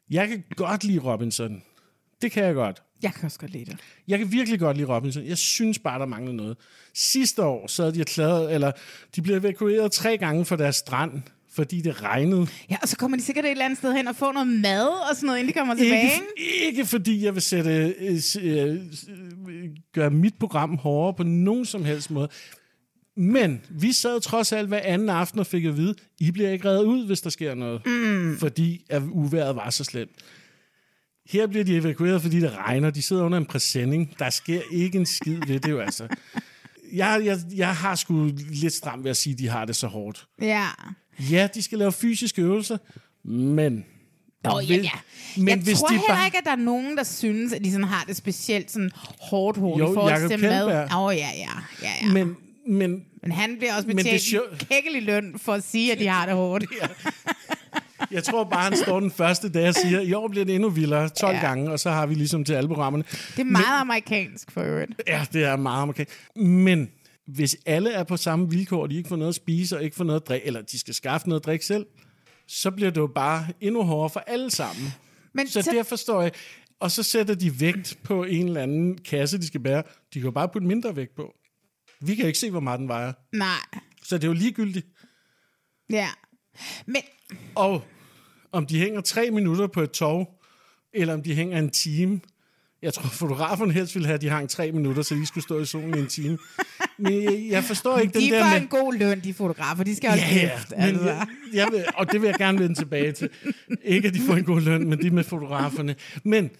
Jeg kan godt lide Robinson. Det kan jeg godt. Jeg kan også godt lide det. Jeg kan virkelig godt lide Robinson. Jeg synes bare, der mangler noget. Sidste år sad de og klagede, eller de blev evakueret tre gange fra deres strand, fordi det regnede. Ja, og så kommer de sikkert et eller andet sted hen og får noget mad og sådan noget, inden de kommer tilbage. Ikke, ikke fordi jeg vil sætte, øh, øh, gøre mit program hårdere på nogen som helst måde. Men vi sad trods alt hver anden aften og fik at vide, I bliver ikke reddet ud, hvis der sker noget. Mm. Fordi at uvejret var så slemt. Her bliver de evakueret, fordi det regner. De sidder under en præsending. Der sker ikke en skid ved det jo altså. Jeg, jeg, jeg har sgu lidt stramt ved at sige, at de har det så hårdt. Ja. Ja, de skal lave fysiske øvelser, men... Nå, ja, ja. Men jeg hvis tror de heller bare... ikke, at der er nogen, der synes, at de sådan har det specielt sådan hårdt hårdt jo, i forhold Jacob til mad. Kjellberg. Åh, oh, ja, ja, ja, ja. Men, men, men han bliver også men betjent show... kækkelig løn for at sige, at de har det hårdt. Ja. Jeg tror bare, han står den første dag og siger, i år bliver det endnu vildere, tolv ja. gange, og så har vi ligesom til alle programmerne. Det er meget men, amerikansk for øvrigt. Ja, det er meget amerikansk. Men hvis alle er på samme vilkår, og de ikke får noget at spise og ikke får noget at drikke, eller de skal skaffe noget at drikke selv, så bliver det jo bare endnu hårdere for alle sammen. Men så t- derfor står jeg, og så sætter de vægt på en eller anden kasse, de skal bære. De kan jo bare putte mindre vægt på. Vi kan ikke se, hvor meget den vejer. Nej. Så det er jo ligegyldigt. Ja. Men... Og om de hænger tre minutter på et tog, eller om de hænger en time. Jeg tror, fotograferne helst ville have, at de hang tre minutter, så de skulle stå i solen i en time. Men jeg, jeg forstår ikke de den der med... De får en god løn, de fotografer. De skal jo ja, kæft, altså. jeg, jeg vil, og det vil jeg gerne vende tilbage til. Ikke, at de får en god løn, men de med fotograferne. Men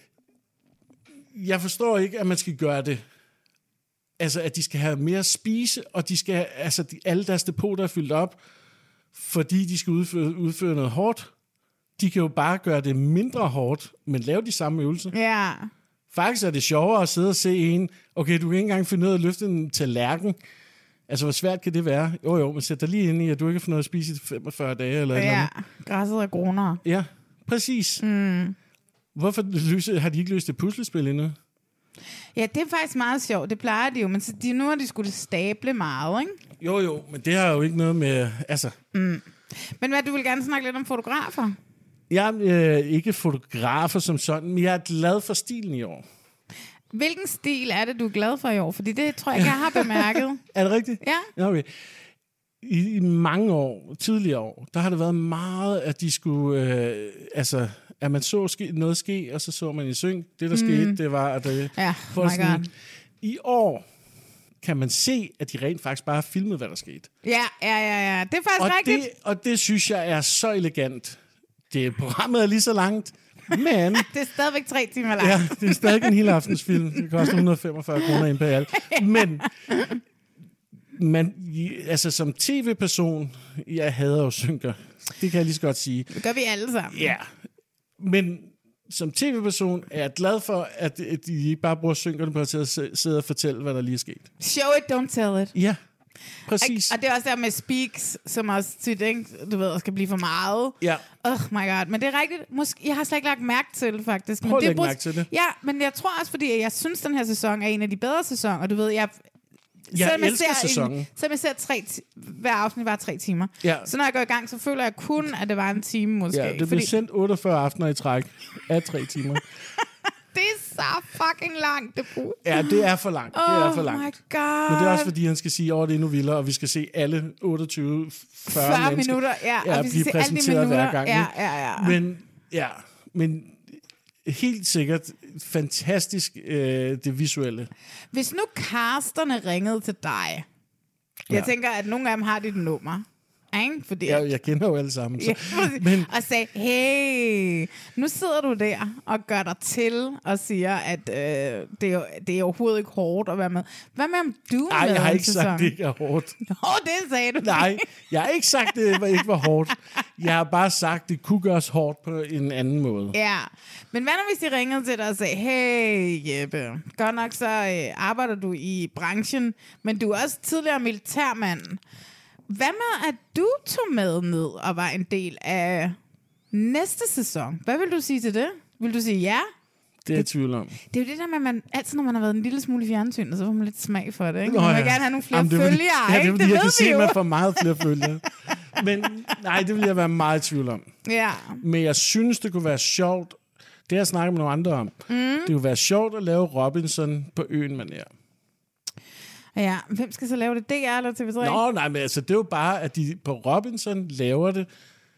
jeg forstår ikke, at man skal gøre det. Altså, at de skal have mere at spise, og de skal, altså, de, alle deres depoter er fyldt op, fordi de skal udføre, udføre noget hårdt. De kan jo bare gøre det mindre hårdt, men lave de samme øvelser. Ja. Faktisk er det sjovere at sidde og se en, okay, du kan ikke engang finde ud af at løfte en tallerken. Altså, hvor svært kan det være? Jo, jo, men sæt dig lige ind i, at du ikke har fundet noget at spise i femogfyrre dage, eller ja, eller andet. Græsset er grunere. Ja, præcis. Mm. Hvorfor løse, har de ikke løst det puslespil endnu? Ja, det er faktisk meget sjovt. Det plejer de jo, men så de, nu har de skulle stable meget, ikke? Jo, jo, men det har jo ikke noget med... Altså. Mm. Men hvad, du vil gerne snakke lidt om fotografer? Jeg er øh, ikke fotografer som sådan, men jeg er glad for stilen i år. Hvilken stil er det, du er glad for i år? Fordi det tror jeg ikke, jeg har bemærket. Er det rigtigt? Ja. Okay. I, I mange år, tidligere år, der har det været meget, at de skulle... Øh, altså, at man så ske, noget ske, og så så man i synk. Det, der mm. skete, det var... At det, ja, my God. I år kan man se, at de rent faktisk bare har filmet, hvad der skete. Ja, ja, ja, ja. Det er faktisk og rigtigt. Det, og det synes jeg er så elegant. Det programmet er lige så langt, men... det er stadigvæk tre timer langt. Ja, det er stadig en hel aftensfilm. Det koster et hundrede og femogfyrre kroner imperial. Men, man, altså som tv-person, jeg hader jo synker. Det kan jeg lige så godt sige. Det gør vi alle sammen. Ja, men som tv-person er jeg glad for, at de ikke bare bruger synkerne på at sidde og fortælle, hvad der lige er sket. Show it, don't tell it. Ja. Præcis. Og det er også der med speaks, som også tit, ikke, du ved, skal blive for meget. Ja. Oh my god, men det er rigtigt. Måske, jeg har slet ikke lagt mærke til det, faktisk. Prøv at lægge det mærke til det. Ja, men jeg tror også, fordi jeg synes, den her sæson er en af de bedre sæsoner, og du ved, jeg... Jeg elsker sæsonen. Selvom jeg ser tre, hver afsnit var tre timer. Ja. Så når jeg går i gang, så føler jeg kun, at det var en time måske. Ja, det bliver fordi... sendt otteogfyrre aftener i træk af tre timer. Det er så fucking langt, det brug. Ja, det er for langt. Det oh er for langt. my god. Men det er også fordi, han skal sige, at det er endnu vildere, og vi skal se alle otteogtyve fyrre, fyrre minutter, ja. ja og vi skal blive se alle de præsenteret minutter. hver gang. Ja, ja, ja. Men, ja, men helt sikkert fantastisk øh, det visuelle. Hvis nu casterne ringede til dig, jeg ja. tænker, at nogle af dem har dit nummer. Ikke? Fordi, ja, jeg kender jo alle sammen. Så. Ja, men, og sagde, hey, nu sidder du der og gør dig til og siger, at øh, det, er, det er overhovedet ikke hårdt at være med. Hvad med om du er Ej, med? jeg har ikke sæson? sagt, det ikke er hårdt. Åh, det sagde du. Nej, jeg har ikke sagt, det ikke var hårdt. Jeg har bare sagt, det kunne gøres hårdt på en anden måde. Ja, men hvad nu hvis de ringede til dig og sagde, hey Jeppe, godt nok så øh, arbejder du i branchen, men du er også tidligere militærmand. Hvad med, at du tog med ned og var en del af næste sæson? Hvad vil du sige til det? Vil du sige ja? Det er jeg tvivl om. Det er jo det der med, at man altid, når man har været en lille smule i fjernsyn, så får man lidt smag for det, ikke? Nå, Man vil ja. gerne have nogle flere Jamen, det følgere, vil, ja, ikke? Det, Det, det ved jeg kan vi se, jo. at man får meget flere følgere. Men nej, det vil jeg være meget i tvivl om. Ja. Men jeg synes, det kunne være sjovt Det har jeg snakket med nogle andre om. Mm. Det kunne være sjovt at lave Robinson på øen manér. Ja, hvem skal så lave det? D R eller T V tre? Nå, nej, men altså, det er jo bare, at de på Robinson laver det.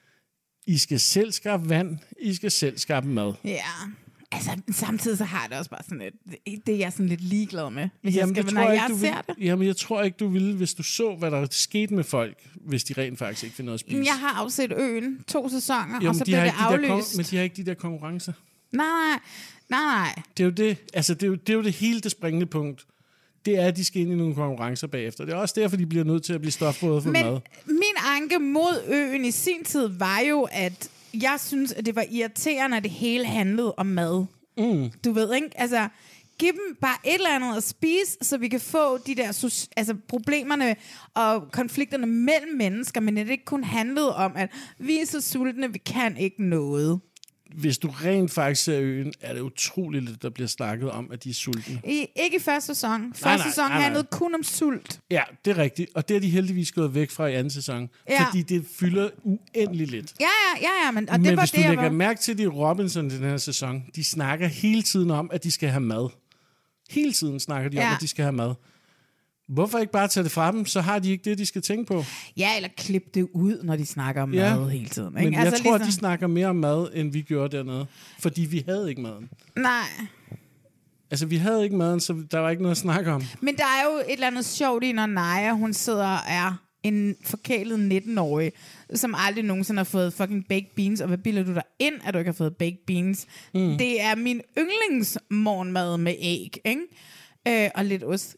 I skal selv skaffe vand, I skal selv skaffe mad. Ja, altså samtidig så har det også bare sådan lidt, det er jeg sådan lidt ligeglad med, hvis jamen, jeg skal, når jeg ikke, ser vil, det. Jamen, jeg tror ikke, du ville, hvis du så, hvad der skete med folk, hvis de rent faktisk ikke finder noget at spise. Jeg har afset øen to sæsoner, jamen, og så de bliver det aflyst. aflyst. Men de har ikke de der konkurrencer. Nej, nej, nej, nej. Det er jo det, altså det er jo det, er jo det hele det springende punkt. Det er, at de skal ind i nogle konkurrencer bagefter. Det er også derfor, de bliver nødt til at blive stofbrødet for men mad. Min anke mod øen i sin tid var jo, at jeg synes, at det var irriterende, at det hele handlede om mad. Mm. Du ved, ikke? Altså, giv dem bare et eller andet at spise, så vi kan få de der so- altså, problemerne og konflikterne mellem mennesker, men det ikke kun handlede om, at vi er så sultne, vi kan ikke noget. Hvis du rent faktisk ser øen, er det utroligt lidt, der bliver snakket om, at de er sultne. I, ikke i første sæson. Første nej, nej, sæson nej, nej. handlede kun om sult. Ja, det er rigtigt. Og det er de heldigvis gået væk fra i anden sæson. Ja. Fordi det fylder uendelig lidt. Ja, ja, ja, ja. Men, og men det var hvis du det, lægger var... mærke til de Robinson i den her sæson, de snakker hele tiden om, at de skal have mad. Hele tiden snakker de ja. om, at de skal have mad. Hvorfor ikke bare tage det fra dem, så har de ikke det, de skal tænke på? Ja, eller klippe det ud, når de snakker om ja. mad hele tiden. Ikke? Men jeg altså, tror, ligesom... de snakker mere om mad, end vi gjorde dernede. Fordi vi havde ikke maden. Nej. Altså, vi havde ikke maden, så der var ikke noget at snakke om. Men der er jo et eller andet sjovt i, når Naja, hun sidder og er en forkælet nitten-årig, som aldrig nogensinde har fået fucking baked beans. Og hvad bilder du dig ind, at du ikke har fået baked beans? Mm. Det er min yndlingsmorgenmad med æg, ikke? Øh, og lidt ost.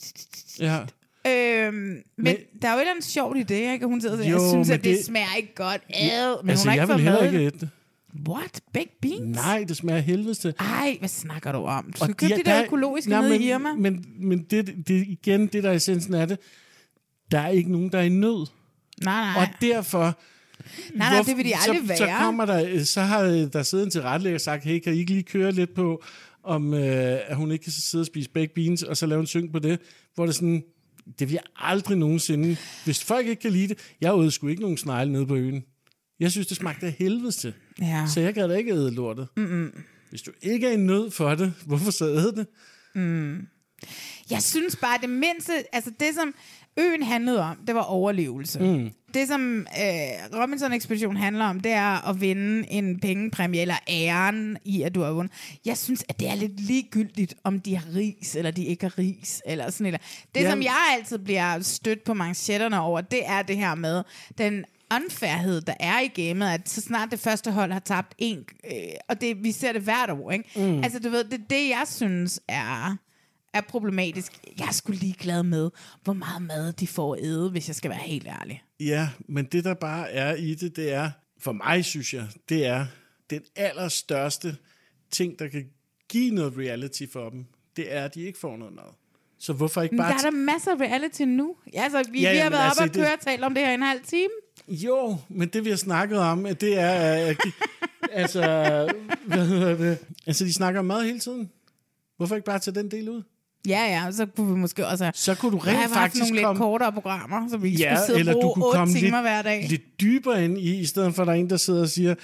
Ja. Øhm, men, men der er jo et eller andet sjovt i det, ikke? Hun sidder og jo, synes, at det, det smager ikke godt. Ad, men altså, hun har jeg ikke vil fået heller mad. ikke æde det. What? Baked beans? Nej, det smager helvedes til. Ej, hvad snakker du om? Du skal og købe de, de der der, økologiske nej, nede men, i Irma. Men, men det, det igen, det der er essensen af det, der er ikke nogen, der er i nød. Nej, nej. Og derfor... Nej, nej, det vil de aldrig så, være. Så, kommer der, så har der siddet en tilrettelægger og sagt, hey, kan I ikke lige køre lidt på, om øh, at hun ikke kan sidde og spise baked beans, og så lave en syng på det, hvor det sådan, det vil jeg aldrig nogensinde... Hvis folk ikke kan lide det, jeg åd sgu ikke nogen snegle nede på øen. Jeg synes, det smagte af helvedes til. Ja. Så jeg kan da ikke æde lortet. Mm-mm. Hvis du ikke er i nød for det, hvorfor så æde det? Mm. Jeg synes bare, det mindste... Altså det, som øen handlede om, det var overlevelse. Mm. Det, som øh, Robinson-ekspedition handler om, det er at vinde en pengepræmie, eller æren i, at du har vundet. Jeg synes, at det er lidt ligegyldigt, om de har ris, eller de ikke har ris, eller sådan noget. Det, ja. som jeg altid bliver stødt på manchetterne over, det er det her med den unfairhed, der er i gamet, at så snart det første hold har tabt en, øh, og det, vi ser det hvert år, ikke? Mm. Altså, du ved, det er det, jeg synes er... er problematisk. Jeg er sgu ligeglad med, hvor meget mad de får at æde, hvis jeg skal være helt ærlig. Ja, men det der bare er i det, det er, for mig synes jeg, det er den allerstørste ting, der kan give noget reality for dem, det er, at de ikke får noget mad. Så hvorfor ikke bare... Men der er der masser af reality nu. Altså, vi, ja, vi har været altså, op og køre det... og talt om det her i en halv time. Jo, men det vi har snakket om, det er... At, altså, hvad hedder det? Altså, de snakker om mad hele tiden. Hvorfor ikke bare tage den del ud? Ja, ja, så kunne vi måske også så kunne du rent have faktisk nogle komme... lidt kortere programmer, så vi ja, skulle sidde eller og du bruge kunne otte komme timer lidt, hver dag. lidt dybere ind i, i stedet for at der er en, der sidder og siger,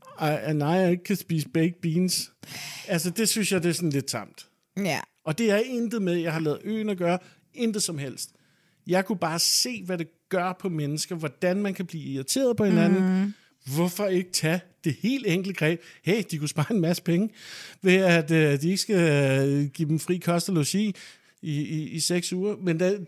at nej, jeg ikke kan spise baked beans. Altså, det synes jeg, det er sådan lidt tamt. Ja. Og det er intet med, jeg har lavet øen at gøre, intet som helst. Jeg kunne bare se, hvad det gør på mennesker, hvordan man kan blive irriteret på hinanden. Mm. Hvorfor ikke tage det helt enkle greb? Hey, de kunne spare en masse penge, ved at uh, de ikke skal uh, give dem fri kost og logi i, i, i seks uger. Men der,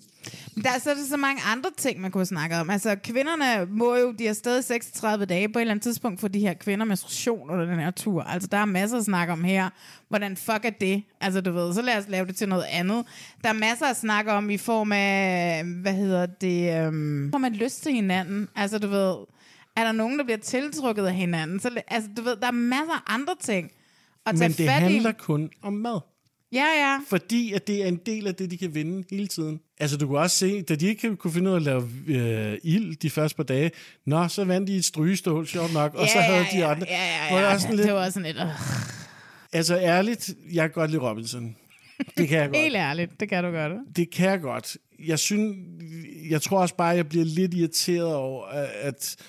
der er så, der så mange andre ting, man kunne snakke om. Altså, kvinderne må jo, de har stadig seksogtredive dage på et eller andet tidspunkt for de her kvinder menstruation under den her tur. Altså, der er masser at snakke om her. Hvordan fuck er det? Altså, du ved, så lad os lave det til noget andet. Der er masser at snakke om i form af, hvad hedder det, um, får man lyst til hinanden? Altså, du ved, er der nogen, der bliver tiltrukket af hinanden? Så, altså, du ved, der er masser af andre ting at tage men det fat handler i. kun om mad. Ja, ja. Fordi at det er en del af det, de kan vinde hele tiden. Altså, du kunne også se, da de ikke kunne finde ud af at lave øh, ild de første par dage, nå, så vandt de et strygestål, sjovt nok, og ja, så havde ja, de andre. Ja, ja, ja. ja, Det, lidt... det var sådan lidt... Øh. Altså, ærligt, jeg kan godt lide Robinson. Det kan jeg godt. Helt ærligt, det kan du godt. Det kan jeg godt. Jeg synes, jeg tror også bare, jeg bliver lidt irriteret over, at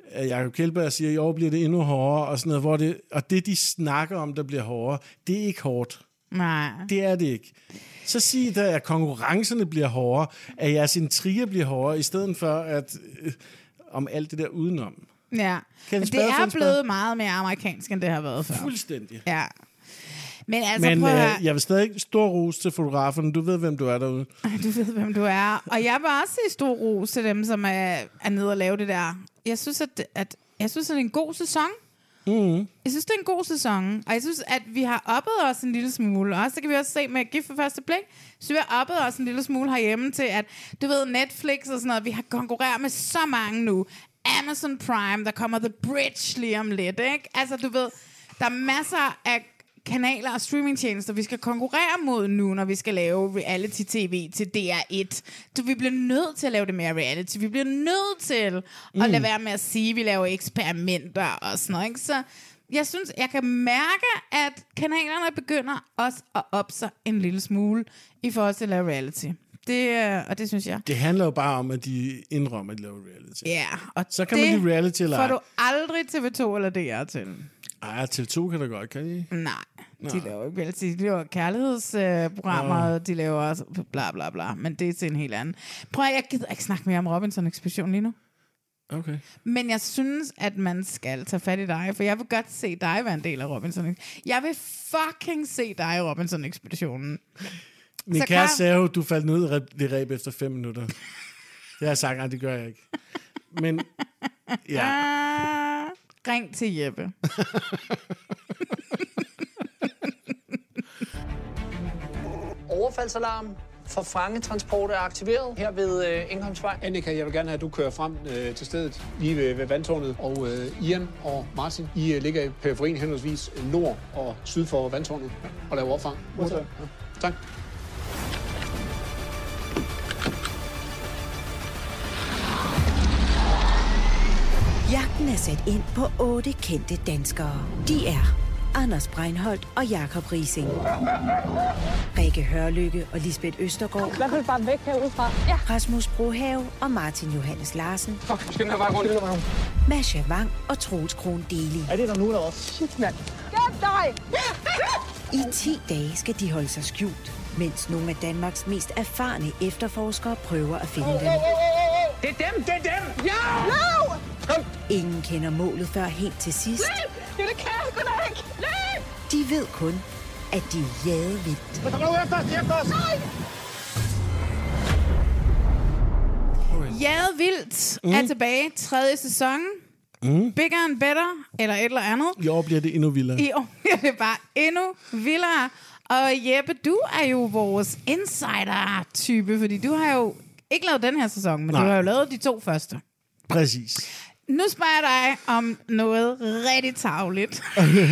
Jacob Kjeldberg siger, at i år bliver det endnu hårdere, og sådan noget, hvor det, og det, de snakker om, der bliver hårdere, det er ikke hårdt. Nej. Det er det ikke. Så sig da, at konkurrencerne bliver hårdere, at jeres intriger bliver hårdere, i stedet for at øh, om alt det der udenom. Ja, men det er blevet meget mere amerikansk, end det har været før. Fuldstændig. Ja. Men altså, Men prøv at... øh, jeg vil stadig stor ros til fotograferne. Du ved, hvem du er derude. Du ved, hvem du er. Og jeg vil også sige stor ros til dem, som er, er nede og lave det der. Jeg synes, at, at, jeg synes, at det er en god sæson. Mm. Jeg synes, det er en god sæson. Og jeg synes, at vi har oppet os en lille smule. Og så kan vi også se med Gift for første blik, så vi har oppet os en lille smule herhjemme til, at du ved, Netflix og sådan noget, vi har konkurreret med så mange nu. Amazon Prime, der kommer The Bridge lige om lidt, ikke? Altså, du ved, der er masser af kanaler og streamingtjenester, vi skal konkurrere mod nu, når vi skal lave reality-tv til D R et. Så vi bliver nødt til at lave det mere reality. Vi bliver nødt til mm. at lade være med at sige, at vi laver eksperimenter og sådan noget, ikke? Så jeg synes, jeg kan mærke, at kanalerne begynder også at op sig en lille smule i forhold til at lave reality. Det, og det synes jeg. Det handler jo bare om, at de indrømmer, at de laver reality. Ja, og så kan det man lide reality eller får du aldrig T V to eller D R til. Ej, T V to kan da godt, kan de? Nej, de Nej. laver ikke reality. De laver kærlighedsprogrammer, uh, de laver også bla bla bla, men det er til en helt anden. Prøv at, jeg gider ikke snakke mere om Robinson-ekspeditionen lige nu. Okay. Men jeg synes, at man skal tage fat i dig, for jeg vil godt se dig være en del af Robinson. Jeg vil fucking se dig i Robinson-ekspeditionen. Min kæreste sagde jo, du faldt ned i det ræb efter fem minutter. Det har jeg sagt, nej, det gør jeg ikke. Men, ja. Ah, ring til Jeppe. Overfaldsalarm for fangetransport er aktiveret her ved øh, Ingholmsvej. Annika, jeg vil gerne have, at du kører frem øh, til stedet lige ved, ved vandtårnet. Og øh, Ian og Martin, I øh, ligger i periferien henholdsvis nord og syd for vandtårnet og laver opfang. Ja, tak. Jagten er sat ind på otte kendte danskere. De er Anders Breinholt og Jacob Riising. Rikke Hørlykke og Lisbeth Østergaard. Hvad vil bare væk herudefra? Ja. Rasmus Brohave og Martin Johannes Larsen. Fuck, skal den her vej rundt? Masha Wang og Troels Kron Deli. Er det der nu, eller hvad? Shit, mand. Gem dig! I ti dage skal de holde sig skjult, mens nogle af Danmarks mest erfarne efterforskere prøver at finde dem. Det er dem! Det er dem! Ja! No! Kom! Ingen kender målet før helt til sidst. Løb! Det er det kan jeg sgu da ikke! Løb! De ved kun, at de er jadevildt. Hvad kommer du efter os? Efter os! Nej! Jadevildt mm. er tilbage tredje sæson. Mm. Bigger and better, eller et eller andet. I år bliver det endnu vildere. I år bliver det bare endnu vildere. Og Jeppe, du er jo vores insider-type, fordi du har jo ikke lavet den her sæson, men Nej. du har jo lavet de to første. Præcis. Nu spørger jeg dig om noget rigtig tarveligt.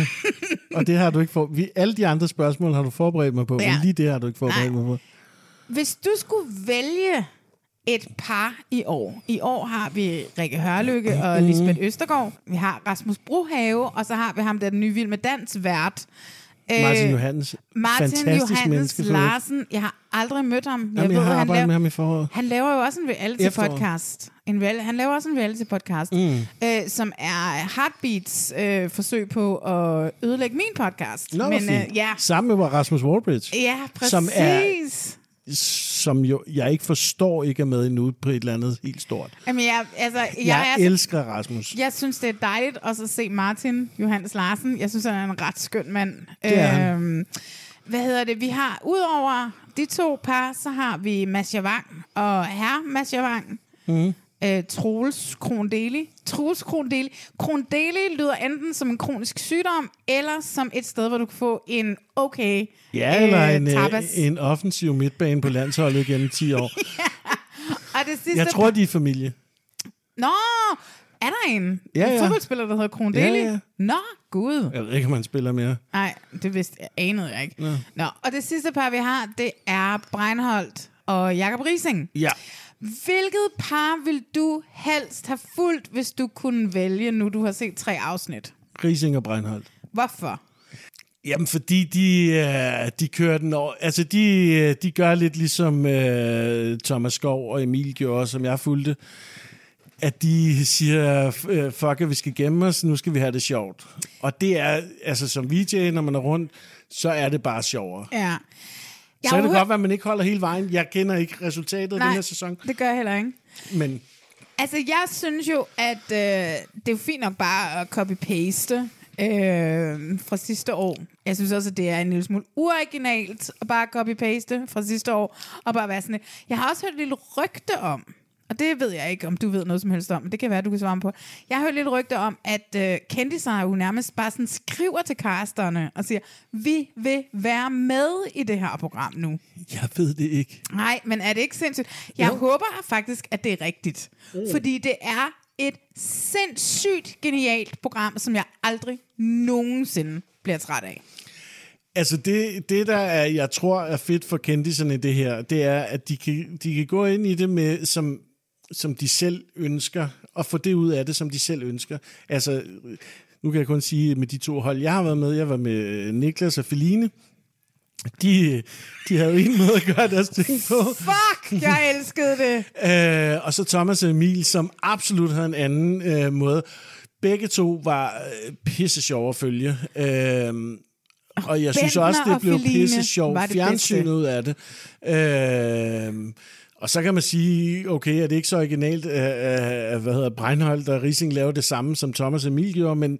Og det har du ikke for... Vi, alle de andre spørgsmål har du forberedt mig på, ja. Men lige det har du ikke forberedt Nej. mig på. Hvis du skulle vælge et par i år. I år har vi Rikke Hørlykke og Lisbeth Østergaard. Vi har Rasmus Brohave, og så har vi ham, der er den nye Vild med Dans vært. Martin Johannes. Martin Johannes Larsen. Jeg har aldrig mødt ham. Jeg, Jamen, jeg ved, har arbejdet laver, med ham i foråret. Han laver jo også en reality-podcast. En real, han laver også en reality-podcast, mm. øh, som er Heartbeats øh, forsøg på at ødelægge min podcast. Nå, Men, øh, ja. Sammen med Rasmus Wallbridge. Ja, præcis. Som er, som jo, jeg ikke forstår ikke er med endnu på et eller andet helt stort. Jamen, jeg, altså, jeg, jeg er, elsker Rasmus. Jeg synes, det er dejligt også at se Martin Johannes Larsen. Jeg synes, han er en ret skøn mand. Det er øhm, hvad hedder det? Vi har, udover de to par, så har vi Masha Wang og herre Masha Wang. Mm. Øh, Troels Kron Deli. Troels Kron Deli. Kron Deli lyder enten som en kronisk sygdom, eller som et sted, hvor du kan få en okay Ja, eller øh, en, tapas. en offensiv midtbane på landsholdet gennem ti år. Ja. Og det sidste Jeg tror, de er familie. Nå, er der en, ja, ja. en fodboldspiller, der hedder Kron Deli? Ja, ja. Nå, gud. Jeg ved ikke, om man spiller mere. Nej, det vidste jeg, anede jeg ikke. Nå. Nå, og det sidste par, vi har, det er Breinholt og Jacob Riising. Ja. Hvilket par vil du helst have fulgt, hvis du kunne vælge, nu du har set tre afsnit? Riising og Breinholt. Hvorfor? Jamen, fordi de, de kører den over. Altså, de, de gør lidt ligesom uh, Thomas Skov og Emil gjorde, som jeg fulgte. at de siger, fuck, at vi skal gemme os, nu skal vi have det sjovt. Og det er, altså som V J, når man er rundt, så er det bare sjovere. Ja. Jeg så kan det hørt... godt være, at man ikke holder hele vejen. Jeg kender ikke resultatet af den her sæson. Det gør jeg heller ikke. Men... Altså, jeg synes jo, at øh, det er jo fint nok bare at copy-paste øh, fra sidste år. Jeg synes også, at det er en lille smule uoriginalt at bare copy-paste fra sidste år, og bare være sådan et. Jeg har også hørt et lille rygte om, og det ved jeg ikke, om du ved noget som helst om, men det kan være, du kan svare mig på. Jeg har hørt et lille rygte om, at øh, kendisar jo nærmest bare sådan skriver til casterne og siger, vi vil være med i det her program nu. Jeg ved det ikke. Nej, men er det ikke sindssygt? Jeg jo. håber faktisk, at det er rigtigt. Mm. Fordi det er et sindssygt genialt program, som jeg aldrig nogensinde bliver træt af. Altså det, det der er, jeg tror er fedt for kendiserne i det her, det er, at de kan, de kan gå ind i det med, som, som de selv ønsker, og få det ud af det, som de selv ønsker. Altså, nu kan jeg kun sige med de to hold, jeg har været med, jeg var med Niklas og Feline. De, de havde en måde at gøre deres ting på. Fuck, jeg elskede det. øh, og så Thomas og Emil, som absolut havde en anden øh, måde. Begge to var øh, pisse sjove at følge. Øh, og jeg synes også, det blev pisse sjovt fjernsynet ud af det. Øh, og så kan man sige, okay, er det ikke så originalt, at øh, hvad hedder Breinholt og Riising laver det samme, som Thomas og Emil gjorde, men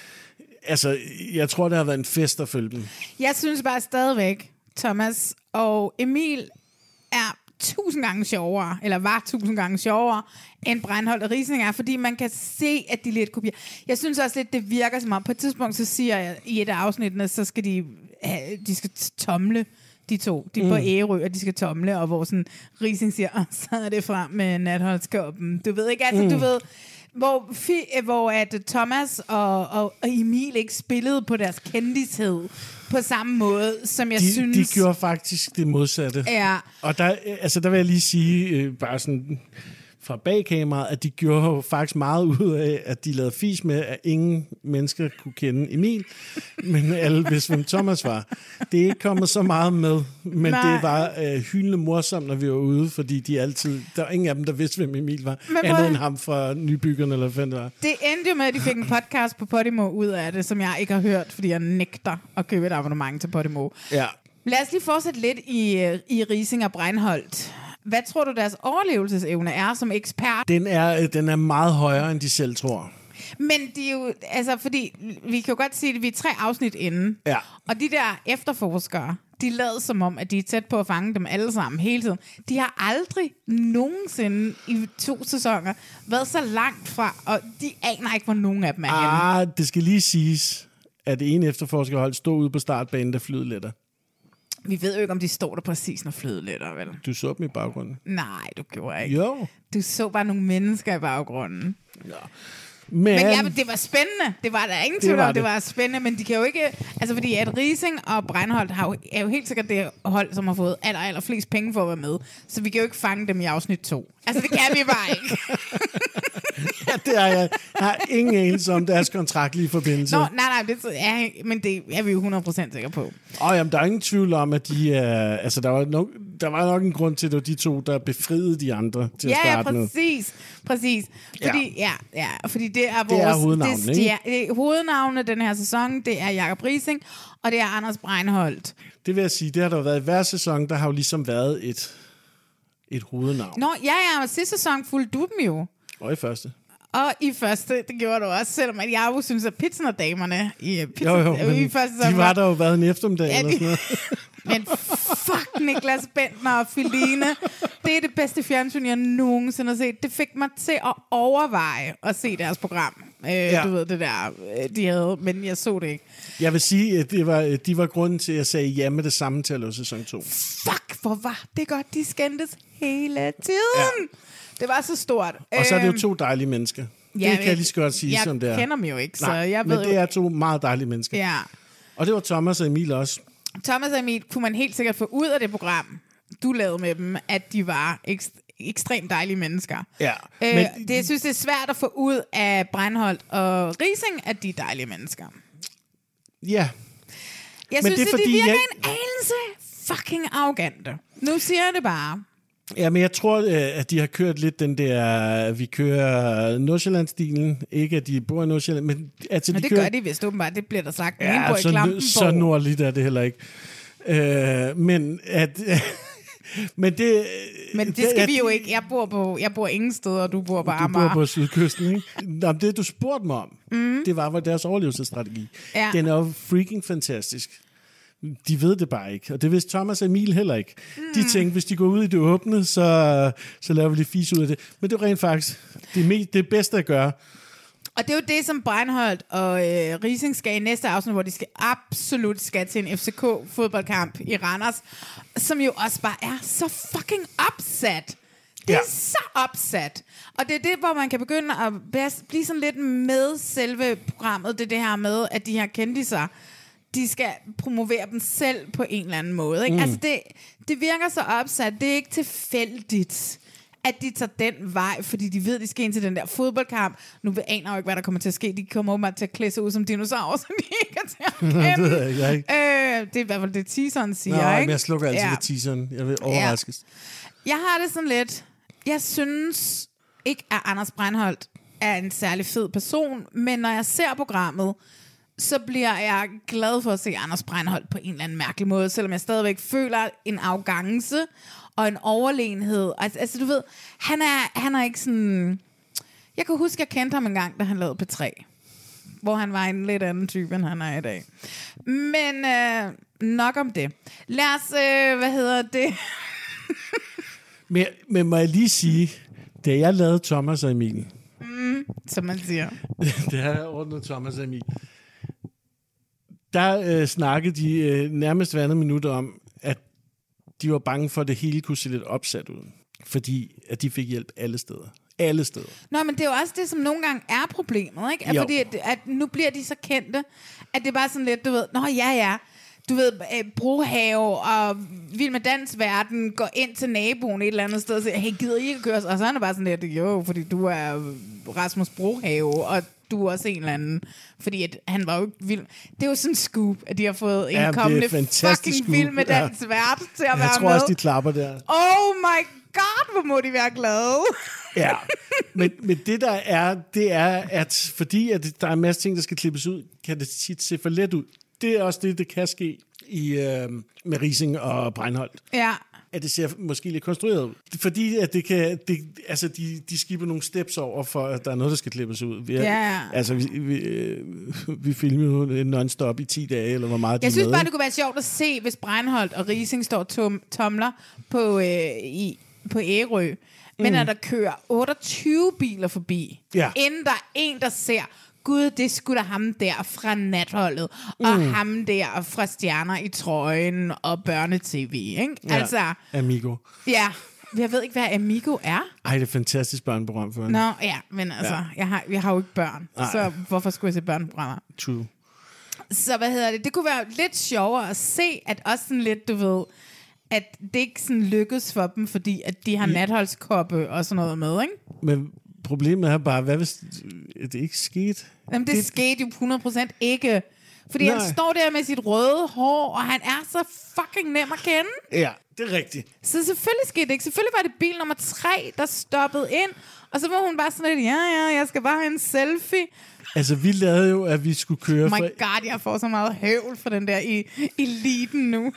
altså, jeg tror, det har været en fest at følge dem. Jeg synes bare stadigvæk, Thomas og Emil er tusind gange sjovere, eller var tusind gange sjovere, end Breinholt og Riising er, fordi man kan se, at de lidt kopierer. Jeg synes også lidt, det virker som om, på et tidspunkt, så siger jeg i et af afsnittene, så skal de, de skal tomle, de to. De er mm. på Ærø, og de skal tomle, og hvor sådan Riising siger, oh, så er det frem med natholdskoppen. Du ved ikke, altså, mm. du ved... Hvor, hvor at Thomas og, og, og Emil ikke spillede på deres kendished på samme måde, som jeg de, synes... De gjorde faktisk det modsatte. Ja. Og der, altså, der vil jeg lige sige, øh, bare sådan fra bag kameraet, at de gjorde jo faktisk meget ud af, at de lavede fis med, at ingen mennesker kunne kende Emil, men alle vidste, hvem Thomas var. Det er ikke kommet så meget med, men Nej. det var øh, hyldende morsomt, når vi var ude, fordi de altid, der var ingen af dem, der vidste, hvem Emil var, men andet end ham fra Nybyggerne, eller hvad det var. Det endte jo med, at de fik en podcast på Podimo ud af det, som jeg ikke har hørt, fordi jeg nægter at købe et abonnement til Podimo. Ja. Lad os lige fortsætte lidt i, i Riising og Breinholt. Hvad tror du, deres overlevelsesevne er som ekspert? Den er, den er meget højere, end de selv tror. Men de er jo, altså, fordi vi kan jo godt sige, at vi er tre afsnit inde. Ja. Og de der efterforskere, de lader som om, at de er tæt på at fange dem alle sammen hele tiden. De har aldrig nogensinde i to sæsoner været så langt fra, og de aner ikke, hvor nogen af dem er ah, henne. Det skal lige siges, at det ene efterforskerhold stod ude på startbanen, der flyede letter. Vi ved jo ikke, om de står der præcis, når flyet letter, vel? Du så dem i baggrunden. Nej, du gjorde ikke. Jo. Du så bare nogle mennesker i baggrunden. Ja. Men, men ja, det var spændende. Det var der ingen tvivl om, det var spændende. Men de kan jo ikke... Altså, fordi at Riising og Breinholt har jo, er jo helt sikkert det hold, som har fået aller, aller flest penge for at være med. Så vi kan jo ikke fange dem i afsnit to. Altså, det kan vi bare ikke. Ja, det er jeg. Jeg har ingen anelse om deres kontraktlige forbindelse. Nå, nej, nej, det er, men det er vi jo hundrede procent sikre på. Og jamen, der er ingen tvivl om, at de er... Altså, der var nok, der var nok en grund til, at det var de to, der befriede de andre til ja, at starte med. Ja, præcis. Præcis. Fordi, ja. Ja, ja, fordi det er vores... Det er hovednavnet, det, det er, det er hovednavnet den her sæson. Det er Jakob Riising, og det er Anders Breinholt. Det vil jeg sige, det har der jo været i hver sæson, der har jo ligesom været et, et hovednavn. Nå, ja, ja, og sidste sæson fulgte du dem jo. Og i første. Og i første, det gjorde du også, selvom at jeg jo synes, at Pitsner-damerne i, pizza, jo, jo, i første sæson... de var der jo været en eftermiddag ja, eller sådan noget. Men fuck Niklas Bentner og Feline. Det er det bedste fjernsyn, jeg nogensinde har set. Det fik mig til at overveje at se deres program. Øh, ja. Du ved, det der, de havde, men jeg så det ikke. Jeg vil sige, at det var, de var grunden til, at jeg sagde ja med det samme til at lave sæson to. Fuck, hvor var det godt, de skændtes hele tiden. Ja. Det var så stort. Og så er det jo to dejlige mennesker. Ja, det kan jeg lige så godt sige, jeg som det er. Jeg kender dem jo ikke, så Nej, jeg ved ved men det er to meget dejlige mennesker. Ja. Og det var Thomas og Emil også. Thomas og Emil kunne man helt sikkert få ud af det program, du lavede med dem, at de var ekst- ekstremt dejlige mennesker. Ja. Øh, men, det, jeg synes, det er svært at få ud af Breinholt og Riising, at de er dejlige mennesker. Ja. Jeg men synes, det er, at fordi de virker jeg... en anelse fucking arrogante. Nu siger jeg det bare. Ja, men jeg tror, at de har kørt lidt den der, vi kører Nordsjælland-stilen. Ikke, at de bor i Nordsjælland, men... Altså, men de det kører... gør de vist åbenbart, det bliver der sagt. Ja, bor i så, Klampenborg. så nordligt er det heller ikke. Øh, men at... men det... Men det skal at, vi jo ikke. Jeg bor, på, jeg bor ingen steder, og du bor på Amager. Du bor på Sydkysten, ikke? Nå, det, du spurgte mig om, mm. det var, var deres overlevelsesstrategi. Ja. Den er jo freaking fantastisk. De ved det bare ikke, og det vidste Thomas og Emil heller ikke. Mm. De tænkte, hvis de går ud i det åbne, så, så laver vi lidt fis ud af det. Men det er rent faktisk det, mest, det bedste at gøre. Og det er jo det, som Breinholt og øh, Riising skal i næste afsnit, hvor de skal absolut skal til en F C K-fodboldkamp i Randers, som jo også bare er så fucking upset. Det er ja. så upset. Og det er det, hvor man kan begynde at blive sådan lidt med selve programmet. Det er det her med, at de her kendisser, de skal promovere dem selv på en eller anden måde. Ikke? Mm. Altså det, det virker så opsat. Det er ikke tilfældigt, at de tager den vej, fordi de ved, at de skal ind til den der fodboldkamp. Nu aner jeg jo ikke, hvad der kommer til at ske. De kommer åbenbart til at klæde sig ud som dinosaurer, så de ikke kan til at kende. Det ved jeg ikke. Øh, det er i hvert fald det, teaseren siger. Nå, ikke? Men jeg slukker altid ja. ved teaseren. Jeg vil overraskes. Ja. Jeg har det sådan lidt... Jeg synes ikke, at Anders Breinholt er en særlig fed person, men når jeg ser programmet, så bliver jeg glad for at se Anders Breinholt på en eller anden mærkelig måde, selvom jeg stadigvæk føler en arrogance og en overlegenhed. Altså, altså du ved, han er, han er ikke sådan... Jeg kan huske, jeg kendte ham en gang, da han lavede P tre, hvor han var en lidt anden type, end han er i dag. Men øh, nok om det. Lad os, øh, hvad hedder det... men, men må jeg lige sige, da jeg lavede Thomas og Emil... Mm, som man siger. det har jeg ordnet Thomas og Emil. Der øh, snakkede de øh, nærmest hver andet minut om, at de var bange for, at det hele kunne se lidt opsat ud. Fordi at de fik hjælp alle steder. Alle steder. Nå, men det er jo også det, som nogle gange er problemet, ikke? At fordi at, at nu bliver de så kendte, at det er bare sådan lidt, du ved, nå ja, ja, du ved, Brohave og Vild med Dans Verden går ind til naboen et eller andet sted og siger, hey, gider I ikke køre? Og så er det bare sådan lidt, jo, fordi du er Rasmus Brohave, og du er også en eller anden, fordi at han var jo ikke vild. Det er jo sådan en scoop, at de har fået en ja, kommende fucking scoop. Vild med Dans ja. Vært til at jeg være med. Jeg tror også, de klapper der. Oh my god, hvor må de være glade. Ja, men, men det der er, det er, at fordi at der er en masse ting, der skal klippes ud, kan det tit se for let ud. Det er også det, det kan ske i, øh, med Riising og Breinholt. Ja. At det ser måske lidt konstrueret ud. Fordi at det kan, det, altså de, de skipper nogle steps over, for at der er noget, der skal klippes ud. Vi er, ja. Altså, vi, vi, øh, vi filmer jo non-stop i ti dage, eller hvor meget de Jeg synes med, bare, ikke? det kunne være sjovt at se, hvis Breinholt og Riising står tom, tomler på, øh, i, på Ærø, men mm. at der kører otteogtyve biler forbi, ja. Inden der er en, der ser... Gud, det skulle da ham der fra Natholdet, mm. og ham der fra Stjerner i trøjen, og børnetv, ikke? Ja, altså, Amigo. Ja, jeg ved ikke, hvad Amigo er. Ej, det er et fantastisk børneprogram for hende. Nå, ja, men altså, ja. Jeg, har, jeg har jo ikke børn, Ej. Så hvorfor skulle jeg se børneprogrammer? True. Så hvad hedder det? Det kunne være lidt sjovere at se, at også sådan lidt, du ved, at det ikke sådan lykkes for dem, fordi at de har natholdskoppe og sådan noget med, ikke? Men problemet er bare, hvad hvis det ikke skete? Jamen, det, det skete jo hundrede procent ikke. Fordi Nej. Han står der med sit røde hår, og han er så fucking nem at kende. Ja, det er rigtigt. Så selvfølgelig skete det ikke. Selvfølgelig var det bil nummer tre, der stoppede ind, og så var hun bare sådan lidt, ja, ja, jeg skal bare have en selfie. Altså, vi lavede jo, at vi skulle køre... Oh my fra... god, jeg får så meget høvl for den der i eliten nu.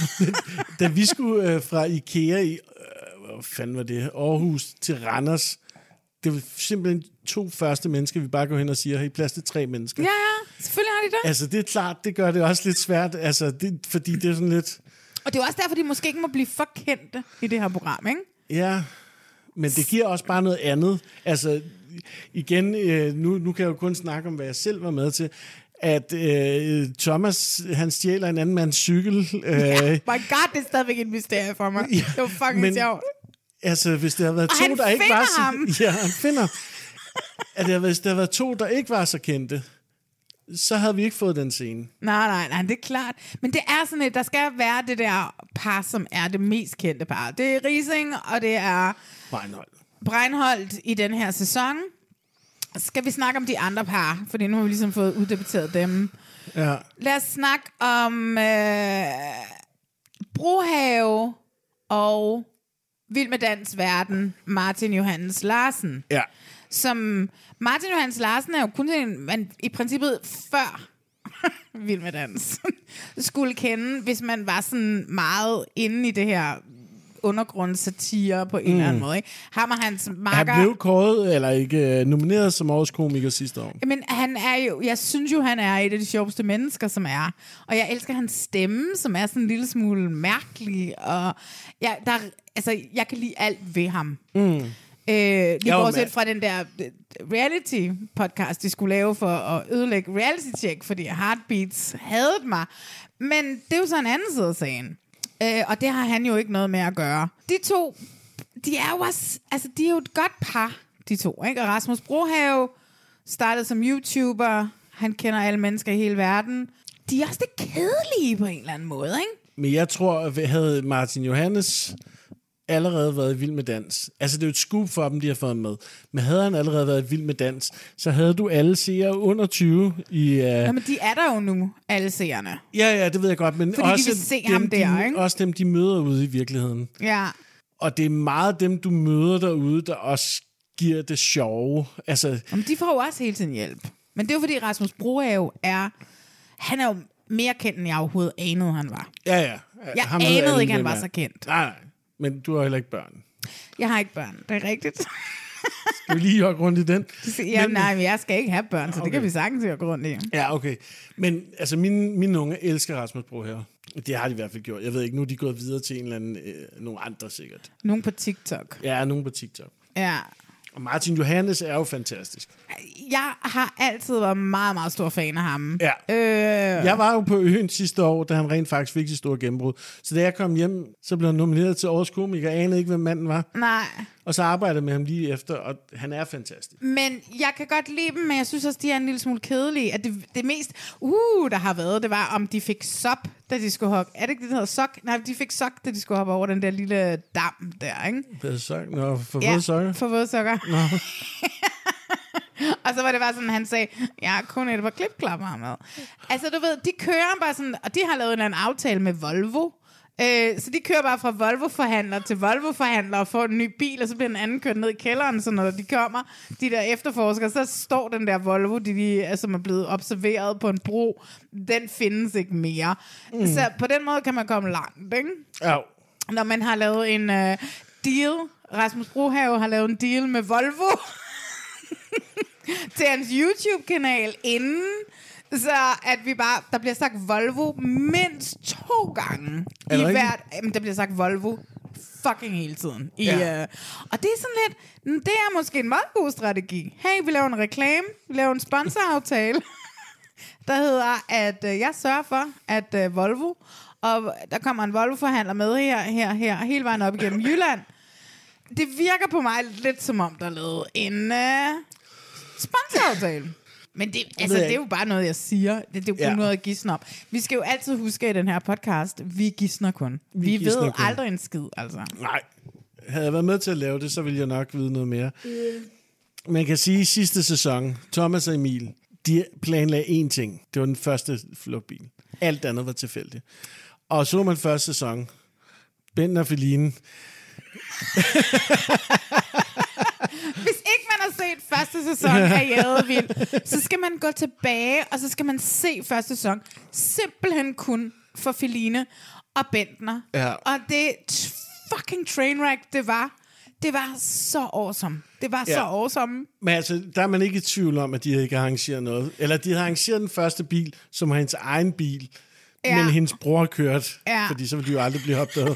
Da vi skulle øh, fra IKEA i... Øh, hvad fanden var det? Aarhus til Randers... Det var simpelthen to første mennesker, vi bare går hen og siger, har I plads til tre mennesker? Ja, ja, selvfølgelig har de det. Altså, det er klart, det gør det også lidt svært, altså, det, fordi det er sådan lidt... Og det er også derfor, de måske ikke må blive for kendte i det her program, ikke? Ja, men det giver også bare noget andet. Altså, igen, øh, nu, nu kan jeg jo kun snakke om, hvad jeg selv var med til, at øh, Thomas, han stjæler en anden mands cykel. Øh, ja, my god, det er stadigvæk et mysterie for mig. Ja, det var fucking men, sjovt. Altså, hvis der havde været og to, der ikke var så... ham. Ja, han finder at det, hvis der havde været to, der ikke var så kendte, så havde vi ikke fået den scene. Nej, nej, nej, det er klart. Men det er sådan et, der skal være det der par, som er det mest kendte par. Det er Riising, og det er Breinholt. Breinholt i den her sæson. Skal vi snakke om de andre par? Fordi nu har vi ligesom fået uddebatteret dem. Ja. Lad os snakke om øh, Brohave og Vild med Dans verden, Martin Johannes Larsen. Ja. Som Martin Johannes Larsen er jo kun en, man i princippet før Vild med Dans skulle kende, hvis man var sådan meget inde i det her undergrundssatire på en mm. eller anden måde. Ikke? Ham og hans makker... Han blev kåret, eller ikke nomineret som årets komiker sidste år. Men han er jo... Jeg synes jo, han er et af de sjoveste mennesker, som er. Og jeg elsker hans stemme, som er sådan en lille smule mærkelig. Og jeg, der, altså, jeg kan lide alt ved ham. Mm. Øh, lige bortset fra den der reality-podcast, de skulle lave for at ødelægge reality-check, fordi Heartbeats hadede mig. Men det er jo så en anden side af sagen. Øh, og det har han jo ikke noget med at gøre. De to, de er jo også, altså de er jo et godt par, de to, ikke? Og Rasmus Brohave startede som YouTuber, han kender alle mennesker i hele verden. De er også det kedelige på en eller anden måde, ikke? Men jeg tror, at havde Martin Johannes allerede været Vild med Dans. Altså, det er jo et scoop for dem, de har fået med. Men havde han allerede været Vild med Dans, så havde du alle seere under tyve i... Uh... Nå, men de er der jo nu, alle seerne. Ja, ja, det ved jeg godt. Men fordi også de vil se dem, ham der, de, ikke? også dem, de møder ude i virkeligheden. Ja. Og det er meget dem, du møder derude, der også giver det sjove. Altså... Jamen, de får jo også hele tiden hjælp. Men det er jo, fordi Rasmus Brohave er... Han er jo mere kendt, end jeg overhovedet anede, han var. Ja, ja. Jeg ham anede ikke, han var så kendt. Nej, nej. Men du har heller ikke børn. Jeg har ikke børn, det er rigtigt. Skal vi lige høre rundt i den? Jamen men, nej, men jeg skal ikke have børn, så okay. Det kan vi sagtens høre rundt i. Ja, okay. Men altså, mine, mine unge elsker Rasmus Brohave. Det har de i hvert fald gjort. Jeg ved ikke, nu er de gået videre til en eller anden, øh, nogle andre sikkert. Nogen på TikTok. Ja, nogen på TikTok. Ja. Og Martin Johannes er jo fantastisk. Jeg har altid været meget, meget stor fan af ham. Ja. Øh... Jeg var jo på øen sidste år, da han rent faktisk fik sit store gennembrud. Så da jeg kom hjem, så blev han nomineret til årets komiker. Jeg anede ikke, hvem manden var. Nej. Og så arbejdede jeg med ham lige efter, og han er fantastisk. Men jeg kan godt lide dem, men jeg synes også, de er en lille smule kedelige. At det, det mest, uh, der har været, det var, om de fik sop, da de skulle hoppe. Er det ikke det, der hedder sok? Nej, de fik sok, da de skulle hoppe over den der lille dam der, ikke? For sok? Nå, for ja, våde sokker? for våde sokker. Nå. Og så var det bare sådan, han sagde, jeg har kun et par klipklapper med. Altså, du ved, de kører bare sådan, og de har lavet en eller anden aftale med Volvo. Øh, så de kører bare fra Volvo-forhandler til Volvo-forhandler og får en ny bil, og så bliver den anden kørt ned i kælderen, så når de kommer, de der efterforskere, så står den der Volvo, de, de, som er blevet observeret på en bro, den findes ikke mere. Mm. Så på den måde kan man komme langt, ikke? Ja. Når man har lavet en uh, deal, Rasmus Brohave har lavet en deal med Volvo til hans YouTube-kanal inden, så at vi bare, der bliver sagt Volvo mindst to gange i hvert, jamen, der bliver sagt Volvo fucking hele tiden. I, ja. øh, og det er sådan lidt, det er måske en meget god strategi. Hey, vi laver en reklame, vi laver en sponsoraftale, der hedder, at øh, jeg sørger for, at øh, Volvo, og der kommer en Volvo-forhandler med her, her, her, hele vejen op igennem Jylland. Det virker på mig lidt som om, der er lavet en øh, sponsoraftale. Men det, altså, det er jo bare noget, jeg siger. Det, det er jo kun ja. noget at gisne op. Vi skal jo altid huske i den her podcast, vi gisner kun. Vi, vi gisner ved kun. aldrig en skid, altså. Nej. Havde jeg været med til at lave det, så ville jeg nok vide noget mere. Mm. Man kan sige, at sidste sæson, Thomas og Emil, de planlagde én ting. Det var den første flugtbil. Alt andet var tilfældigt. Og så man første sæson. Bent og Feline. Hvis ikke man har set første sæson af Jadevild, så skal man gå tilbage, og så skal man se første sæson. Simpelthen kun for Feline og Bentner. Ja. Og det fucking trainwreck, det var. Det var så awesome. Det var ja. så awesome. Men altså, der er man ikke i tvivl om, at de havde ikke arrangeret noget. Eller de havde arrangeret den første bil, som var hendes egen bil. Ja. Men hendes bror kørt, ja. fordi så ville de jo aldrig blive opdaget.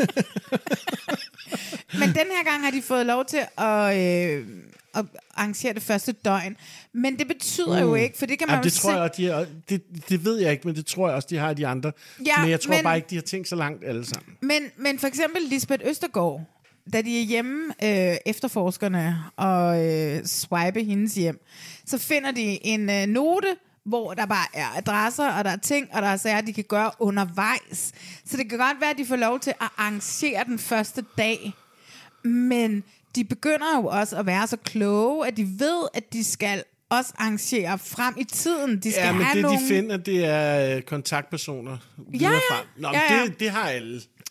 Men den her gang har de fået lov til at, øh, at arrangere det første døgn. Men det betyder mm. jo ikke, for det kan man ja, jo det se. tror jeg, de er, det, det ved jeg ikke, men det tror jeg også, de har de andre. Ja, men jeg tror men, bare ikke, de har tænkt så langt alle sammen. Men, men for eksempel Lisbeth Østergaard, da de er hjemme, øh, efterforskerne, og øh, swipe hendes hjem, så finder de en øh, note, hvor der bare er adresser, og der er ting, og der er sager, de kan gøre undervejs. Så det kan godt være, at de får lov til at arrangere den første dag. Men de begynder jo også at være så kloge, at de ved, at de skal også arrangere frem i tiden. De skal ja, men have det, nogle... de finder, det er kontaktpersoner. Ja, ja. Nå, ja, ja. Det, det har alle.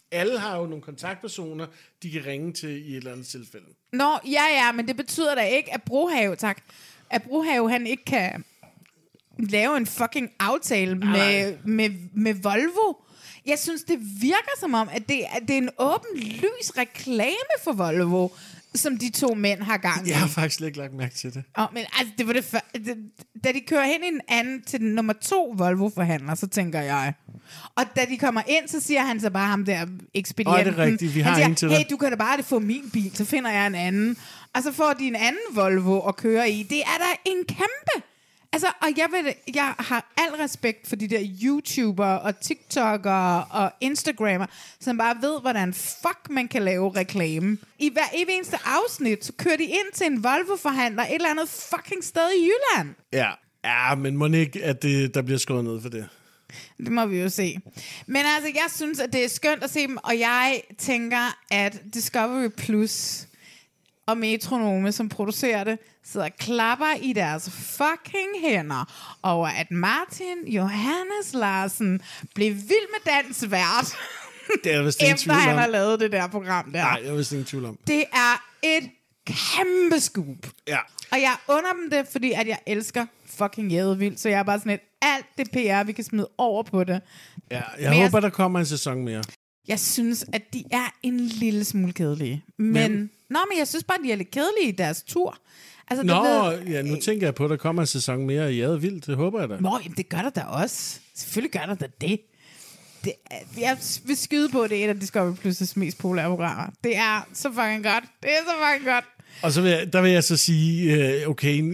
alle har jo nogle kontaktpersoner, de kan ringe til i et eller andet tilfælde. Nå, ja, ja, men det betyder da ikke, at Brohave, tak, at Brohave, han ikke kan lave en fucking aftale med, med, med Volvo. Jeg synes, det virker som om, at det, at det er en åben lys reklame for Volvo, som de to mænd har gang i. Jeg har faktisk ikke lagt mærke til det. Oh, men altså, det var det, før, det da de kører hen i en anden til den nummer to Volvo-forhandler, så tænker jeg. Og da de kommer ind, så siger han så bare ham der ekspedienten. Åh, det er rigtigt, vi har han en til siger, dig. hey, du kan da bare få min bil, så finder jeg en anden. Og så får de en anden Volvo at køre i. Det er da en kæmpe. Altså, og jeg, ved, jeg har al respekt for de der YouTubere og TikTokere og Instagrammer, som bare ved, hvordan fuck man kan lave reklame. I hver evig eneste afsnit, så kører de ind til en Volvo-forhandler et eller andet fucking sted i Jylland. Ja, ja men må ikke, at det, der bliver skåret ned for det. Det må vi jo se. Men altså, jeg synes, at det er skønt at se dem, og jeg tænker, at Discovery Plus og Metronome, som producerer det, sidder og klapper i deres fucking hænder over, at Martin Johannes Larsen blev vild med dans vært. Det er vist ingen efter tvivl om. han har lavet det der program der. Nej, jeg er vist ingen tvivl om. Det er et kæmpe scoop. Ja. Og jeg under dem det, fordi at jeg elsker fucking Jædevildt, så jeg er bare sådan et, alt det P R, vi kan smide over på det. Ja, jeg Men håber, jeg, der kommer en sæson mere. Jeg synes, at de er en lille smule kedelige. Men, men Nå, men jeg synes bare, de er lidt kedelige i deres tur. Altså, Nå, ved, ja, nu tænker jeg på, at der kommer en sæson mere i Jædevildt. Det håber jeg da. Nå, jamen, det gør der da også. Selvfølgelig gør der da det. det er, jeg vil skyde på, at det er et af Discovery Plus' mest populære programmer. Det er så fucking godt. Det er så fucking godt. Og så vil jeg, der vil jeg så sige, okay,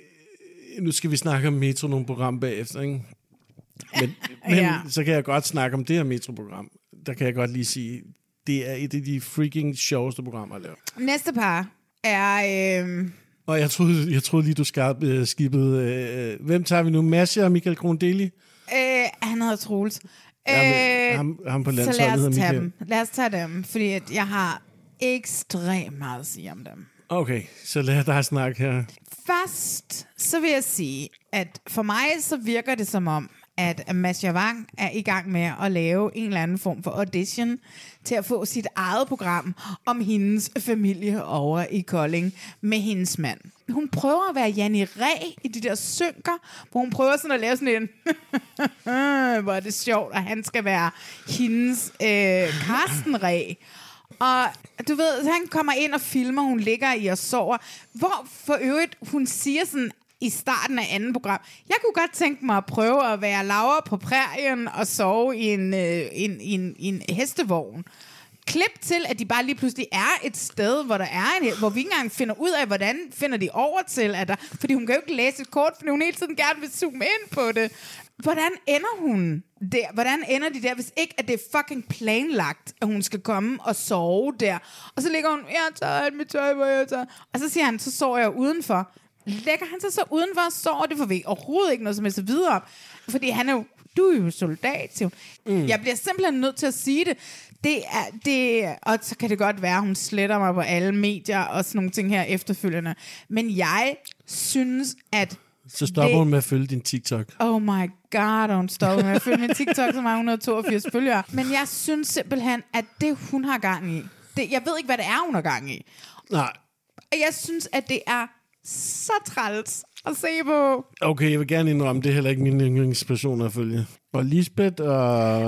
nu skal vi snakke om Metronome-program bagefter, ikke? Men, men ja. Så kan jeg godt snakke om det her Metro-program. Der kan jeg godt lige sige, det er et af de freaking sjoveste programmer, jeg laver. Næste par er... Øh... Og jeg troede, jeg troede lige, du skarp, øh, skibede... Øh, hvem tager vi nu? Masha og Michael Krondeli? Øh, han hedder Troels. Ja, øh, ham, ham på landsholdet hedder Michael. Så lad os tage dem. Lad os tage dem, fordi at jeg har ekstremt meget at sige om dem. Okay, så lad dig snakke her. Først, så vil jeg sige, at for mig så virker det som om, at Masha Wang er i gang med at lave en eller anden form for audition til at få sit eget program om hendes familie over i Kolding med hendes mand. Hun prøver at være Janni Ræ i de der synker, hvor hun prøver sådan at lave sådan en hvor er det sjovt, at han skal være hendes øh, Karsten Ræ. Og du ved, han kommer ind og filmer, hun ligger i og sover, hvor for øvrigt hun siger sådan i starten af anden program, jeg kunne godt tænke mig at prøve at være Laura på prærien og sove i en, øh, en, en, en hestevogn. Klip til, at de bare lige pludselig er et sted, hvor der er en, hvor vi ikke engang finder ud af, hvordan finder de over til, at der, fordi hun kan jo ikke læse et kort, fordi hun hele tiden gerne vil zoome ind på det. Hvordan ender hun der? Hvordan ender de der, hvis ikke at det er fucking planlagt, at hun skal komme og sove der? Og så ligger hun, jeg tager alt mit tøj, hvor jeg tager. Og så siger han, så sover jeg udenfor. Lægger han sig så udenfor og sover, det får vi overhovedet ikke noget som helst videre om. Fordi han er jo, du er jo soldat, siger hun. Mm. Jeg bliver simpelthen nødt til at sige det. Det er, det, og så kan det godt være, at hun sletter mig på alle medier og sådan nogle ting her efterfølgende. Men jeg synes, at så stopper det, hun med at følge din TikTok. Oh my god, hun stopper med at følge min TikTok, som har et hundrede og toogfirs følgere. Men jeg synes simpelthen, at det hun har gang i, det, jeg ved ikke, hvad det er, hun har gang i. Nej. Og jeg synes, at det er så træls at se på. Okay, jeg vil gerne indrømme, det er heller ikke mine yndlingspersoner at følge. Og Lisbeth og...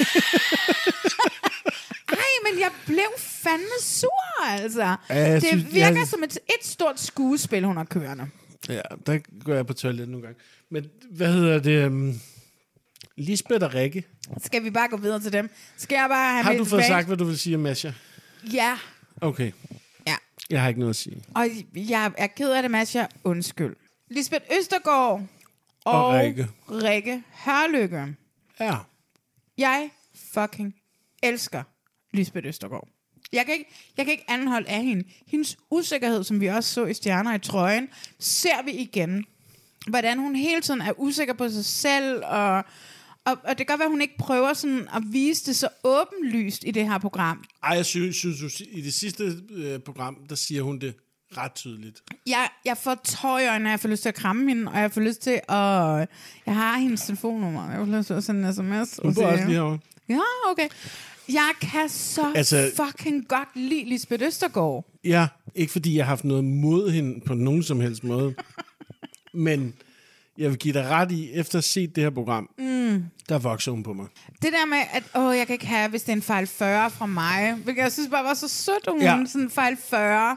Ej, men jeg blev fandme sur, altså. Ja, det synes, virker jeg... som et, et stort skuespil, hun har kørende. Ja, der går jeg på toilet nogle gange. Men hvad hedder det? Um... Lisbeth og Rikke. Skal vi bare gå videre til dem? Skal jeg bare have Har du fået sagt, hvad du vil sige om Masha? Ja. Okay. Ja. Jeg har ikke noget at sige. Og jeg er ked af det, Masha. Undskyld. Lisbeth Østergaard og, og Rikke. Rikke Hørlykke. Ja. Jeg fucking elsker Lisbeth Østergaard. Jeg kan, ikke, jeg kan ikke anholde af hende. Hendes usikkerhed, som vi også så i Stjerner i trøjen, ser vi igen. Hvordan hun hele tiden er usikker på sig selv, og, og, og det kan godt være, at hun ikke prøver sådan at vise det så åbenlyst i det her program. Ej, jeg synes, synes i det sidste øh, program, der siger hun det ret tydeligt. Jeg, jeg får tår i øjnene, jeg får lyst til at kramme hende, og jeg får lyst til at... Jeg har hendes telefonnummer, jeg får lyst til at sende en sms. Hun får også lige herovre. Ja, okay. Jeg kan så altså, fucking godt lide Lisbeth Østergaard. Ja, ikke fordi jeg har haft noget mod hende på nogen som helst måde. Men jeg vil give dig ret i, efter at have set det her program, mm. der vokser hun på mig. Det der med, at åh, jeg kan ikke have, hvis det er en fejl fyrre fra mig. Hvilket jeg synes bare var så sødt, hun ja. sådan en fejl fyrre.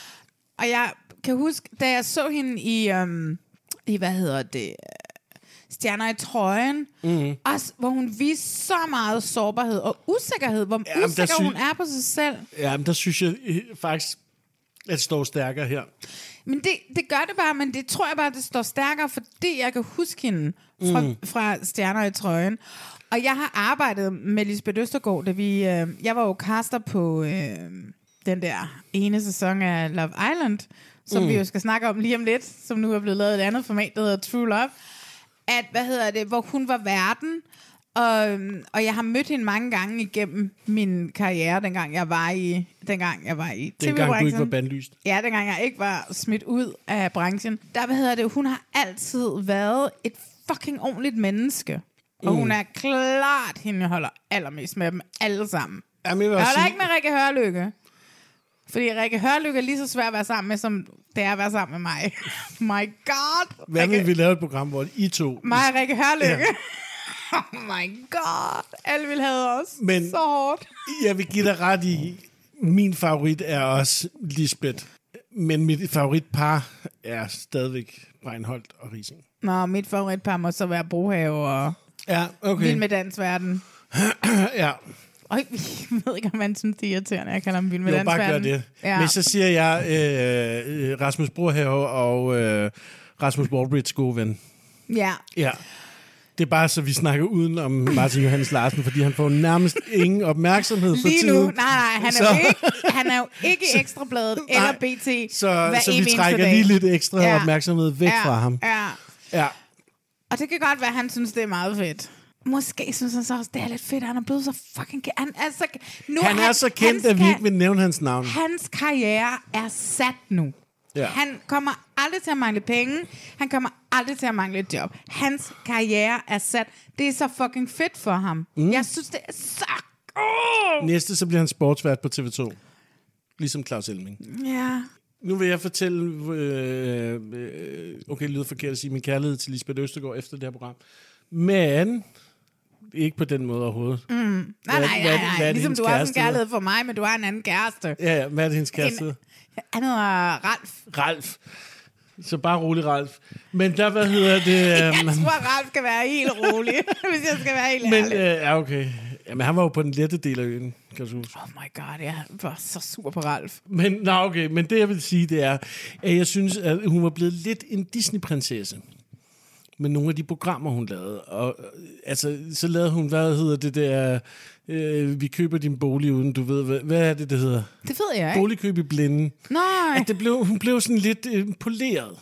Og jeg kan huske, da jeg så hende i, øhm, i hvad hedder det, Stjerner i trøjen, mm. også, hvor hun viste så meget sårbarhed og usikkerhed, hvor ja, usikker sy- hun er på sig selv. Ja, men der synes jeg faktisk, at det står stærkere her. Men det, det gør det bare, men det tror jeg bare, det står stærkere, fordi jeg kan huske hende fra, mm. fra Stjerner i trøjen. Og jeg har arbejdet med Lisbeth Østergaard, da vi, øh, jeg var jo caster på øh, den der ene sæson af Love Island, som mm. vi jo skal snakke om lige om lidt, som nu er blevet lavet et andet format, der hedder True Love. At, hvad hedder det, hvor hun var verden, og, og jeg har mødt hende mange gange igennem min karriere, dengang jeg var i, dengang jeg var i T V-branchen. Dengang du ikke var bandlyst. Ja, dengang jeg ikke var smidt ud af branchen. Der, hvad hedder det, hun har altid været et fucking ordentligt menneske. Mm. Og hun er klart hende, jeg holder allermest med dem alle sammen. Jamen, jeg, jeg holder sige... ikke med Rikke Hørlykke. Fordi Rikke Hørlykke er lige så svært at være sammen med, som det er at være sammen med mig. My God! Hvad vil vi lave et program, hvor I to... Mig og Rikke Hørlykke. Ja. Oh my God! Alle vil have os. Men så hårdt. Jeg vil give dig ret i, min favorit er også Lisbeth. Men mit favoritpar er stadigvæk Breinholt og Riising. Nå, mit favoritpar må så være Brohave og ja, okay. Vild med Dansverden. Ja. Øj, jeg ved ikke, om man synes, det er irriterende, jeg kalder ham Vild med jo, Dansverden. Jo, bare gør det. Ja. Men så siger jeg øh, Rasmus Brohave og øh, Rasmus Baldridge gode ven. Ja. Ja. Det er bare så, vi snakker uden om Martin Johannes Larsen, fordi han får nærmest ingen opmærksomhed for lige tiden. Nu, nej, nej, han er, så, jo, ikke, han er jo ikke i Ekstrabladet eller B T. Så, så vi trækker lige lidt ekstra ja. opmærksomhed væk ja. fra ham. Ja. Ja. Og det kan godt være, at han synes, det er meget fedt. Måske synes han så også, det er lidt fedt, han er blevet så fucking kendt. Han er så, nu han er han, så kendt, at vi ikke vil nævne hans navn. Hans karriere er sat nu. Ja. Han kommer aldrig til at mangle penge. Han kommer aldrig til at mangle et job. Hans karriere er sat. Det er så fucking fedt for ham. Mm. Jeg synes, det er så... Oh! Næste, så bliver han sportsvært på T V to. Ligesom Claus Elming. Ja. Nu vil jeg fortælle... Øh, øh, okay, det lyder forkert at sige min kærlighed til Lisbeth Østergaard efter det her program. Men... Ikke på den måde overhovedet. Mm. Nej, nej, nej, nej. nej. Ligesom du har en kærlighed for mig, men du har en anden kæreste. Ja, ja. Hvad er det, hendes kæreste? En, han hedder Ralf. Ralf. Så bare rolig, Ralf. Men der, hvad hedder det? Jeg um... tror, Ralf skal være helt rolig, hvis jeg skal være helt men, ærlig. Øh, ja, okay. Jamen, han var jo på den lette del af øen, kan du huske. Oh my God, jeg var så sur på Ralf. Men, nej, okay. Men det, jeg vil sige, det er, at jeg synes, at hun var blevet lidt en Disney-prinsesse. Med nogle af de programmer, hun lavede. Og altså, så lavede hun, hvad hedder det der, øh, vi køber din bolig uden, du ved, hvad, hvad er det, det hedder? Det ved jeg ikke. Boligkøb i blinde. Nej. At det blev, hun blev sådan lidt øh, poleret.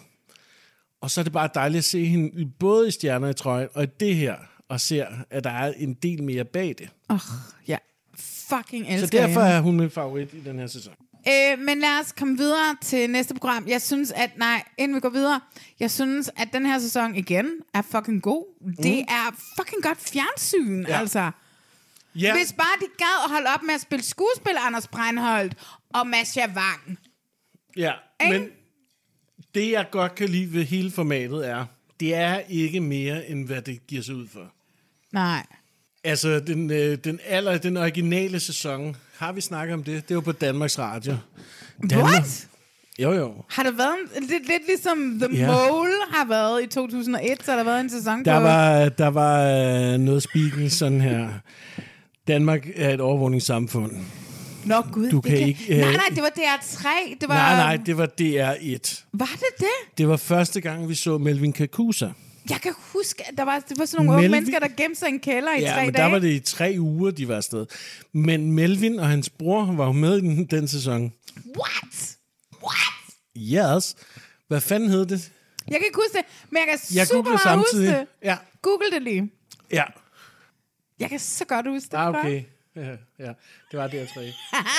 Og så er det bare dejligt at se hende, både i Stjerner i trøjen, og i det her, og ser, at der er en del mere bag det. Åh, oh, ja. Fucking elsker Så derfor hende. Er hun min favorit i den her sæson. Øh, men lad os komme videre til næste program. Jeg synes, at... Nej, inden vi går videre. Jeg synes, at den her sæson igen er fucking god. Mm. Det er fucking godt fjernsyn, ja. Altså. Yeah. Hvis bare de gad at holde op med at spille skuespil, Anders Breinholt og Masha Wang. Ja, Ingen? Men det, jeg godt kan lide ved hele formatet er, det er ikke mere, end hvad det giver sig ud for. Nej. Altså, den, øh, den, aller, den originale sæson, har vi snakket om det? Det var på Danmarks Radio. Danmark. What? Jo, jo. Har der været en, lidt, lidt ligesom The ja. Mole har været i to tusind og et, så har der været en sæson der på... Var, der var øh, noget speaking sådan her. Danmark er et overvågningssamfund. Nå gud, du kan kan... ikke... Øh... Nej, nej, det var D R tre. Det var... Nej, nej, det var D R et. Var det det? Det var første gang, vi så Melvin Kakusa. Jeg kan huske, at der var, det var sådan nogle Melvin... unge mennesker, der gemte sig i en kælder i ja, tre men dage. der var det i tre uger, de var afsted. Men Melvin og hans bror var jo med i den, den sæson. What? What? Yes. Hvad fanden hed det? Jeg kan ikke huske det, men jeg kan jeg super meget huske det. Ja. Google det lige. Ja. Jeg kan så godt huske det. Ah, okay. Ja, ja, det var D R tre.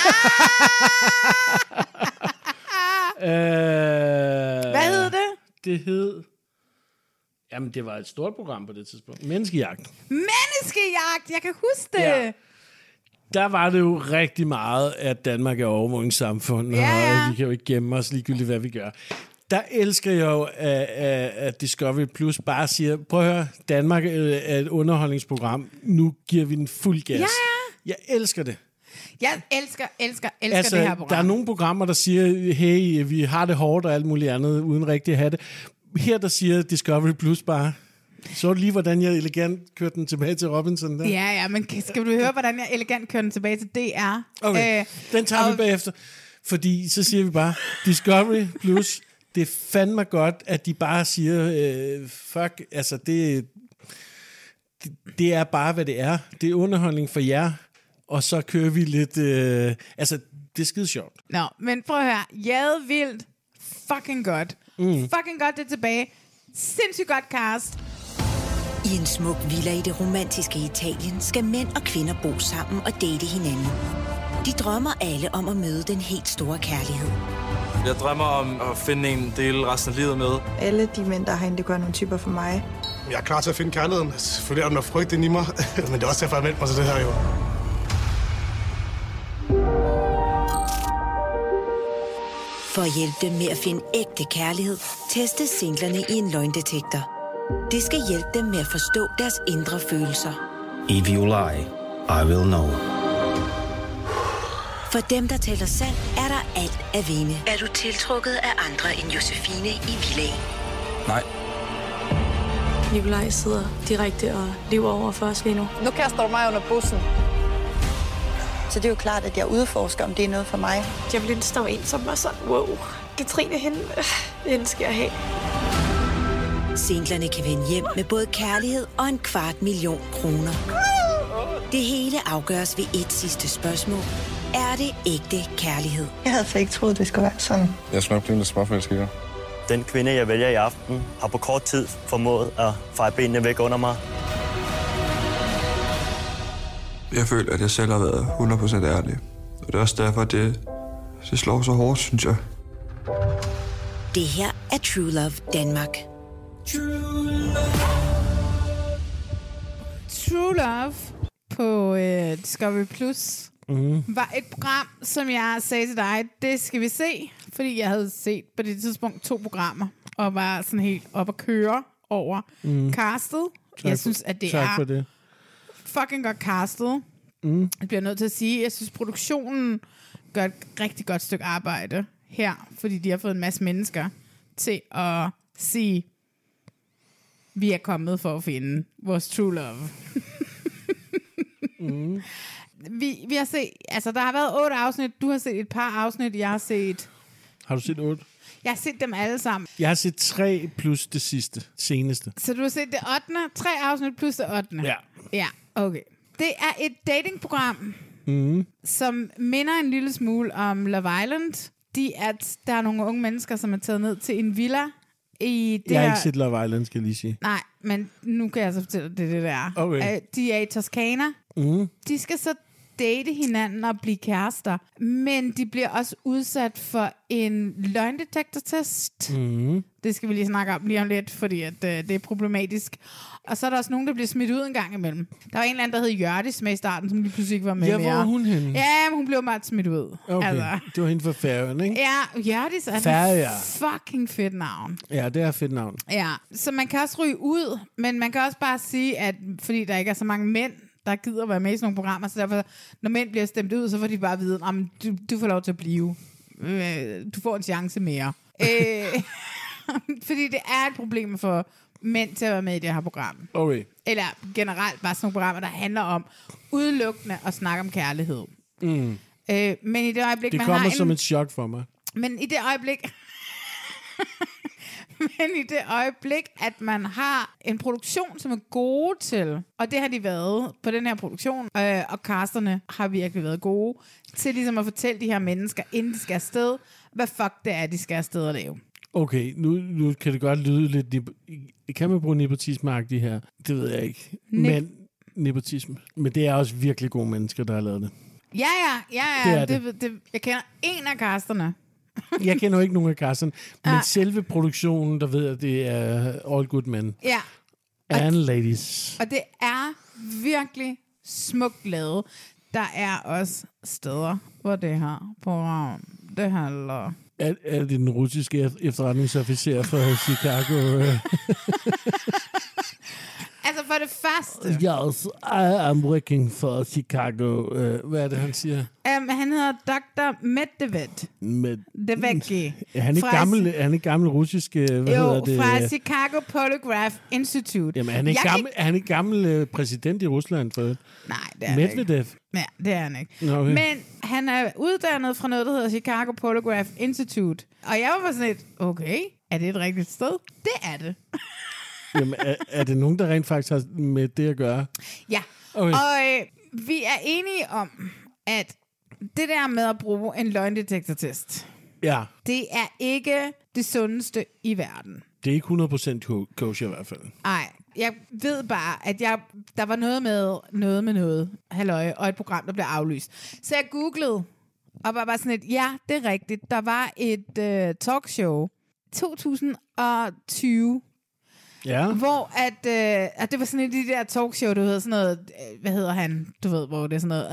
øh, Hvad hed det? Det hed... Jamen, det var et stort program på det tidspunkt. Menneskejagt. Menneskejagt! Jeg kan huske det! Ja. der var det jo rigtig meget, at Danmark er overvågningssamfund, ja, ja. og vi kan jo ikke gemme os ligegyldigt, hvad vi gør. Der elsker jeg jo, at, at Discovery Plus bare siger, prøv at høre, Danmark er et underholdningsprogram, nu giver vi den fuld gas. Ja, ja. Jeg elsker det. Jeg elsker, elsker, elsker altså, det her program. Der er nogle programmer, der siger, hey, vi har det hårdt og alt muligt andet, uden rigtig at have det. Her, der siger Discovery Plus bare, så du lige, hvordan jeg elegant kørte den tilbage til Robinson der? Ja, ja, men skal du høre, hvordan jeg elegant kørte den tilbage til D R? Okay, øh, den tager og... vi bagefter. Fordi så siger vi bare, Discovery Plus, det er fandme godt, at de bare siger, øh, fuck, altså det, det, det er bare, hvad det er. Det er underholdning for jer, og så kører vi lidt, øh, altså det er skide sjovt. Nå, men prøv at høre, jade vildt, fucking godt. Mm. Fucking godt, det er tilbage. Sindssygt godt cast. I en smuk villa i det romantiske Italien skal mænd og kvinder bo sammen og date hinanden. De drømmer alle om at møde den helt store kærlighed. Jeg drømmer om at finde en del resten af livet med. Alle de mænd, der er herinde, det gør nogle typer for mig. Jeg er klar til at finde kærligheden. Selvfølgelig er der noget frygt inde i mig, men det er også derfor, jeg har meldt mig til det her jo. For at hjælpe dem med at finde ægte kærlighed, testes singlerne i en løgndetektor. Det skal hjælpe dem med at forstå deres indre følelser. If you lie, I will know. For dem, der taler sandt, er der alt at vinde. Er du tiltrukket af andre end Josefine i villaen? Nej. Nikolaj sidder direkte og lever over for os lige nu. Nu kaster du mig under bussen. Så det er jo klart, at jeg udforsker, om det er noget for mig. Jeg vil ikke stå en, som var sådan, wow, Katrine, hende, hende skal jeg have. Singlerne kan vende hjem med både kærlighed og en kvart million kroner. Det hele afgøres ved et sidste spørgsmål. Er det ægte kærlighed? Jeg havde slet ikke troet, det skulle være sådan. Jeg er smukt blevet lidt småforelsket i dig. Den kvinde, jeg vælger i aften, har på kort tid formået at feje benene væk under mig. Jeg føler, at jeg selv har været hundrede procent ærlig. Og det er også derfor, at det, det slår så hårdt, synes jeg. Det her er True Love Danmark. True Love, True Love på øh, Discovery Plus mm. var et program, som jeg sagde til dig, det skal vi se, fordi jeg havde set på det tidspunkt to programmer, og var sådan helt op at køre over mm. castet. Tak jeg synes, at det tak er for det. Fucking godt castet. Mm. Jeg bliver nødt til at sige, jeg synes, produktionen gør et rigtig godt stykke arbejde her, fordi de har fået en masse mennesker til at sige, vi er kommet for at finde vores true love. mm. vi, vi har set, altså der har været otte afsnit, du har set et par afsnit, jeg har set... Har du set otte? Jeg har set dem alle sammen. Jeg har set tre plus det sidste, seneste. Så du har set det ottende, tre afsnit plus det ottende? Ja. Ja, okay. Det er et datingprogram, mm. som minder en lille smule om Love Island. De at der er nogle unge mennesker, som er taget ned til en villa. I det jeg har her... ikke set Love Island, skal jeg lige sige. Nej, men nu kan jeg så fortælle det, det der er. Okay. De er i Toscana. Mm. De skal så date hinanden og blive kærester. Men de bliver også udsat for en løgndetektortest. Mm. Det skal vi lige snakke om lige om lidt, fordi at, øh, det er problematisk. Og så er der også nogen, der bliver smidt ud en gang imellem. Der var en eller anden, der hed Hjørdis med i starten, som lige pludselig ikke var med ja, mere. hvor var hun henne? Ja, men hun blev meget smidt ud. Okay, altså. det var hende fra Færøerne, ikke? Ja, Hjørdis er Færøer. et fucking fedt navn. Ja, det er et fedt navn. Ja, så man kan også ryge ud, men man kan også bare sige, at fordi der ikke er så mange mænd, der gider at være med i sådan nogle programmer, så derfor, når mænd bliver stemt ud, så får de bare at vide, at du, du får lov til at blive. Du får en chance mere. øh, fordi det er et problem for mænd til at være med i det her program. Okay. Eller generelt bare sådan nogle programmer, der handler om udelukkende at snakke om kærlighed. Mm. Øh, men i det øjeblik, det man kommer har en... som et chok for mig. Men i det øjeblik... Men i det øjeblik, at man har en produktion, som er gode til, og det har de været på den her produktion, øh, og casterne har virkelig været gode, til ligesom at fortælle de her mennesker, inden de skal afsted, hvad fuck det er, de skal afsted og lave. Okay, nu, nu kan det godt lyde lidt... Kan man bruge nepotisme-agtigt her? Det ved jeg ikke. Ne- Men nepotisme. Men det er også virkelig gode mennesker, der har lavet det. Ja, ja, ja. ja. Det det. Det, det, jeg kender en af casterne. Jeg kender jo ikke nogen af casterne, men ah. selve produktionen, der ved, at det er all good men. Ja. And ladies. Og det er virkelig smukt lavet. der er også steder, hvor det her program, det handler... Er, er det den russiske efterretningsofficer fra Chicago? Altså for det første... Yes, I am working for Chicago. Uh, hvad er det, han siger? Um, han hedder doktor Medvedev. Med... Devecki. Er han ikke gammel, er han ikke gammel russisk... Hvad jo, hedder det? fra Chicago Polygraph Institute. Jamen, er han ikke Jeg gammel, er han ikke gammel præsident i Rusland? For Nej, det er Medvedev? ikke. Ja, det er han ikke. Okay. Men han er uddannet fra noget, der hedder Chicago Polygraph Institute. Og jeg var bare sådan lidt, okay, er det et rigtigt sted? Det er det. Jamen, er, er det nogen, der rent faktisk har med det at gøre? Ja, okay. og øh, vi er enige om, at det der med at bruge en løgndetektortest, ja. det er ikke det sundeste i verden. Det er ikke hundrede procent kosher i hvert fald. Nej, jeg ved bare, at jeg, der var noget med noget med noget, halløj, og et program, der blev aflyst. Så jeg googlede, og var bare sådan et, ja, det er rigtigt. Der var et øh, talkshow to tusind og tyve, ja. hvor at, øh, at det var sådan et af de der talkshow, du hedder sådan noget, øh, hvad hedder han? Du ved, hvor det er sådan noget,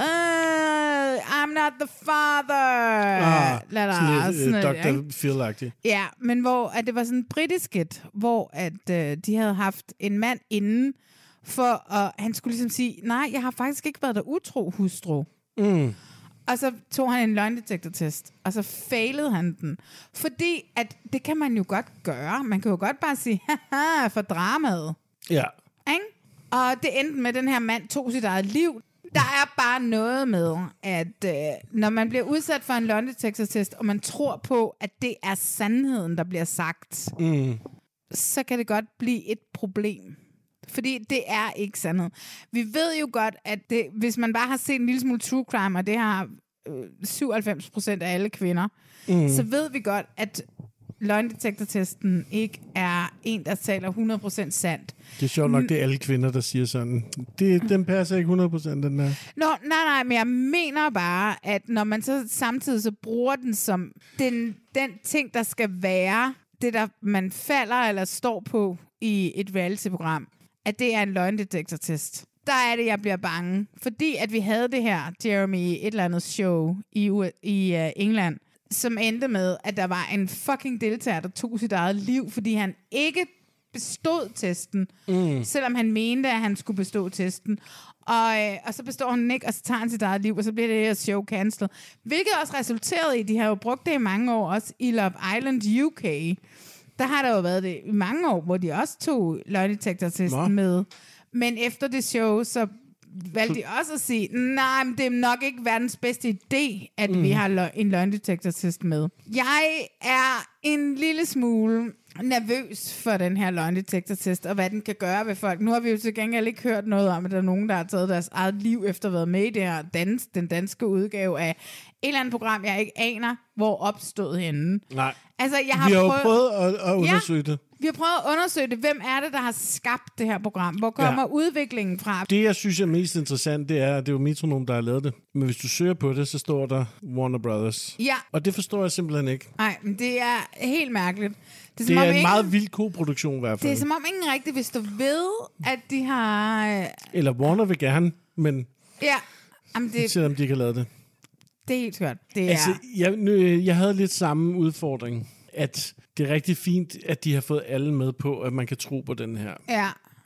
uh, I'm not the father. Ah, Lad sådan sådan et noget, doktor Phil-agtigt. Ja, men hvor at det var sådan britisk et, hvor at øh, de havde haft en mand inden, for at han skulle ligesom sige, nej, jeg har faktisk ikke været der utro, hustru. Mm. Og så tog han en løgndetektortest, og så failede han den. Fordi at det kan man jo godt gøre. Man kan jo godt bare sige, haha, for dramaet. Ja. Ikke? Og det endte med, at den her mand tog sit eget liv. Der er bare noget med, at øh, når man bliver udsat for en løgndetektortest, og man tror på, at det er sandheden, der bliver sagt, mm. så kan det godt blive et problem. Fordi det er ikke sandhed. Vi ved jo godt, at det, hvis man bare har set en lille smule true crime, og det har øh, syvoghalvfems procent af alle kvinder, mm. så ved vi godt, at løgndetektortesten ikke er en, der taler hundrede procent sandt. Det er sjovt nok, det er alle kvinder, der siger sådan, det, den passer ikke hundrede procent, den der. Nå, nej, nej, men jeg mener bare, at når man så samtidig så bruger den som den, den ting, der skal være, det der man falder eller står på i et reality-program, at det er en løgndetektortest. Der er det, jeg bliver bange. Fordi at vi havde det her, Jeremy, et eller andet show i, U- i uh, England, som endte med, at der var en fucking deltager, der tog sit eget liv, fordi han ikke bestod testen, mm. selvom han mente, at han skulle bestå testen. Og, øh, og så består han ikke, og så tager han sit eget liv, og så bliver det her show cancelled. Hvilket også resulterede i, de har jo brugt det i mange år, også i Love Island U K. Der har der jo været det i mange år, hvor de også tog løgndetektortesten med. Men efter det show, så valgte de også at sige, nej, men det er nok ikke verdens bedste idé, at mm. vi har lø- en løgndetektortest med. Jeg er en lille smule nervøs for den her løgndetektortest, og hvad den kan gøre ved folk. Nu har vi jo til gengæld ikke hørt noget om, at der er nogen, der har taget deres eget liv efter at have været med i det her dans, den danske udgave af et eller andet program, jeg ikke aner, hvor opstået henne. Nej. Altså, jeg har vi har prøvet, jo prøvet at, at undersøge ja, det. Vi har prøvet at undersøge det. Hvem er det, der har skabt det her program? Hvor kommer ja. udviklingen fra? Det, jeg synes er mest interessant, det er, at det er jo Metronom, der har lavet det. Men hvis du søger på det, så står der Warner Brothers. Ja. Og det forstår jeg simpelthen ikke. Nej, men det er helt mærkeligt. Det er, det er en ingen, meget vild koproduktion i hvert fald. Det er som om ingen rigtig vil stå ved, at de har... Eller Warner vil gerne, men... Ja. Jamen det... Selvom de ikke har lavet det. Det er helt skørt. Det er... Altså, jeg, nu, jeg havde lidt samme udfordring, at det er rigtig fint, at de har fået alle med på, at man kan tro på den her. Ja.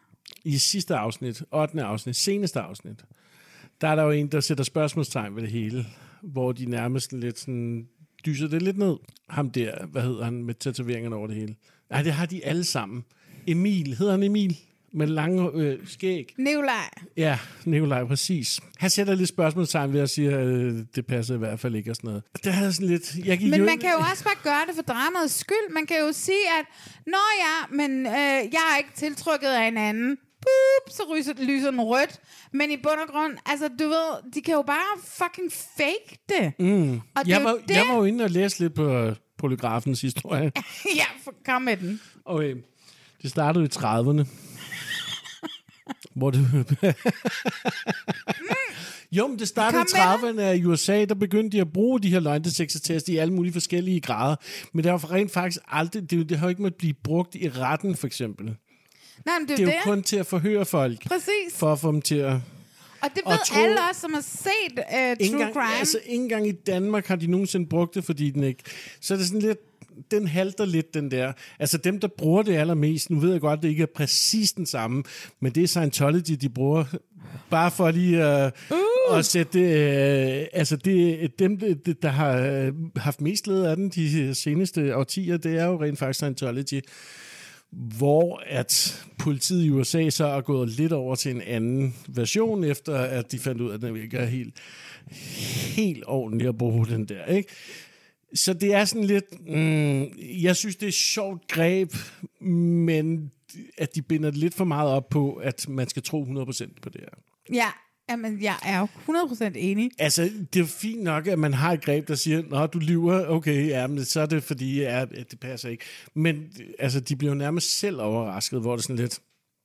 I sidste afsnit, ottende afsnit, seneste afsnit, der er der jo en, der sætter spørgsmålstegn ved det hele, hvor de nærmest lidt sådan dyser det lidt ned. Ham der, hvad hedder han, med tatoveringerne over det hele. Nej, det har de alle sammen. Emil, hedder han Emil? Med lange øh, skæg. Nikolaj. Ja, Nikolaj, præcis. Han sætter lidt spørgsmålstegn ved at sige, at øh, det passer i hvert fald ikke og sådan noget. Det havde sådan lidt... Jeg gik men jo man ind... kan jo også bare gøre det for dramaets skyld. Man kan jo sige, at nå ja, men øh, jeg er ikke tiltrykket af en anden. Boop, så ryser, lyser den rødt. Men i bund og grund, altså du ved, de kan jo bare fucking fake det. Mm. Og det jeg, var, det... jeg var jo inde og læse lidt på uh, Polygrafens historie. Ja, kom med den. Okay, det startede i trediverne. Hvor det... mm. Jo, men det startede i trediverne i U S A, der begyndte de at bruge de her løgndetektortest i alle mulige forskellige grader. Men det har rent faktisk aldrig... Det, det har jo ikke måttet blive brugt i retten, for eksempel. Nej, men det, det er jo det. kun til at forhøre folk. Præcis. For at få dem til at... Og det ved tro, alle også, som har set uh, True gang, Crime. Altså, ikke engang i Danmark har de nogensinde brugt det, fordi den ikke... Så er det sådan lidt... Den halter lidt, den der. Altså dem, der bruger det allermest, nu ved jeg godt, det ikke er præcis den samme, men det er Scientology, de bruger, bare for lige uh, uh. at sætte det, uh, altså det, dem, det, der har haft mest glæde af den de seneste årtier, det er jo rent faktisk Scientology, hvor at politiet i U S A så er gået lidt over til en anden version, efter at de fandt ud af, at den ikke er helt, helt ordentlig at bruge den der, ikke? Så det er sådan lidt... Mm, jeg synes, det er et sjovt greb, men at de binder lidt for meget op på, at man skal tro hundrede procent på det her. Ja, jamen, jeg er jo hundrede procent enig. Altså, det er jo fint nok, at man har et greb, der siger, nå, du lyver, okay, ja, men så er det, fordi ja, det passer ikke. Men altså, de bliver jo nærmest selv overrasket, hvor det sådan lidt...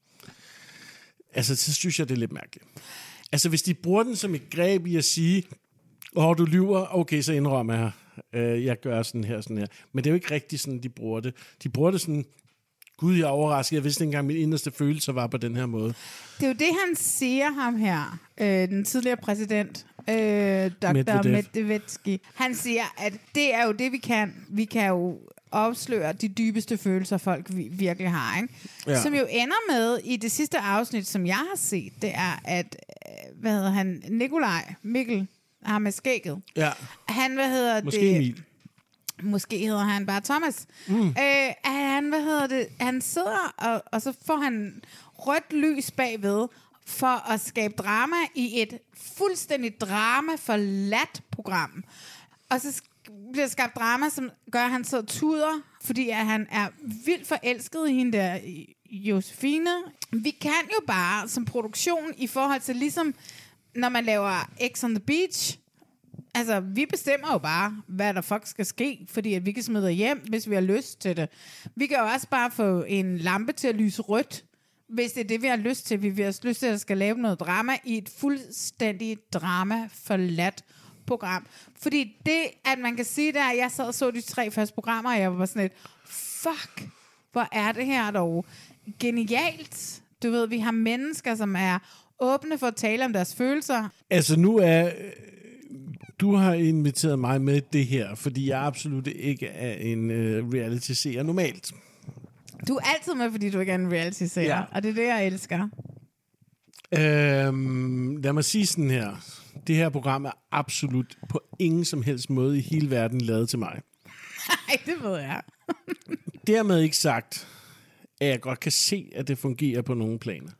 Altså, så synes jeg, det er lidt mærkeligt. Altså, hvis de bruger den som et greb i at sige, åh, du lyver, okay, så indrømmer jeg. Uh, jeg gør sådan her, sådan her. Men det er jo ikke rigtigt sådan, de bruger det. De bruger det sådan, gud, jeg er overrasket. Jeg vidste ikke engang, min inderste følelse var på den her måde. Det er jo det, han siger ham her, øh, den tidligere præsident, øh, doktor Medvedevsky. Han siger, at det er jo det, vi kan. Vi kan jo afsløre de dybeste følelser, folk virkelig har, ikke? Ja. Som jo ender med, i det sidste afsnit, som jeg har set, det er, at, hvad hedder han, Nikolaj Mikkel, har med skægget. Ja. Han, hvad hedder Måske det? Emil. Måske hedder han bare Thomas. Mm. Øh, han, hvad hedder det? Han sidder, og, og så får han rødt lys bagved, for at skabe drama i et fuldstændig drama-forladt program. Og så bliver der skabt drama, som gør, at han så tuder, fordi at han er vildt forelsket i hende der, Josefine. Vi kan jo bare, som produktion, i forhold til ligesom, når man laver X on the Beach, altså, vi bestemmer jo bare, hvad der fuck skal ske, fordi at vi kan smide hjem, hvis vi har lyst til det. Vi kan jo også bare få en lampe til at lyse rødt, hvis det er det, vi har lyst til. Vi har lyst til, at der skal lave noget drama i et fuldstændig drama-forladt program. Fordi det, at man kan sige der, jeg sad og så de tre første programmer, og jeg var sådan lidt, fuck, hvor er det her dog genialt. Du ved, vi har mennesker, som er åbne for at tale om deres følelser. Altså nu er... Du har inviteret mig med det her, fordi jeg absolut ikke er en uh, reality-seer normalt. Du er altid med, fordi du ikke er en reality-seer, ja. Og det er det, jeg elsker. Øhm, lad mig sige sådan her. Det her program er absolut på ingen som helst måde i hele verden lavet til mig. Nej, det ved jeg. Dermed ikke sagt, at jeg godt kan se, at det fungerer på nogle planer.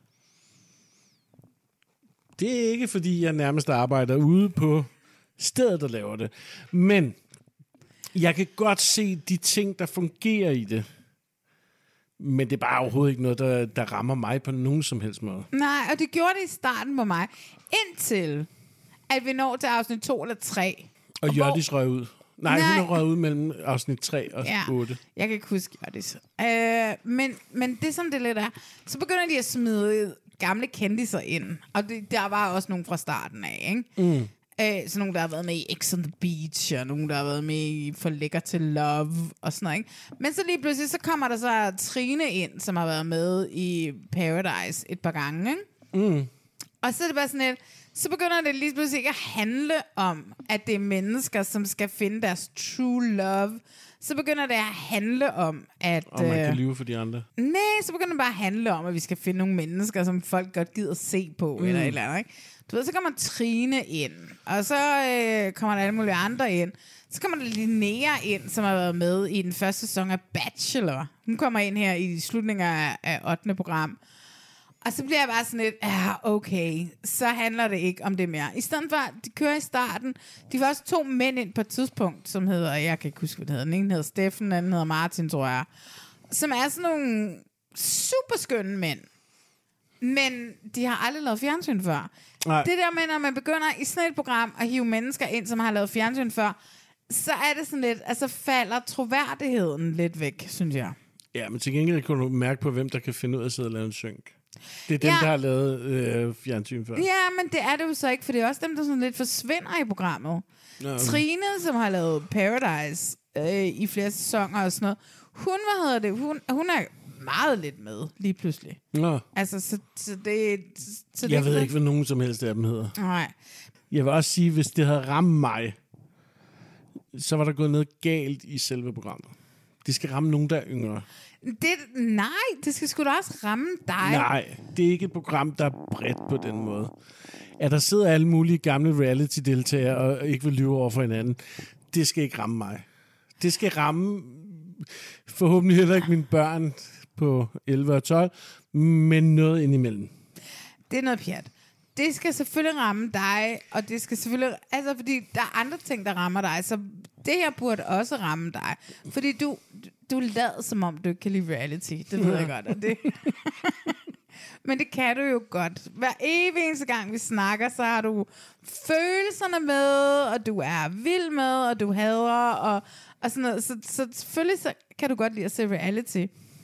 Det er ikke, fordi jeg nærmest arbejder ude på stedet, der laver det. Men jeg kan godt se de ting, der fungerer i det. Men det er bare overhovedet ikke noget, der, der rammer mig på nogen som helst måde. Nej, og det gjorde det i starten på mig. Indtil, at vi når til afsnit to eller tre. Og, og Hjørdis hvor... røg ud. Nej, Nej, hun har røget ud mellem afsnit tre og ja, otte. Jeg kan ikke huske Hjørdis. Øh, men, men det, som det lidt er, så begynder de at smide gamle kendiser ind. Og det, der var også nogle fra starten af, ikke? Mm. Øh, så nogle, der har været med i X on the Beach, og nogle, der har været med i For Lækker til Love, og sådan noget, ikke? Men så lige pludselig, så kommer der så Trine ind, som har været med i Paradise et par gange, ikke? Mm. Og så er det bare sådan lidt, så begynder det lige pludselig ikke at handle om, at det er mennesker, som skal finde deres true love. Så begynder det at handle om, at... Og man kan lyve for de andre. Nej, så begynder det bare at handle om, at vi skal finde nogle mennesker, som folk godt gider se på, mm. eller et eller andet, ikke? Du ved, så kommer Trine ind, og så øh, kommer der alle mulige andre ind. Så kommer der Linnea ind, som har været med i den første sæson af Bachelor. Hun kommer ind her i slutningen af, af ottende program. Og så bliver jeg bare sådan lidt, ja, okay, så handler det ikke om det mere. I stedet for, de kører i starten, de var også to mænd ind på et tidspunkt, som hedder, jeg kan ikke huske, hvad det hedder, den ene hedder Steffen, den anden hedder Martin, tror jeg, som er sådan nogle super skønne mænd. Men de har aldrig lavet fjernsyn før. Nej. Det der med, når man begynder i sådan et program at hive mennesker ind, som har lavet fjernsyn før, så er det sådan lidt, altså falder troværdigheden lidt væk, synes jeg. Ja, men til gengæld kan du mærke på, hvem der kan finde ud af at sidde og lave en synk. Det er dem, ja. Der har lavet øh, fjernsyn før. Ja, men det er det jo så ikke, for det er også dem, der sådan lidt forsvinder i programmet. Nå, Trine, som har lavet Paradise øh, i flere sæsoner og sådan noget, hun, hvad hedder det, hun, hun er meget lidt med, lige pludselig. Nå. Altså, så, så det... Så jeg det ved ikke, hvad nogen som helst af dem hedder. Nej. Jeg vil også sige, hvis det havde ramt mig, så var der gået noget galt i selve programmet. Det skal ramme nogen, der er yngre. Det, nej, det skal sgu da også ramme dig. Nej, det er ikke et program, der er bredt på den måde. At der sidder alle mulige gamle reality-deltagere og ikke vil lyve over for hinanden, det skal ikke ramme mig. Det skal ramme forhåbentlig heller ikke mine børn på elleve og tolv, men noget indimellem. Det er noget pjat. Det skal selvfølgelig ramme dig, og det skal selvfølgelig... Altså, fordi der er andre ting, der rammer dig, så det her burde også ramme dig. Fordi du, du lader, som om du ikke kan lide reality. Det ved jeg godt, og det... Men det kan du jo godt. Hver evig eneste gang, vi snakker, så har du følelserne med, og du er vild med, og du hader, og, og sådan noget. Så, så selvfølgelig så kan du godt lide at se reality.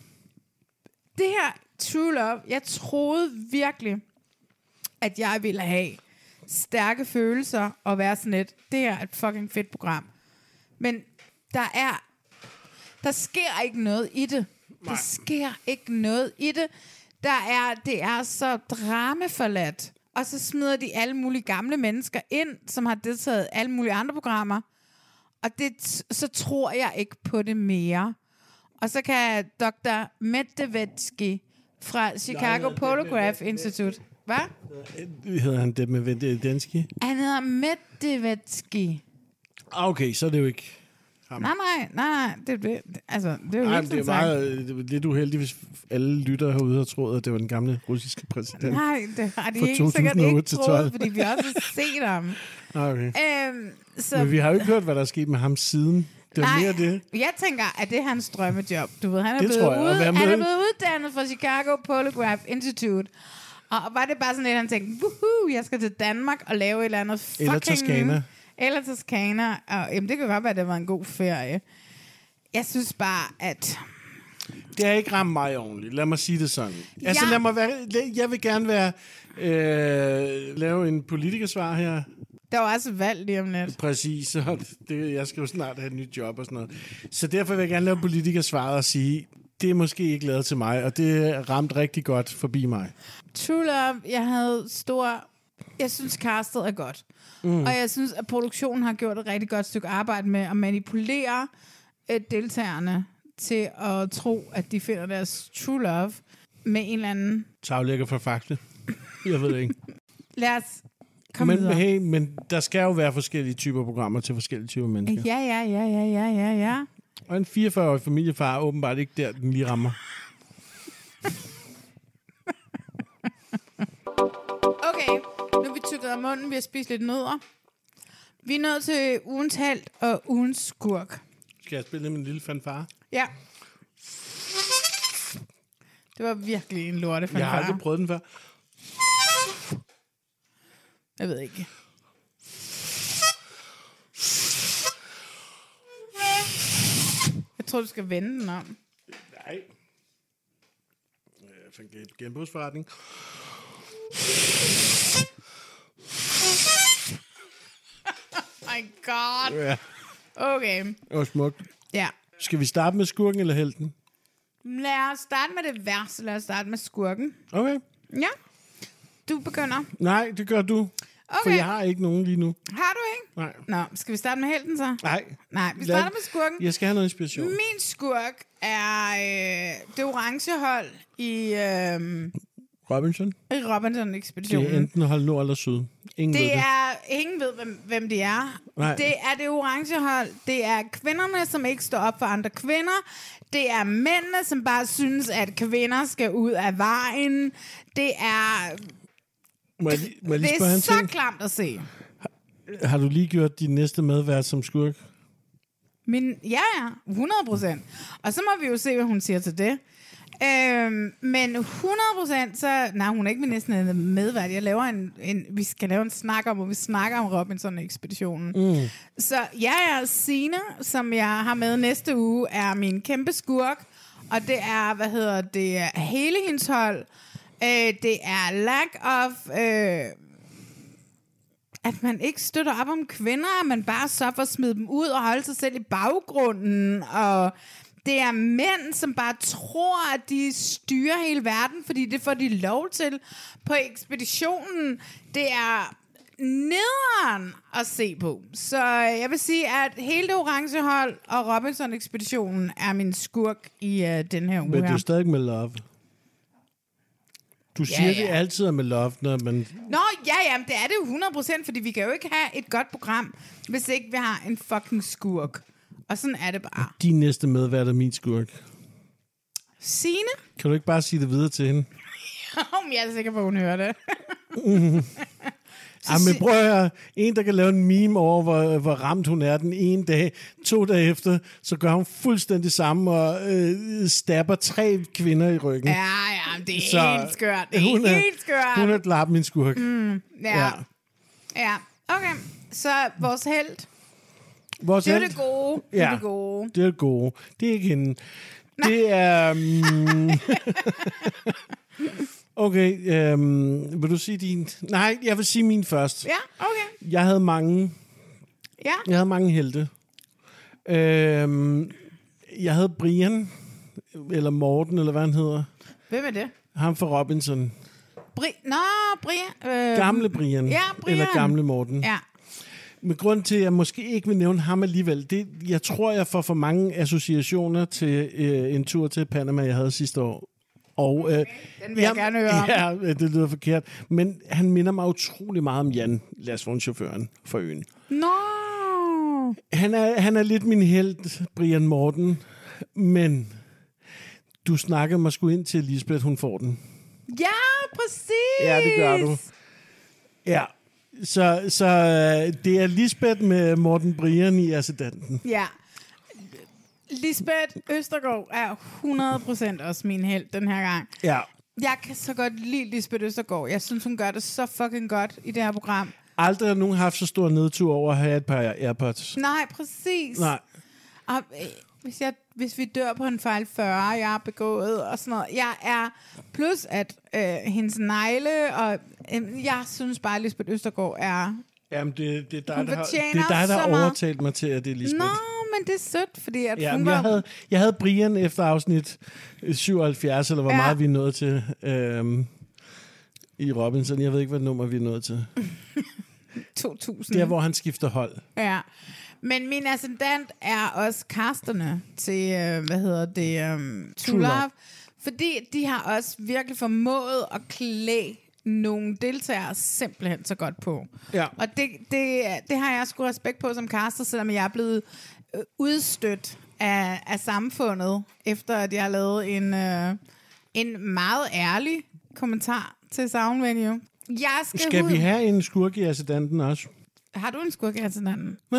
Det her True Love, jeg troede virkelig, at jeg ville have stærke følelser og være sådan et, det her er et fucking fedt program. Men der er, der sker ikke noget i det. Nej. Der sker ikke noget i det. Der er, det er så dramaforladt. Og så smider de alle mulige gamle mennesker ind, som har deltaget alle mulige andre programmer. Og det, så tror jeg ikke på det mere. Og så kan doktor Medvedevsky fra Chicago Polygraph Institute... Hvad? Hedder han det med Medvedevsky? Han hedder Medvedevsky. Okay, så er det jo ikke ham. Nej, nej, nej, nej. Det, det, altså, det er jo Ej, helt det er meget det er lidt uheldigt, hvis alle lyttere herude har troet, at det var den gamle russiske præsident. Nej, det har de ikke sikkert ikke troet, fordi vi også har set ham. Okay. Øhm, så, Men vi har jo ikke hørt, hvad der er sket med ham siden. Det er nej, mere det. Jeg tænker, at det er hans drømmejob. Du ved, han er, det blevet, jeg, ude, han er med. blevet uddannet fra Chicago Polygraph Institute. Og var det bare sådan lidt, han tænkte, woohoo, jeg skal til Danmark og lave et eller andet fucking... Eller Toskana. Eller Toskana. Og, jamen, det kan godt være, at det var en god ferie. Jeg synes bare, at... Det har ikke ramt mig ordentligt. Lad mig sige det sådan. Ja. Altså, lad mig være... Jeg vil gerne være... Øh, lave en politikersvar her. Der var også valg lige om lidt. Præcis. Så det, jeg skal jo snart have et nyt job og sådan noget. Så derfor vil jeg gerne lave politikersvaret og sige... Det er måske ikke lavet til mig, og det ramte rigtig godt forbi mig. True Love, jeg havde stor... Jeg synes, castet er godt. Mm. Og jeg synes, at produktionen har gjort et rigtig godt stykke arbejde med at manipulere øh, deltagerne til at tro, at de finder deres true love med en eller anden... Taglægger for fakta. Jeg ved det ikke. Lad os komme men, videre. Hey, men der skal jo være forskellige typer programmer til forskellige typer mennesker. Ja, ja, ja, ja, ja, ja, ja. Og en fireogfyrre-årig familiefar er åbenbart ikke der, den lige rammer. Okay, nu er vi tykket af munden, vi har spist lidt nødder. Vi er nået til ugens halt og ugens skurk. Skal jeg spille med en lille fanfare? Ja. Det var virkelig en lorte fanfare. Jeg har aldrig prøvet den før. Jeg ved ikke. Jeg tror, du skal vende den om. Nej. Jeg fandt en genbrugsforretning. My God. Ja. Okay. Det var smukt. Ja. Skal vi starte med skurken eller helten? Lad os starte med det værste. Lad os starte med skurken. Okay. Ja. Du begynder. Nej, det gør du. Okay. For jeg har ikke nogen lige nu. Har du ikke? Nej. Nå, skal vi starte med helten så? Nej. Nej, vi starter Lad... med skurken. Jeg skal have noget inspiration. Min skurk er øh, det orange hold i... Øh, Robinson? I Robinson-ekspeditionen. Det er enten hold nord eller syd. Ingen det ved det. er... Ingen ved, hvem, hvem det er. Nej. Det er det orange hold. Det er kvinderne, som ikke står op for andre kvinder. Det er mændene, som bare synes, at kvinder skal ud af vejen. Det er... Må jeg, må jeg lige det er så ting? klamt at se. Har, har du lige gjort din næste medvært som skurk? Min, ja, ja, hundrede procent. Og så må vi jo se, hvad hun siger til det. Øhm, men hundrede procent, så... Nej, hun er ikke min næste medvært. Jeg laver en, en... Vi skal lave en snak om, hvor vi snakker om Robinson-ekspeditionen. Mm. Så ja, ja, Signe, som jeg har med næste uge, er min kæmpe skurk. Og det er, hvad hedder det, hele hendes hold. Øh, det er lack of... Øh, at man ikke støtter op om kvinder, man bare så for at smide dem ud og holde sig selv i baggrunden, og Det er mænd, som bare tror, at de styrer hele verden, fordi det får de lov til på ekspeditionen. Det er nederen at se på. Så jeg vil sige, at hele det orange hold og Robinson-ekspeditionen er min skurk i uh, den her uge. Men det er stadig med Love. Du siger, ja, ja. det altid er med Love, når man... Nå, ja, ja, det er det jo hundrede procent, fordi vi kan jo ikke have et godt program, hvis ikke vi har en fucking skurk. Og sådan er det bare. Din næste medvært er min skurk. Signe? Kan du ikke bare sige det videre til hende? Om jeg er sikker på, at hun hører det. Ej, men prøv at høre. En, der kan lave en meme over, hvor, hvor ramt hun er den ene dag. To dage efter, så gør hun fuldstændig samme og øh, stabber tre kvinder i ryggen. Ja, ja, det er så helt skørt. Det er hun helt skørt. Hun er klart min skurk. Mm, ja. ja. Ja, okay. Så vores helt. Vores det er held. det gode. Det ja, er det gode. Det er det gode. Det er ikke hende. Nej. Det er... Um... Okay, øhm, vil du sige din? Nej, jeg vil sige min først. Ja, okay. Jeg havde mange. Ja. Jeg havde mange helte. Øhm, jeg havde Brian, eller Morten, eller hvad han hedder. Hvem er det? Ham fra Robinson. Bri- Nå, Brian. Øh... Gamle Brian. Ja, Brian. Eller gamle Morten. Ja. Men grund til, at jeg måske ikke vil nævne ham alligevel, det, jeg tror, jeg får for mange associationer til øh, en tur til Panama, jeg havde sidste år. Og, øh, Den vil jeg gerne høre om. Ja, det lyder forkert. Men han minder mig utrolig meget om Jan, lastvognchaufføren for øen. Nå! Han er, han er lidt min helt, Brian Morten. Men du snakkede mig sgu ind til Lisbeth, hun får den. Ja, præcis! Ja, det gør du. Ja, så, så det er Lisbeth med Morten Brian i assidanten. Ja. Lisbeth Østergaard er hundrede procent også min helt den her gang. Ja. Jeg kan så godt lide Lisbeth Østergaard. Jeg synes, hun gør det så fucking godt i det her program. Aldrig har nogen haft så stor nedtur over at have et par AirPods. Nej, præcis. Nej. Og, øh, hvis, jeg, hvis vi dør på en fejl fyrre, jeg har begået og sådan noget. Jeg er, plus at øh, hendes negle, og øh, jeg synes bare, at Lisbeth Østergaard er... Jamen, det, det er dig, hun der har, det er dig, der har overtalt mig til, at det er Lisbeth. Nå, men det er sødt, fordi at ja, hun men var... jeg, havde, jeg havde Brian efter afsnit syvoghalvfjerds, eller hvor ja. meget vi er nået til øhm, i Robinson. Jeg ved ikke, hvad nummer vi er nået til. to tusind. Der, hvor han skifter hold. Ja. Men min ascendant er også casterne til, øh, hvad hedder det, um, True Love. Fordi de har også virkelig formået at klæde nogle deltagere simpelthen så godt på. Ja. Og det, det, det har jeg sgu respekt på som caster, selvom jeg er blevet øh, udstødt af, af samfundet, efter at jeg har lavet en, øh, en meget ærlig kommentar til Sound Venue. Jeg skal skal ud... vi have en skurk i assidanten også? Har du en skurk i assidanten? Øh,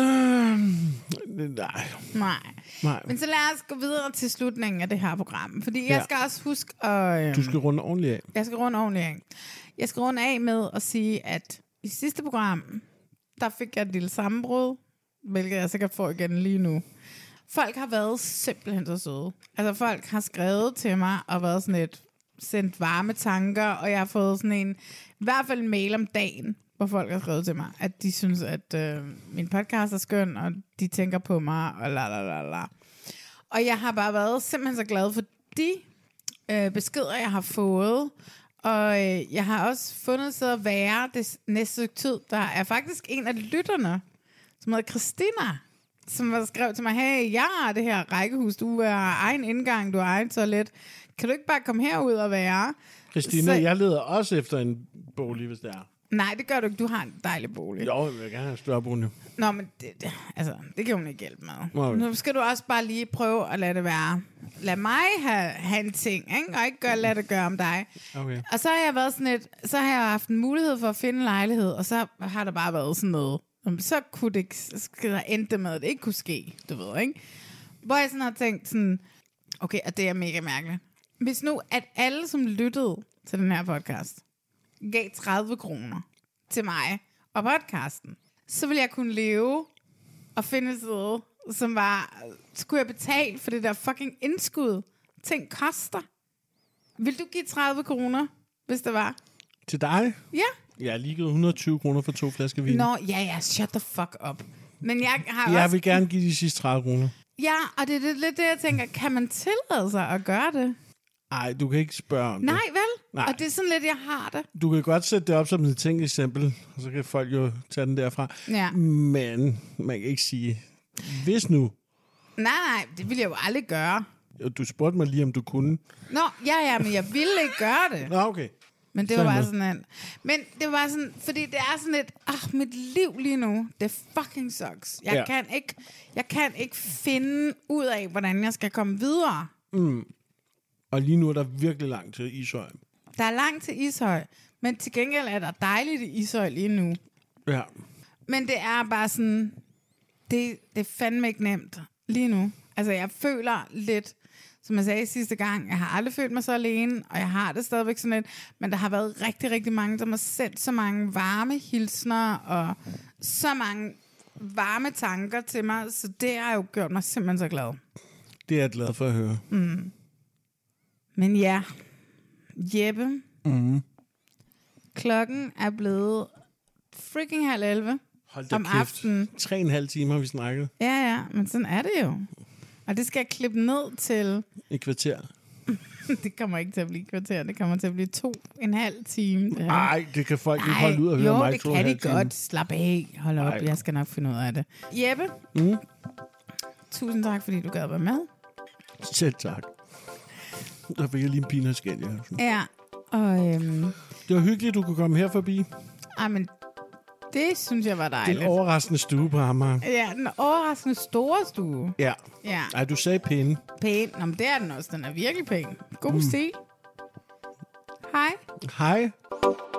nej. Nej. Nej. Men så lad os gå videre til slutningen af det her program. Fordi jeg ja. skal også huske at... Øh, du skal runde ordentligt af. Jeg skal runde ordentligt af. Jeg skal runde af med at sige, at i sidste program, der fik jeg et lille sammenbrud, hvilket jeg sikkert får igen lige nu. Folk har været simpelthen så søde. Altså folk har skrevet til mig og været sådan et, sendt varme tanker, og jeg har fået sådan en, i hvert fald en mail om dagen, hvor folk har skrevet til mig, at de synes, at øh, min podcast er skøn, og de tænker på mig, og la la la la. Og jeg har bare været simpelthen så glad for de øh, beskeder, jeg har fået, og øh, jeg har også fundet sig at være det næste stykke tid. Der er faktisk en af lytterne, som hedder Christina, som har skrevet til mig, hey, jeg har det her rækkehus, du har egen indgang, du har egen toilet. Kan du ikke bare komme herud og være? Christina, så... jeg leder også efter en bolig, hvis det er. Nej, det gør du ikke. Du har en dejlig bolig. Jo, jeg vil gerne have en større bolig. Nå, men det, det, altså, det kan hun ikke hjælpe med. Okay. Nu skal du også bare lige prøve at lade det være. Lad mig have, have en ting, ikke? Og ikke gøre, lad det gøre om dig. Okay. Og så har jeg været sådan et, så har jeg haft en mulighed for at finde en lejlighed, og så har der bare været sådan noget. Så kunne det ikke, der endte med, at det ikke kunne ske, du ved, ikke? Hvor jeg sådan har tænkt sådan, okay, og det er mega mærkeligt. Hvis nu, at alle, som lyttede til den her podcast, gav tredive kroner til mig og podcasten, så ville jeg kunne leve og finde et sted, som var, skulle jeg betale for det der fucking indskud. Ting koster. Vil du give tredive kroner, hvis det var? Til dig? Ja. Jeg har lige givet et hundrede og tyve kroner for to flasker vin. Nå, ja, ja, shut the fuck up. Men jeg har jeg også... vil gerne give de sidste tredive kroner. Ja, og det er lidt det, jeg tænker, kan man tillade sig at gøre det? Nej, du kan ikke spørge om Nej, det. vel? Nej. Og det er sådan lidt, jeg har det. Du kan godt sætte det op som et tænkt eksempel, og så kan folk jo tage den derfra. Ja. Men man kan ikke sige, hvis nu... Nej, nej, det ville jeg jo aldrig gøre. Du spurgte mig lige, om du kunne. Nå, ja, ja, men jeg ville ikke gøre det. Nå, okay. Men det Så var er bare det. sådan en... Men det var sådan... Fordi det er sådan et... Ah, mit liv lige nu, det fucking sucks. Jeg, Ja. kan ikke, jeg kan ikke finde ud af, hvordan jeg skal komme videre. Mm. Og lige nu er der virkelig langt til Ishøj. Der er langt til Ishøj, men til gengæld er der dejligt i Ishøj lige nu. Ja. Men det er bare sådan... Det, det er fandme ikke nemt lige nu. Altså, jeg føler lidt... Som jeg sagde sidste gang, jeg har aldrig følt mig så alene, og jeg har det stadigvæk sådan lidt, men der har været rigtig, rigtig mange, som har sendt så mange varme hilsner, og så mange varme tanker til mig, så det har jo gjort mig simpelthen så glad. Det er jeg glad for at høre. Mm. Men ja, Jeppe, Mm. klokken er blevet freaking halv elleve Hold da om kæft. aftenen. Tre og en halv time har vi snakket. Ja, ja, men sådan er det jo. Og det skal jeg klippe ned til... Et kvarter. Det kommer ikke til at blive kvarter, det kommer til at blive to en halv time. Det her. Nej, det kan folk ikke holde ud og høre jo, mig. det to og en kan de halv time. godt. Slap af. Hold op, Ej. jeg skal nok finde ud af det. Jeppe, Mm. tusind tak, fordi du gad at være med. Selv tak. Der fik jeg lige en pinagskæld, ja. Ja, og... Øhm, Det var hyggeligt, du kunne komme her forbi. ej, men det synes jeg var Det dejligt. er en overraskende stue på Amager. Ja, den overraskende store stue. Ja. Ja. Ej, du sagde pæne. Pæn. Nå, men det er den også. Den er virkelig pæn. God Mm. stil. Hej. Hej.